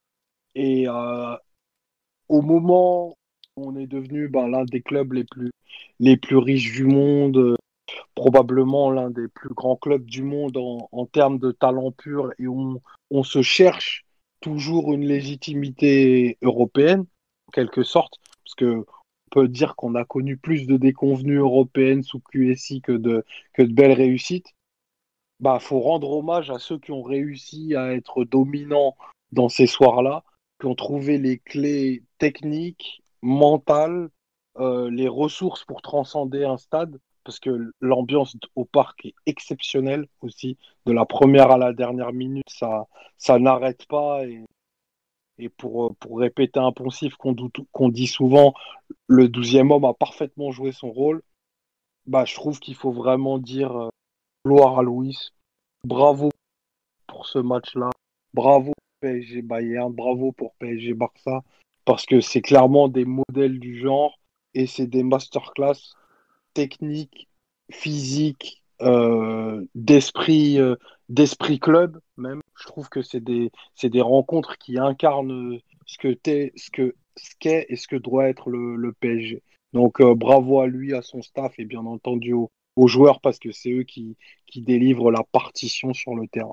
D: Et euh, au moment où on est devenu ben, l'un des clubs les plus, les plus riches du monde, euh, probablement l'un des plus grands clubs du monde en, en termes de talent pur, et on, on se cherche toujours une légitimité européenne, en quelque sorte, parce que on peut dire qu'on a connu plus de déconvenues européennes sous Q S I que de, que de belles réussites. Bah, faut rendre hommage à ceux qui ont réussi à être dominants dans ces soirs-là, qui ont trouvé les clés techniques, mentales, euh, les ressources pour transcender un stade, parce que l'ambiance au parc est exceptionnelle aussi. De la première à la dernière minute, ça, ça n'arrête pas. Et, et pour, pour répéter un poncif qu'on dou- qu'on dit souvent, le douzième homme a parfaitement joué son rôle. Bah, je trouve qu'il faut vraiment dire euh, gloire à Louis. Bravo pour ce match-là. bravo P S G Bayern, bravo pour P S G Barça, parce que c'est clairement des modèles du genre et c'est des masterclass techniques, physiques, euh, d'esprit, euh, d'esprit club même. Je trouve que c'est des, c'est des rencontres qui incarnent ce que t'es, ce que, ce qu'est et ce que doit être le, le P S G. Donc euh, bravo à lui, à son staff et bien entendu aux, aux joueurs parce que c'est eux qui, qui délivrent la partition sur le terrain.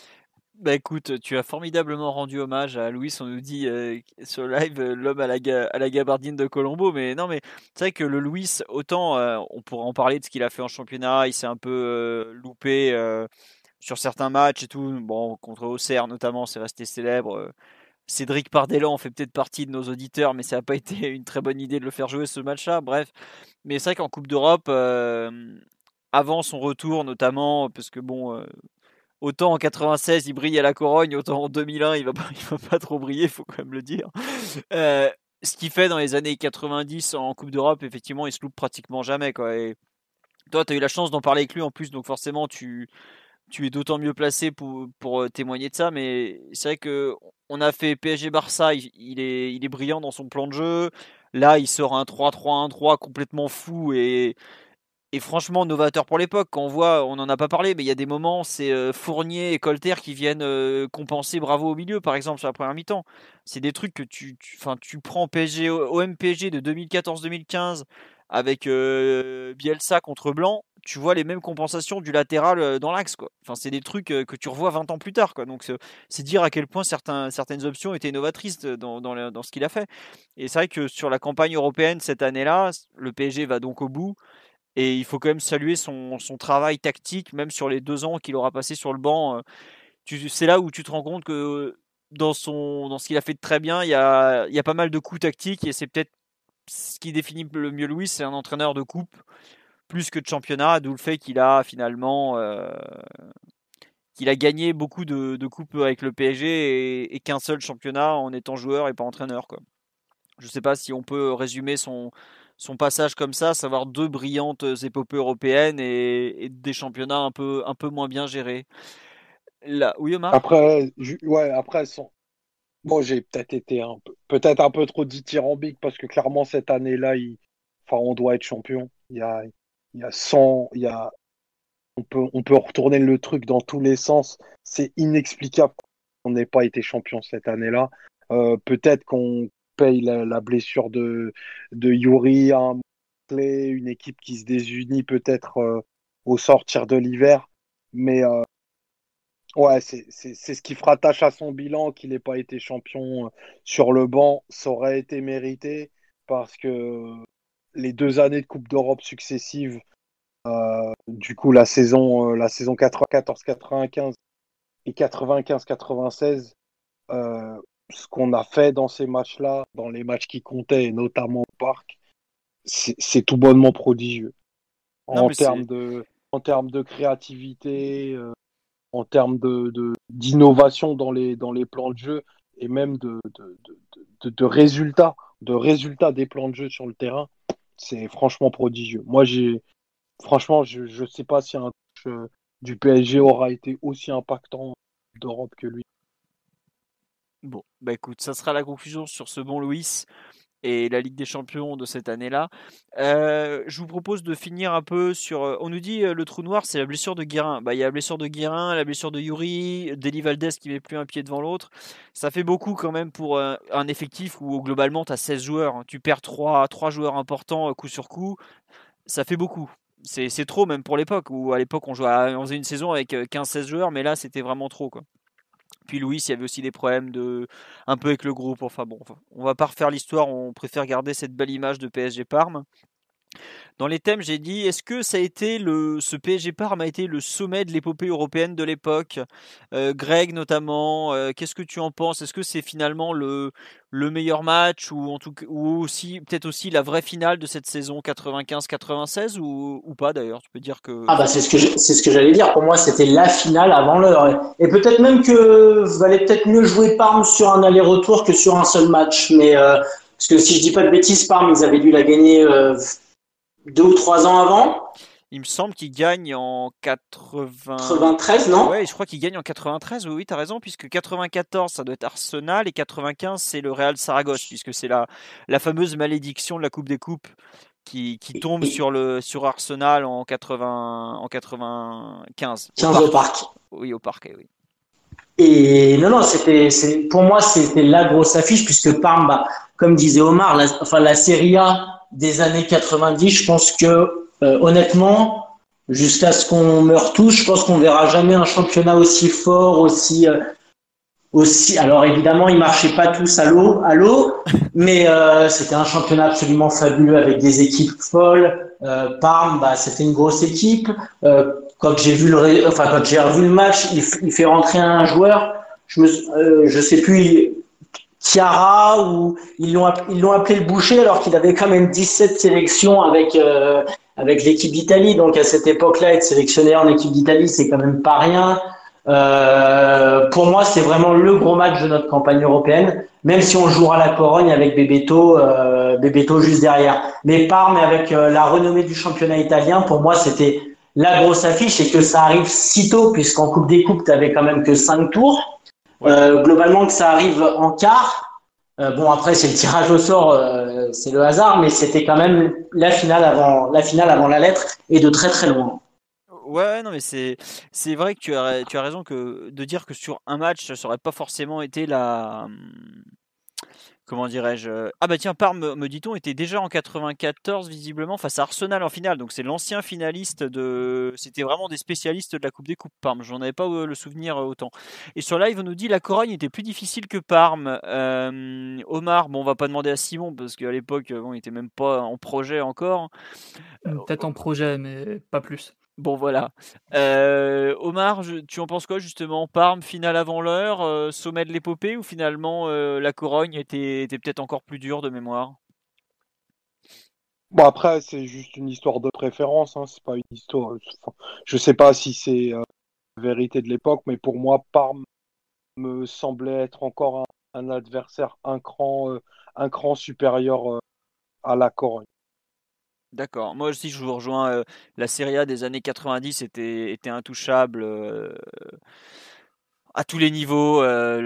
C: Bah écoute, tu as formidablement rendu hommage à Louis, on nous dit euh, sur le live euh, l'homme à la, ga- à la gabardine de Colombo, mais non mais c'est vrai que le Louis, autant euh, on pourra en parler de ce qu'il a fait en championnat, il s'est un peu euh, loupé euh, sur certains matchs et tout, bon contre Auxerre notamment, c'est resté célèbre. euh, Cédric Pardellan fait peut-être partie de nos auditeurs, mais ça n'a pas été une très bonne idée de le faire jouer ce match-là, bref. Mais c'est vrai qu'en Coupe d'Europe, euh, avant son retour notamment, parce que bon... euh, autant en quatre-vingt-seize, il brille à la Corogne, autant en deux mille un, il va pas, il va pas trop briller, il faut quand même le dire. Euh, ce qu'il fait dans les années quatre-vingt-dix en Coupe d'Europe, effectivement, il se loupe pratiquement jamais, quoi. Et toi, tu as eu la chance d'en parler avec lui en plus, donc forcément, tu, tu es d'autant mieux placé pour, pour euh, témoigner de ça. Mais c'est vrai que on a fait P S G Barça, il, il est, il est brillant dans son plan de jeu. Là, il sort un trois trois un trois complètement fou et et franchement, novateur pour l'époque. Quand on voit, on n'en a pas parlé, mais il y a des moments, c'est euh, Fournier et Colter qui viennent euh, compenser Bravo au milieu, par exemple, sur la première mi-temps. C'est des trucs que tu, tu, enfin, tu prends P S G, O M P S G de deux mille quatorze deux mille quinze avec euh, Bielsa contre Blanc, tu vois les mêmes compensations du latéral euh, dans l'axe, quoi. Enfin, c'est des trucs euh, que tu revois vingt ans plus tard, quoi. Donc, c'est, c'est dire à quel point certains, certaines options étaient novatrices dans, dans, le- dans ce qu'il a fait. Et c'est vrai que sur la campagne européenne cette année-là, le P S G va donc au bout. Et il faut quand même saluer son, son travail tactique, même sur les deux ans qu'il aura passé sur le banc. euh, Tu, c'est là où tu te rends compte que dans, son, dans ce qu'il a fait de très bien, il y a, il y a pas mal de coups tactiques. Et c'est peut-être ce qui définit le mieux Louis, c'est un entraîneur de coupe plus que de championnat, d'où le fait qu'il a finalement euh, qu'il a gagné beaucoup de, de coupes avec le P S G et, et qu'un seul championnat en étant joueur et pas entraîneur, quoi. Je ne sais pas si on peut résumer son, son passage comme ça, savoir deux brillantes épopées européennes et, et des championnats un peu, un peu moins bien gérés. Là, oui, Omar?
D: Après, ju- ouais, après, son... bon, j'ai peut-être été un peu, peut-être un peu trop dithyrambique parce que clairement cette année-là, il... enfin, on doit être champion. Il y a, il y a cent, il y a, on peut, on peut retourner le truc dans tous les sens. C'est inexplicable qu'on n'ait pas été champion cette année-là. Euh, peut-être qu'on paye la, la blessure de, de Yuri, un clé, une équipe qui se désunit peut-être euh, au sortir de l'hiver. Mais euh, ouais, c'est, c'est, c'est ce qui fera tâche à son bilan qu'il n'ait pas été champion euh, sur le banc. Ça aurait été mérité parce que les deux années de Coupe d'Europe successives, euh, du coup la saison, euh, la saison quatre-vingt-quatorze quatre-vingt-quinze et quatre-vingt-quinze quatre-vingt-seize, euh, ce qu'on a fait dans ces matchs-là, dans les matchs qui comptaient, et notamment au Parc, c'est, c'est tout bonnement prodigieux.
C: Non,
D: En
C: mais
D: termes
C: c'est.
D: de, en termes de créativité, euh, en termes de, de- d'innovation dans les, dans les plans de jeu et même de, de, de, de, de résultats, de résultats des plans de jeu sur le terrain, c'est franchement prodigieux. Moi, j'ai, franchement, je ne sais pas si un coach euh, du P S G aura été aussi impactant d'Europe que lui.
C: Bon, bah écoute, ça sera la conclusion sur ce bon Louis et la Ligue des Champions de cette année-là. Euh, je vous propose de finir un peu sur. euh, On nous dit euh, le trou noir, c'est la blessure de Guérin. Bah, il y a la blessure de Guérin, la blessure de Yuri, Deli Valdez qui met plus un pied devant l'autre. Ça fait beaucoup quand même pour euh, un effectif où globalement tu as seize joueurs. hein. Tu perds trois trois joueurs importants euh, coup sur coup. Ça fait beaucoup. C'est, c'est trop même pour l'époque, où à l'époque on jouait à- on faisait une saison avec euh, quinze seize joueurs, mais là c'était vraiment trop, quoi. Puis Louis, il y avait aussi des problèmes de un peu avec le groupe. Enfin bon, enfin, on va pas refaire l'histoire, on préfère garder cette belle image de P S G Parme. Dans les thèmes, j'ai dit, est-ce que ça a été le, ce P S G Parme a été le sommet de l'épopée européenne de l'époque? Euh, Greg notamment, euh, qu'est-ce que tu en penses? Est-ce que c'est finalement le, le meilleur match ou en tout cas- ou aussi peut-être aussi la vraie finale de cette saison quatre-vingt-quinze quatre-vingt-seize ou, ou pas d'ailleurs? Tu peux dire que
F: Ah bah c'est ce que je- c'est ce que j'allais dire. Pour moi, c'était la finale avant l'heure. Et peut-être même que valait peut-être mieux jouer Parme sur un aller-retour que sur un seul match. Mais euh, parce que si je dis pas de bêtises, Parme, ils avaient dû la gagner euh, deux ou trois ans avant.
C: Il me semble qu'il gagne en quatre-vingts...
F: quatre-vingt-treize, non?
C: Ouais, je crois qu'il gagne en quatre-vingt-treize. Oui, oui, t'as raison, puisque quatre-vingt-quatorze, ça doit être Arsenal et quatre-vingt-quinze, c'est le Real Saragosse, puisque c'est la, la fameuse malédiction de la Coupe des Coupes qui, qui
F: Et,
C: tombe
F: et
C: sur le sur Arsenal en quatre-vingts en quatre-vingt-quinze au
F: quinze au
C: parc.
F: parc.
C: Oui, au parc, oui.
F: Et non, non, c'était, c'est, pour moi, c'était la grosse affiche, puisque Parme, bah, comme disait Omar, la, enfin, la Serie A des années quatre-vingt-dix, je pense que, euh, honnêtement, jusqu'à ce qu'on meure tous, je pense qu'on verra jamais un championnat aussi fort, aussi, euh, aussi. Alors évidemment, ils marchaient pas tous à l'eau, à l'eau, mais euh, c'était un championnat absolument fabuleux avec des équipes folles. Euh, Parme, bah, c'était une grosse équipe. Euh, quand j'ai vu le, ré... enfin quand j'ai revu le match, il, f... il fait rentrer un joueur. Je me, euh, je sais plus, Chiara, ou ils l'ont ils l'ont appelé le boucher alors qu'il avait quand même dix-sept sélections avec euh, avec l'équipe d'Italie. Donc à cette époque-là, être sélectionné en équipe d'Italie, c'est quand même pas rien. Euh, pour moi, c'est vraiment le gros match de notre campagne européenne, même si on jouera la Corogne avec Bebeto, euh, Bebeto juste derrière. Mais Parme, avec euh, la renommée du championnat italien, pour moi, c'était la grosse affiche, et que ça arrive si tôt, puisqu'en Coupe des Coupes, tu avais quand même que cinq tours.
C: Ouais.
F: Euh, globalement, que ça arrive en quart. Euh, bon, après, c'est le tirage au sort, euh, c'est le hasard, mais c'était quand même la finale avant la finale avant la lettre, et de très très loin.
C: Ouais, non, mais c'est c'est vrai que tu as tu as raison que de dire que sur un match, ça aurait pas forcément été la comment dirais-je euh, Ah bah tiens, Parme, me me dit-on, était déjà en quatre-vingt-quatorze visiblement face à Arsenal en finale. Donc c'est l'ancien finaliste de. C'était vraiment des spécialistes de la Coupe des Coupes, Parme. J'en avais pas euh, le souvenir euh, autant. Et sur live, on nous dit la Corogne était plus difficile que Parme. Euh, Omar, bon, on va pas demander à Simon parce qu'à l'époque, euh, bon, il était même pas en projet encore. Euh,
E: Peut-être en projet, mais pas plus.
C: Bon voilà. Euh, Omar, je- tu en penses quoi justement? Parme, finale avant l'heure, euh, sommet de l'épopée, ou finalement euh, la Corogne était, était peut-être encore plus dure de mémoire?
D: Bon, après, c'est juste une histoire de préférence, hein, c'est pas une histoire. Enfin, je sais pas si c'est euh, la vérité de l'époque, mais pour moi, Parme me semblait être encore un, un adversaire un cran, euh, un cran supérieur euh, à la Corogne.
C: D'accord. Moi aussi, je vous rejoins. euh, la Serie A des années quatre-vingt-dix était, était intouchable euh, à tous les niveaux, euh,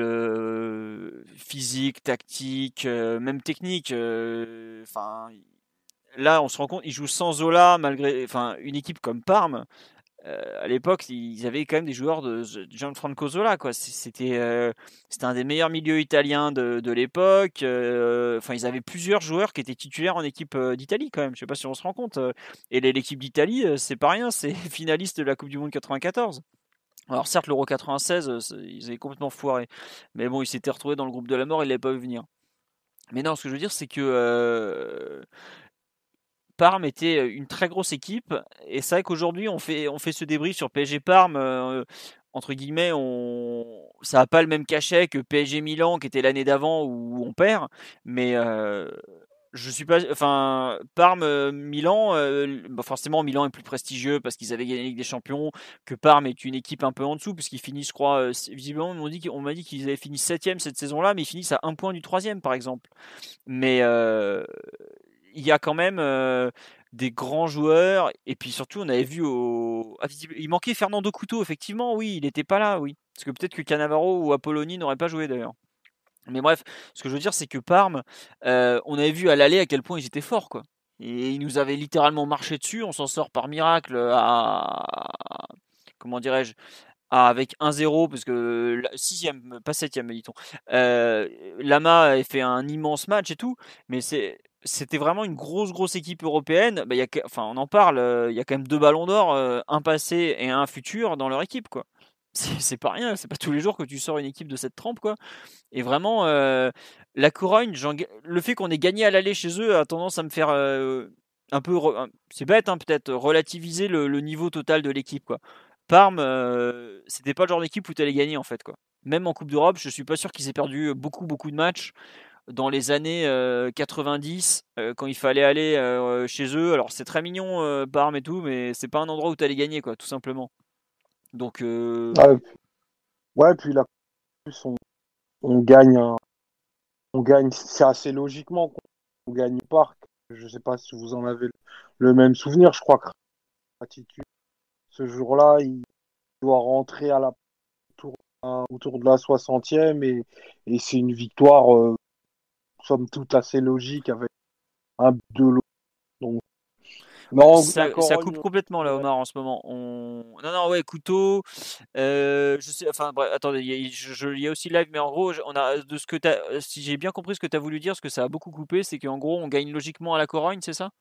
C: le physique, tactique, euh, même technique. euh, Enfin, là, on se rend compte, ils jouent sans Zola, malgré, enfin, une équipe comme Parme. Euh, à l'époque, ils avaient quand même des joueurs de Gianfranco Zola, quoi. C'était, euh, c'était un des meilleurs milieux italiens de, de l'époque. Euh, Enfin, ils avaient plusieurs joueurs qui étaient titulaires en équipe euh, d'Italie, quand même. Je sais pas si on se rend compte. Euh, Et l'équipe d'Italie, euh, c'est pas rien, c'est finaliste de la Coupe du Monde quatre-vingt-quatorze. Alors certes, l'Euro quatre-vingt-seize, euh, c'est- ils avaient complètement foiré. Mais bon, ils s'étaient retrouvés dans le groupe de la mort, ils l'avaient pas vu venir. Mais non, ce que je veux dire, c'est que euh, Parme était une très grosse équipe, et c'est vrai qu'aujourd'hui on fait, on fait ce débrief sur P S G Parme, euh, entre guillemets, on, ça n'a pas le même cachet que P S G Milan qui était l'année d'avant où on perd, mais euh, je suis pas, enfin Parme euh, Milan, euh, bah forcément Milan est plus prestigieux parce qu'ils avaient gagné la Ligue des Champions, que Parme est une équipe un peu en dessous puisqu'ils finissent, je crois, euh, visiblement on m'a dit, on m'a dit qu'ils avaient fini septième cette saison-là, mais ils finissent à un point du troisième par exemple. Mais euh, il y a quand même euh, des grands joueurs, et puis surtout on avait vu au ah, visible- il manquait Fernando Couto, effectivement, oui, il n'était pas là, oui, parce que peut-être que Cannavaro ou Apolloni n'auraient pas joué d'ailleurs. Mais bref, ce que je veux dire, c'est que Parme, euh, on avait vu à l'aller à quel point ils étaient forts, quoi. Et ils nous avaient littéralement marché dessus. On s'en sort par miracle à, comment dirais-je, à- avec un zéro, parce que la- sixième, pas septième, me dit-on. Euh, Lama avait fait un immense match et tout, mais c'est c'était vraiment une grosse grosse équipe européenne. Bah, il y a, que- enfin, on en parle. euh, Il y a quand même deux ballons d'or, euh, un passé et un futur dans leur équipe, quoi. C'est c'est pas rien. C'est pas tous les jours que tu sors une équipe de cette trempe, quoi. Et vraiment, euh, la Corogne, j'en ga- le fait qu'on ait gagné à l'aller chez eux a tendance à me faire euh, un peu, re- un- c'est bête, hein, peut-être, relativiser le, le niveau total de l'équipe, quoi. Parme, euh, c'était pas le genre d'équipe où tu allais gagner, en fait, quoi. Même en Coupe d'Europe, je suis pas sûr qu'ils aient perdu beaucoup beaucoup de matchs dans les années euh, quatre-vingt-dix, euh, quand il fallait aller euh, chez eux. Alors c'est très mignon, euh, Parme et tout, mais c'est pas un endroit où tu allais gagner, quoi, tout simplement. Donc euh,
D: Ouais, ouais, puis là, en plus, on, on gagne, un- on gagne, c'est assez logiquement qu'on gagne au parc. Je sais pas si vous en avez le, le même souvenir. Je crois que attitude. Ce jour-là, il doit rentrer à la autour, à- autour de la soixantième et, et c'est une victoire, euh, somme toute assez logique avec un but de l'eau. Donc, non, la
C: Ça, ça
D: Corogne,
C: coupe complètement là,
D: ouais.
C: Omar, en ce moment. On... Non, non, ouais, couteau. euh, je sais, enfin, bref, attendez, il y, a- je- je- il y a aussi live, mais en gros, je- on a de ce que t'as, si j'ai bien compris ce que tu as voulu dire, ce que ça a beaucoup coupé, c'est qu'en gros, on gagne logiquement à la Corogne, c'est ça?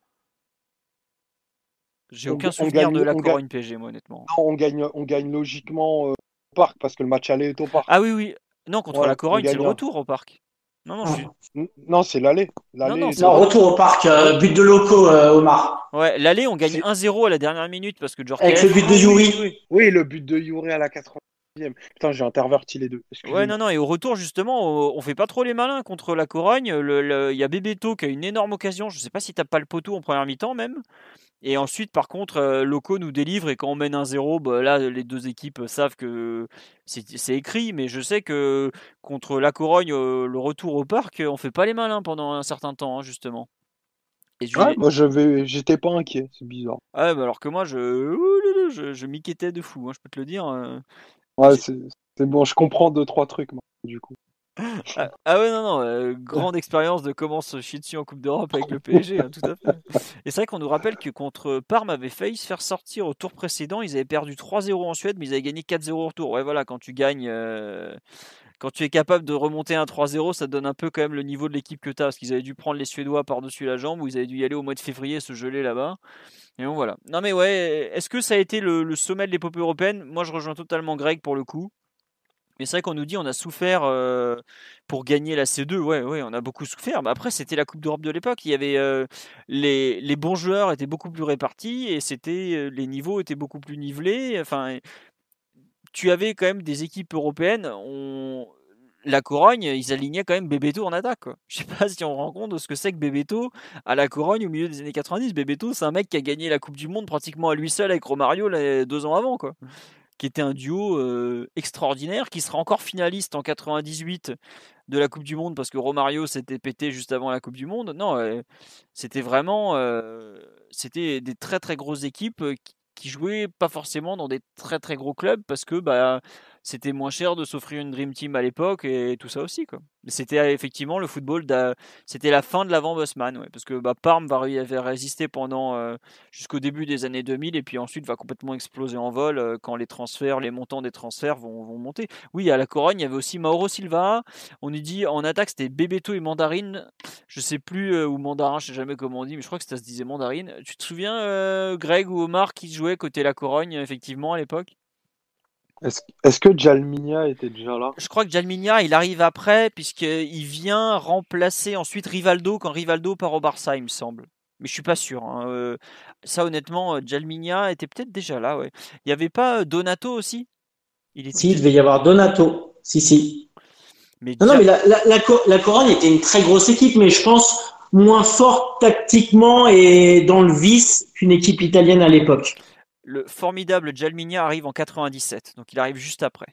C: J'ai
D: on,
C: aucun
D: ga- on
C: souvenir de
D: gagne,
C: la
D: on gagne,
C: Corogne P S G, moi, honnêtement.
D: non, on gagne, on gagne logiquement euh, au parc parce que le match aller est au parc.
C: Ah oui, oui. Non, contre la
D: Ouais, on
C: Corogne, c'est le
D: gagne un.
C: retour au parc. Non, non, je suis.
D: N- Non, c'est l'aller.
C: Non, non,
D: L'aller est
C: c'est
D: au
F: Non,
C: le
D: parc.
C: retour.
F: retour au parc, euh,
C: Re-
F: but de locaux, euh, Omar.
C: Ouais, l'aller, on gagne
D: C'est...
C: un zéro à la dernière minute parce que
F: Avec le
C: Djorkaeff.
F: but de
D: Ah oui,
F: Yuri.
D: oui. Oui, le but de Youri à la quatre-vingtième. Putain, j'ai interverti les deux.
C: Ouais,
D: Excusez-moi.
C: non, non, et au retour, justement, on on fait pas trop les malins contre la Corogne. Le- le- Il y a Bebeto qui a une énorme occasion. Je sais pas s'il tape pas le poteau en première mi-temps, même. Et ensuite, par contre, euh, Loco nous délivre et quand on mène un zéro, bah, là, les deux équipes savent que c'est c'est écrit. Mais je sais que contre la Corogne, euh, le retour au parc, on fait pas les malins pendant un certain temps, hein, justement. Et
D: Ouais,
C: j'ai-
D: moi, je vais... j'étais pas inquiet. C'est bizarre.
C: Ah ouais, bah alors que moi, je, ouh là là, je, je m'inquiétais de fou, hein, je peux te le dire. euh.
D: Ouais,
C: J'ai-
D: c'est, c'est bon. Je comprends deux, trois trucs, moi, du coup.
C: Ah, ah ouais, non, non, euh, grande expérience de comment se chier dessus en Coupe d'Europe avec le P S G, hein, tout à fait. Et c'est vrai qu'on nous rappelle que contre Parme avait failli se faire sortir au tour précédent. Ils avaient perdu trois zéro en Suède, mais ils avaient gagné quatre zéro au retour. Ouais, voilà, quand tu gagnes, euh, quand tu es capable de remonter un trois zéro, ça te donne un peu quand même le niveau de l'équipe que tu as. Parce qu'ils avaient dû prendre les Suédois par-dessus la jambe, ou ils avaient dû y aller au mois de février se geler là-bas. Et bon, voilà. Non, mais ouais, est-ce que ça a été le, le sommet de l'épopée européenne? Moi, je rejoins totalement Greg pour le coup. Mais c'est vrai qu'on nous dit on a souffert euh, pour gagner la C deux. Ouais, ouais, on a beaucoup souffert. Mais après, c'était la Coupe d'Europe de l'époque. Il y avait euh, les, les bons joueurs étaient beaucoup plus répartis et c'était euh, les niveaux étaient beaucoup plus nivelés. Enfin, tu avais quand même des équipes européennes. On... La Corogne, ils alignaient quand même Bebeto en attaque, quoi. Je sais pas si on rend compte de ce que c'est que Bebeto à la Corogne au milieu des années quatre-vingt-dix. Bebeto, c'est un mec qui a gagné la Coupe du Monde pratiquement à lui seul avec Romario là, deux ans avant, quoi. Qui était un duo euh, extraordinaire, qui sera encore finaliste en quatre-vingt-dix-huit de la Coupe du Monde parce que Romario s'était pété juste avant la Coupe du Monde. Non, euh, c'était vraiment, euh, c'était des très très grosses équipes euh, qui, qui jouaient pas forcément dans des très très gros clubs parce que bah c'était moins cher de s'offrir une Dream Team à l'époque et tout ça aussi, quoi. Mais c'était euh, effectivement le football, d'a- c'était la fin de l'avant Bosman, ouais, parce que bah, Parme va ré- avait résisté pendant euh, jusqu'au début des années deux mille et puis ensuite va complètement exploser en vol euh, quand les transferts, les montants des transferts vont, vont monter. Oui, à la Corogne, il y avait aussi Mauro Silva. On nous dit en attaque c'était Bebeto et Mandarine. Je sais plus euh, ou Mandarin, je sais jamais comment on dit, mais je crois que ça se disait Mandarine. Tu te souviens, euh, Greg ou Omar, qui jouait côté la Corogne effectivement à l'époque?
D: Est-ce, est-ce que Jalminia était déjà là?
C: Je crois que Jalminia, il arrive après, puisqu'il vient remplacer ensuite Rivaldo quand Rivaldo part au Barça, il me semble. Mais je suis pas sûr, hein. Euh, ça, honnêtement, euh, Jalminia était peut-être déjà là, ouais. Il y avait pas euh, Donato aussi? Il était
F: Si, il
C: peut-être.
F: devait y avoir Donato. Si, si.
C: Mais
F: Non, non,
C: Ja-
F: mais la, la, la, Co- la Corogne était une très grosse équipe, mais je pense moins forte tactiquement et dans le vice qu'une équipe italienne à l'époque.
C: le formidable Jalminia arrive en quatre-vingt-dix-sept, donc il arrive juste après.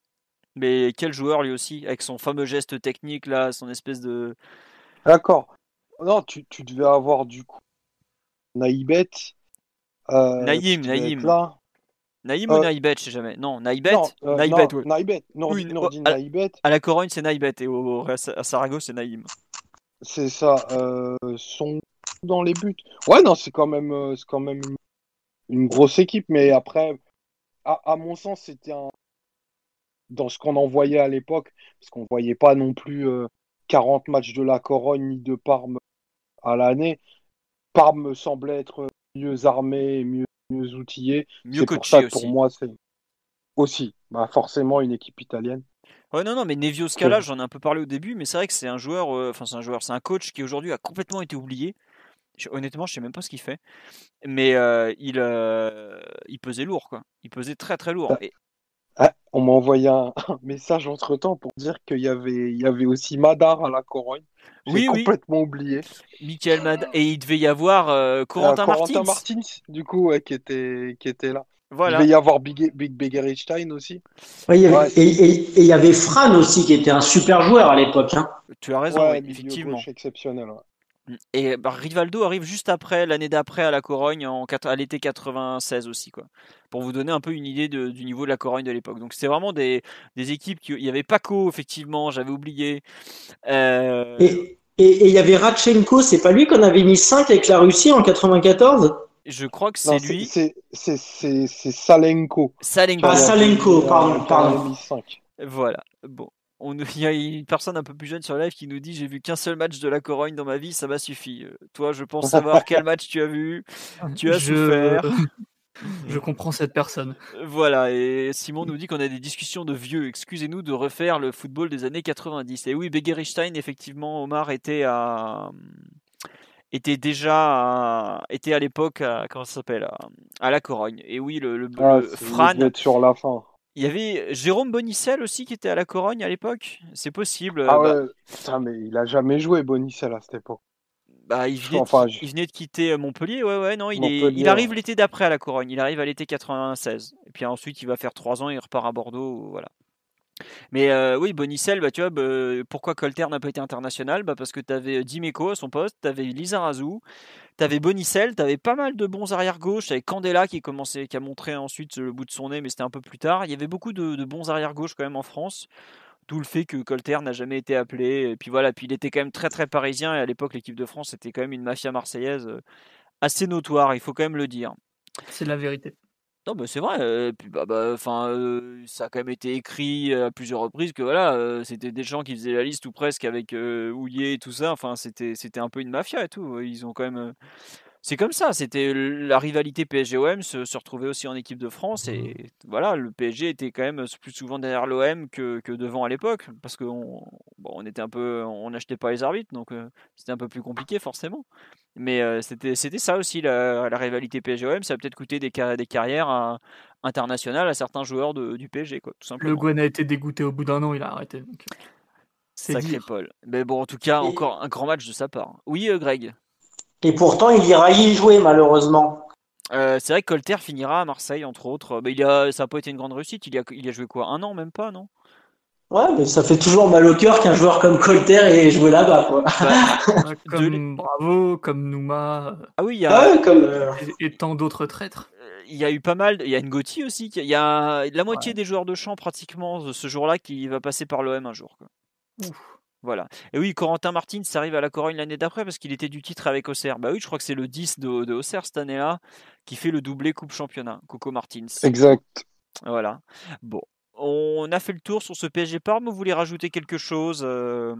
C: Mais quel joueur lui aussi, avec son fameux geste technique là, son espèce de.
D: D'accord. Non, tu, tu devais avoir du coup Naïbet euh, qui
C: Naïm,
D: devait être
C: Naïm.
D: là.
C: Naïm ou
D: Euh,
C: Naïbet, je sais jamais. Non, Naïbet?
D: non, euh,
C: Naïbet,
D: non,
C: ouais.
D: Naïbet.
C: Oui,
D: Nourdi-
C: oh,
D: Nourdine
C: à,
D: Naïbet,
C: à la Corogne, c'est Naïbet et au, à Saragosse, c'est Naïm.
D: c'est ça. Euh, sont dans les buts. Ouais, non, c'est quand même, euh, c'est quand même une, une grosse équipe, mais après, à, à mon sens, c'était un dans ce qu'on en voyait à l'époque, parce qu'on voyait pas non plus euh, quarante matchs de la Corogne ni de Parme à l'année. Parme me semblait être mieux armé et mieux, mieux outillé.
C: Mieux
D: C'est pour ça
C: coaché
D: que pour
C: aussi.
D: moi, c'est aussi bah, forcément une équipe italienne.
C: Ouais, non, non, mais Nevio Scala, j'en ai un peu parlé au début, mais c'est vrai que c'est un joueur, euh, enfin, c'est un joueur, c'est un coach qui aujourd'hui a complètement été oublié. Je- honnêtement, je sais même pas ce qu'il fait, mais euh, il, euh, il pesait lourd, quoi. Il pesait très très lourd. Et
D: Ah, on m'a envoyé un, un message entre-temps pour dire qu'il y avait, il y avait aussi Madar à la Corogne. J'ai
C: oui, oui,
D: complètement oublié.
C: Michael Mad, et il devait y avoir euh,
D: Euh,
C: Corentin
D: Corentin
C: Martins.
D: Martins, du coup, ouais, qui était, qui était là. Il
C: Voilà.
D: devait y avoir Big, Big Begeritstein aussi.
F: Ouais, il y avait,
D: Ouais,
F: et, et, et il y avait Fran aussi, qui était un super joueur à l'époque. Hein.
C: Tu as raison,
D: ouais,
C: oui,
D: milieu
C: effectivement.
D: gauche exceptionnel. Ouais.
C: Et bah, Rivaldo arrive juste après, l'année d'après à la Corogne, en, à l'été quatre-vingt-seize aussi, quoi. Pour vous donner un peu une idée de, du niveau de la Corogne de l'époque. Donc c'était vraiment des, des équipes qui. Il y avait Paco, effectivement, j'avais oublié. Euh,
F: Et et il y avait Radchenko, c'est pas lui qu'on avait mis cinq avec la Russie en quatre-vingt-quatorze?
C: je crois que
D: Non,
C: c'est
D: c'est
C: lui.
D: c'est- c'est- c'est- c'est Salenko qui
C: Salenko.
F: Ah,
D: en avait
F: Salenko,
D: mis,
F: pardon,
D: euh, qui en avait
F: pardon.
D: mis cinq.
C: Voilà. Bon. On, il y a une personne un peu plus jeune sur live qui nous dit j'ai vu qu'un seul match de la Corogne dans ma vie, ça m'a suffi. Euh, toi, je pense savoir quel match tu as vu, tu as
E: Je,
C: souffert.
E: je comprends cette personne.
C: Euh, Voilà, et Simon nous dit qu'on a des discussions de vieux. Excusez-nous de refaire le football des années quatre-vingt-dix. Et oui, Begeristain, effectivement, Omar était à était déjà à, était à l'époque à, comment ça s'appelle à, à la Corogne. Et oui, le, le,
D: Ah,
C: le
D: c'est- il
C: Fran.
D: devait être sur la fin.
C: Il y avait Jérôme Bonicel aussi qui était à la Corogne à l'époque. C'est possible.
D: Ah
C: Bah,
D: ouais, putain, mais il a jamais joué Bonicel à cette époque.
C: bah, il
D: Je-
C: venait de,
D: Enfin,
C: qui-
D: je-
C: il venait de quitter Montpellier. Ouais, ouais, non, il est, il
D: Montpellier,
C: arrive
D: ouais.
C: l'été d'après à la Corogne. Il arrive à l'été quatre-vingt-seize. Et puis ensuite, il va faire trois ans. Il repart à Bordeaux. Voilà. Mais euh, oui, Bonicel, bah, tu vois, bah, pourquoi Colter n'a pas été international? Bah, parce que tu avais Dimeco à son poste, tu avais Lizarazu, tu avais Bonicel, tu avais pas mal de bons arrière-gauche, avec Candela qui, commençait, qui a montré ensuite le bout de son nez, mais c'était un peu plus tard. Il y avait beaucoup de, de bons arrière-gauche quand même en France, d'où le fait que Colter n'a jamais été appelé. Et puis voilà, puis il était quand même très très parisien, et à l'époque, l'équipe de France était quand même une mafia marseillaise euh, assez notoire, il faut quand même le dire.
E: C'est la vérité.
C: Non, bah, c'est vrai. euh, puis bah, bah, enfin, euh, ça a quand même été écrit à plusieurs reprises que voilà, euh, c'était des gens qui faisaient la liste ou presque avec euh, Houillet et tout ça. Enfin, c'était c'était un peu une mafia et tout. Ils ont quand même. euh, C'est comme ça. C'était la rivalité P S G-O M se, se retrouvait aussi en équipe de France et voilà, le P S G était quand même plus souvent derrière l'O M que, que devant à l'époque parce qu'on bon, on était un peu, on n'achetait pas les arbitres donc euh, c'était un peu plus compliqué forcément. Mais euh, c'était c'était ça aussi la, la rivalité P S G-O M. Ça a peut-être coûté des, car- des carrières à- internationales à certains joueurs de- du P S G quoi, tout
E: Le
C: simplement.
E: Gwen a été dégoûté au bout d'un an, il a arrêté. Donc, c'est
C: Sacré
E: dire.
C: Paul. Mais bon, en tout cas,
F: Et,
C: encore un grand match de sa part. Oui, euh, Greg.
F: et pourtant, il ira y jouer, malheureusement.
C: Euh, c'est vrai que Colter finira à Marseille, entre autres. Bah, il a, ça n'a pas été une grande réussite. Il y a, il y a joué quoi? Un an, même pas, non?
F: Ouais, mais ça fait toujours mal au cœur qu'un joueur comme Colter ait joué là-bas, quoi.
C: Bah,
E: Ouais,
C: de l'é-
E: Comme Bravo, comme Nouma
C: ah oui, il y a,
F: Ouais, comme, euh,
E: et, et tant d'autres traîtres.
C: euh, il y a eu pas mal. Il y a Ngoti aussi. qui- Il y a la moitié
E: Ouais.
C: des joueurs de champ, pratiquement, de ce jour-là, qui va passer par l'O M un jour, quoi.
E: Ouf.
C: Voilà. Et oui, Corentin Martins arrive à la Corogne l'année d'après parce qu'il était du titre avec Auxerre. Bah oui, je crois que c'est le dix de, de Auxerre cette année-là qui fait le doublé Coupe Championnat. Coco Martins.
D: Exact.
C: Voilà. Bon. On a fait le tour sur ce P S G Parme. Vous voulez rajouter quelque chose euh,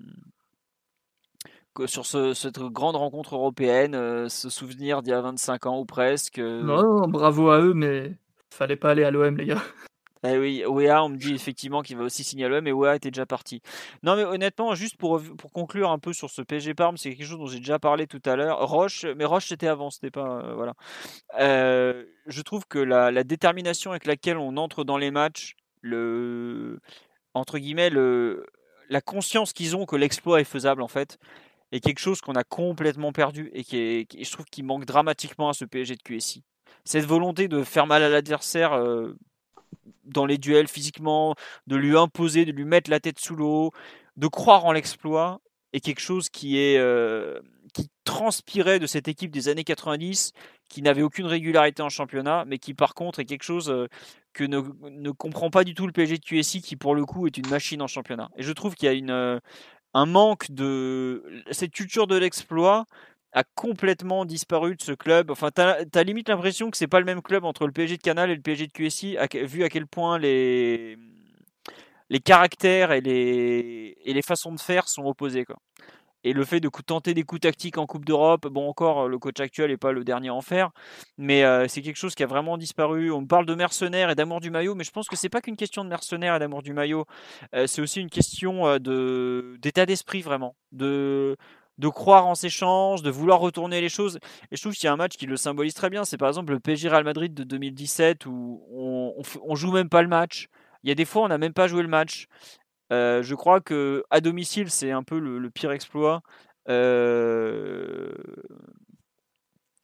C: que- sur ce- cette grande rencontre européenne, euh, ce souvenir d'il y a vingt-cinq ans ou presque euh,
E: Non, non, bravo à eux, mais fallait pas aller à l'O M, les gars.
C: Eh oui, O E A, on me dit effectivement qu'il va aussi signer à l'O M, mais O E A était déjà parti. Non, mais honnêtement, juste pour, pour conclure un peu sur ce P S G Parme, c'est quelque chose dont j'ai déjà parlé tout à l'heure. Roche, mais Roche c'était avant, c'était pas. euh, voilà. Euh, je trouve que la, la détermination avec laquelle on entre dans les matchs, le, entre guillemets, le, la conscience qu'ils ont que l'exploit est faisable en fait, est quelque chose qu'on a complètement perdu et qui est, qui- je trouve qu'il manque dramatiquement à ce P S G de Q S I. Cette volonté de faire mal à l'adversaire. euh, dans les duels physiquement, de lui imposer, de lui mettre la tête sous l'eau, de croire en l'exploit, est quelque chose qui est euh, qui transpirait de cette équipe des années quatre-vingt-dix, qui n'avait aucune régularité en championnat, mais qui par contre est quelque chose euh, que ne, ne comprend pas du tout le P S G de Q S I, qui pour le coup est une machine en championnat. Et je trouve qu'il y a une, euh, un manque de cette culture de l'exploit a complètement disparu de ce club. Enfin, t'as, t'as limite l'impression que c'est pas le même club entre le P S G de Canal et le P S G de Q S I, à, vu à quel point les, les caractères et les, et les façons de faire sont opposés, quoi. Et le fait de tenter des coups tactiques en Coupe d'Europe, bon encore, le coach actuel n'est pas le dernier à en faire, mais euh, c'est quelque chose qui a vraiment disparu. On parle de mercenaires et d'amour du maillot, mais je pense que c'est pas qu'une question de mercenaires et d'amour du maillot, euh, c'est aussi une question euh, de, d'état d'esprit vraiment, de, de croire en ses chances, de vouloir retourner les choses. Et je trouve qu'il y a un match qui le symbolise très bien, c'est par exemple le P S G Real Madrid de deux mille dix-sept où on, on, on joue même pas le match. Il y a des fois on n'a même pas joué le match. Euh, je crois que à domicile, c'est un peu le, le pire exploit. Euh,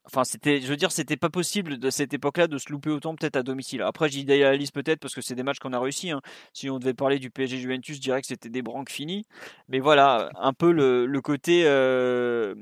C: Enfin, c'était, je veux dire, c'était pas possible de cette époque-là de se louper autant peut-être à domicile. Après, j'idéalise peut-être parce que c'est des matchs qu'on a réussi. Hein. Si on devait parler du P S G Juventus, je dirais que c'était des branques finies. Mais voilà, un peu le, le côté. Euh,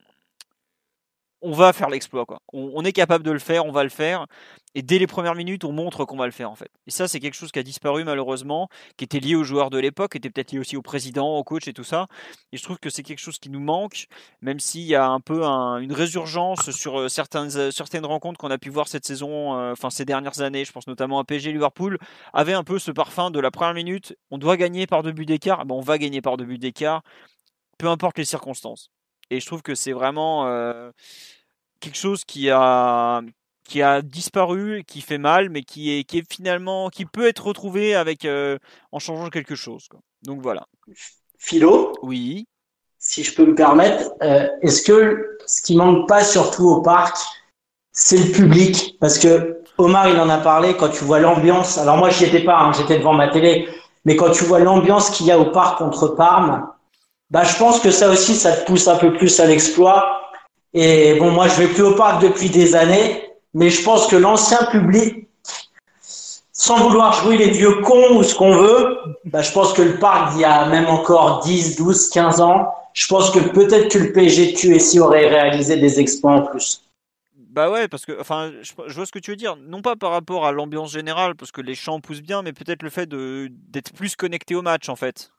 C: on va faire l'exploit, quoi. On, on est capable de le faire, on va le faire. Et dès les premières minutes, on montre qu'on va le faire, en fait. Et ça, c'est quelque chose qui a disparu, malheureusement, qui était lié aux joueurs de l'époque, qui était peut-être lié aussi au président, au coach et tout ça. Et je trouve que c'est quelque chose qui nous manque, même s'il y a un peu un, une résurgence sur certaines, certaines rencontres qu'on a pu voir cette saison, euh, enfin ces dernières années. Je pense notamment à P S G Liverpool, avait un peu ce parfum de la première minute. On doit gagner par deux buts d'écart. Ben, on va gagner par deux buts d'écart, peu importe les circonstances. Et je trouve que c'est vraiment euh, quelque chose qui a, qui a disparu, qui fait mal, mais qui est, qui est finalement, qui peut être retrouvé avec, euh, en changeant quelque chose, quoi. Donc voilà.
F: Philo,
C: Oui.
F: si je peux me permettre, euh, est-ce que ce qui manque pas surtout au parc, c'est le public? Parce que Omar, il en a parlé, quand tu vois l'ambiance, alors moi j'y étais pas, hein, j'étais devant ma télé, mais quand tu vois l'ambiance qu'il y a au parc contre Parme, bah, je pense que ça aussi, ça te pousse un peu plus à l'exploit. Et bon, moi, je vais plus au parc depuis des années, mais je pense que l'ancien public, sans vouloir jouer les vieux cons ou ce qu'on veut, bah, je pense que le parc, il y a même encore dix, douze, quinze ans, je pense que peut-être que le P S G de Q S I aurait réalisé des exploits en plus.
C: Bah ouais, parce que, enfin, je, je vois ce que tu veux dire. Non pas par rapport à l'ambiance générale, parce que les chants poussent bien, mais peut-être le fait de, d'être plus connecté au match, en fait.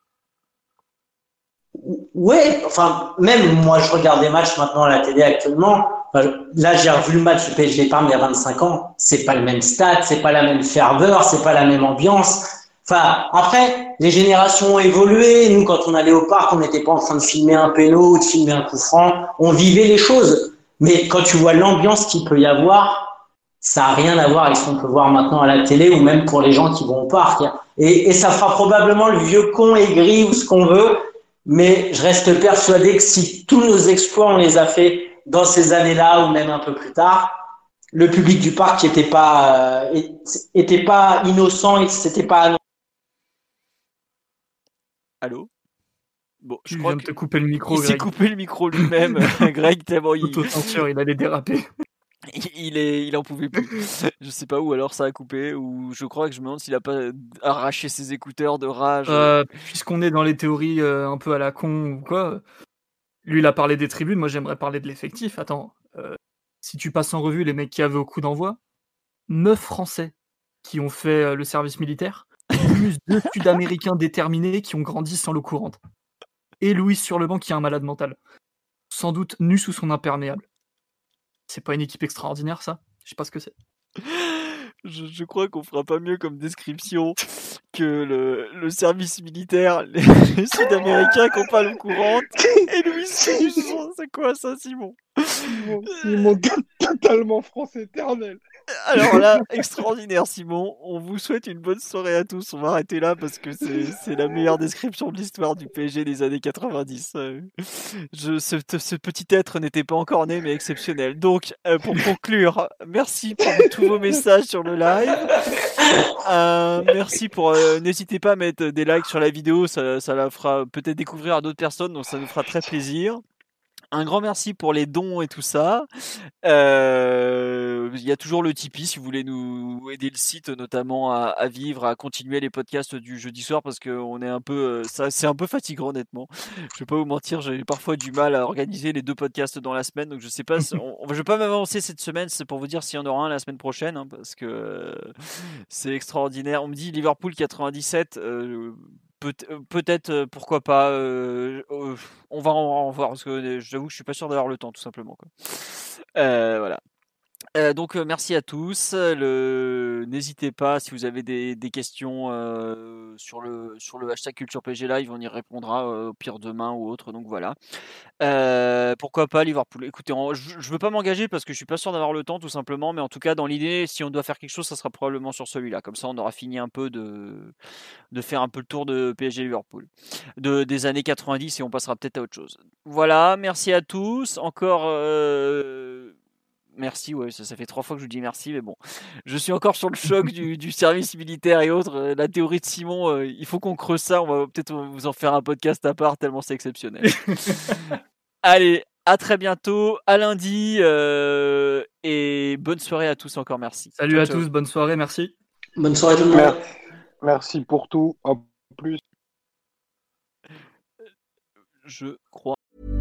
F: Ouais, enfin, même moi, je regarde des matchs maintenant à la télé actuellement. Là, j'ai revu le match du P S G Parme il y a vingt-cinq ans. C'est pas le même stade, c'est pas la même ferveur, c'est pas la même ambiance. Enfin, après, les générations ont évolué. Nous, quand on allait au parc, on n'était pas en train de filmer un péno ou de filmer un coup franc. On vivait les choses. Mais quand tu vois l'ambiance qu'il peut y avoir, ça n'a rien à voir avec ce qu'on peut voir maintenant à la télé ou même pour les gens qui vont au parc. Et, et ça fera probablement le vieux con aigri ou ce qu'on veut. Mais je reste persuadé que si tous nos exploits, on les a fait dans ces années-là ou même un peu plus tard, le public du parc n'était pas, euh, était pas innocent et c'était pas anonyme.
C: Allô? Bon, je
E: Tu
C: crois
E: viens de
C: que
E: te couper le micro,
C: il s'est
E: Greg.
C: coupé le micro lui-même, Greg, tellement il...
E: Auto-censure, il allait déraper.
C: il est, il en pouvait plus. Je sais pas où alors ça a coupé, ou je crois que je me demande s'il a pas arraché ses écouteurs de rage.
E: Euh, puisqu'on est dans les théories euh, un peu à la con ou quoi, lui il a parlé des tribunes, moi j'aimerais parler de l'effectif. Attends, euh, si tu passes en revue les mecs qui avaient au coup d'envoi, neuf Français qui ont fait euh, le service militaire, plus deux Sud-Américains déterminés qui ont grandi sans l'eau courante. Et Louis sur le banc qui est un malade mental. Sans doute nu sous son imperméable. C'est pas une équipe extraordinaire ça? Je sais pas ce que c'est.
C: Je, je crois qu'on fera pas mieux comme description que le, le service militaire, les, les Sud-Américains qui n'ont pas l'eau courante, et Louis Sous. C'est quoi ça, Simon?
D: Simon, Simon totalement France éternel.
C: Alors là, extraordinaire, Simon. On vous souhaite une bonne soirée à tous. On va arrêter là parce que c'est, c'est la meilleure description de l'histoire du P S G des années quatre-vingt-dix. Euh, je, ce, ce petit être n'était pas encore né, mais exceptionnel. Donc, euh, pour conclure, merci pour tous vos messages sur le live. Euh, merci pour. Euh, n'hésitez pas à mettre des likes sur la vidéo. Ça, ça la fera peut-être découvrir à d'autres personnes. Donc, ça nous fera très plaisir. Un grand merci pour les dons et tout ça. Euh, il y a toujours le Tipeee si vous voulez nous aider le site notamment à, à vivre, à continuer les podcasts du jeudi soir parce que on est un peu, ça c'est un peu fatigant honnêtement. Je vais pas vous mentir, j'ai parfois du mal à organiser les deux podcasts dans la semaine, donc je sais pas, on, je vais pas m'avancer cette semaine, c'est pour vous dire s'il y en aura un la semaine prochaine hein, parce que euh, c'est extraordinaire. On me dit Liverpool quatre-vingt-dix-sept. Euh, Peut- peut-être, pourquoi pas. Euh, euh, on va en, en voir parce que j'avoue que je suis pas sûr d'avoir le temps, tout simplement. Quoi. Euh, voilà. Euh, donc euh, merci à tous. Le... N'hésitez pas si vous avez des, des questions euh, sur le sur le hashtag Culture P G Live, on y répondra euh, au pire demain ou autre. Donc voilà. Euh, pourquoi pas Liverpool. Écoutez, en, je, je veux pas m'engager parce que je suis pas sûr d'avoir le temps tout simplement, mais en tout cas dans l'idée, si on doit faire quelque chose, ça sera probablement sur celui-là. Comme ça, on aura fini un peu de de faire un peu le tour de P S G Liverpool de des années quatre-vingt-dix et on passera peut-être à autre chose. Voilà, merci à tous. Encore. Euh... Merci, ouais, ça, ça fait trois fois que je vous dis merci, mais bon, je suis encore sur le choc du, du service militaire et autres. La théorie de Simon, euh, il faut qu'on creuse ça. On va peut-être vous en faire un podcast à part tellement c'est exceptionnel. Allez, À très bientôt, à lundi, euh, et bonne soirée à tous encore, merci.
E: Salut
C: ciao,
E: à
C: ciao.
E: tous, bonne soirée, merci.
F: Bonne soirée tout le monde.
D: Merci pour tout. À plus.
C: Je crois.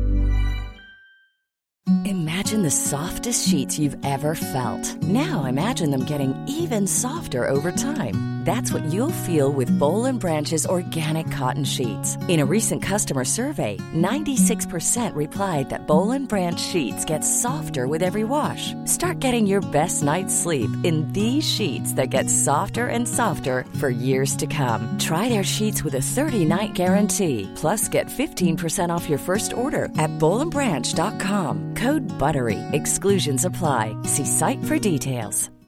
G: Imagine the softest sheets you've ever felt. Now imagine them getting even softer over time. That's what you'll feel with Boll and Branch's organic cotton sheets. In a recent customer survey, ninety-six percent replied that Boll and Branch sheets get softer with every wash. Start getting your best night's sleep in these sheets that get softer and softer for years to come. Try their sheets with a thirty-night guarantee. Plus, get fifteen percent off your first order at boll and branch dot com. Code BUTTERY. Exclusions apply. See site for details.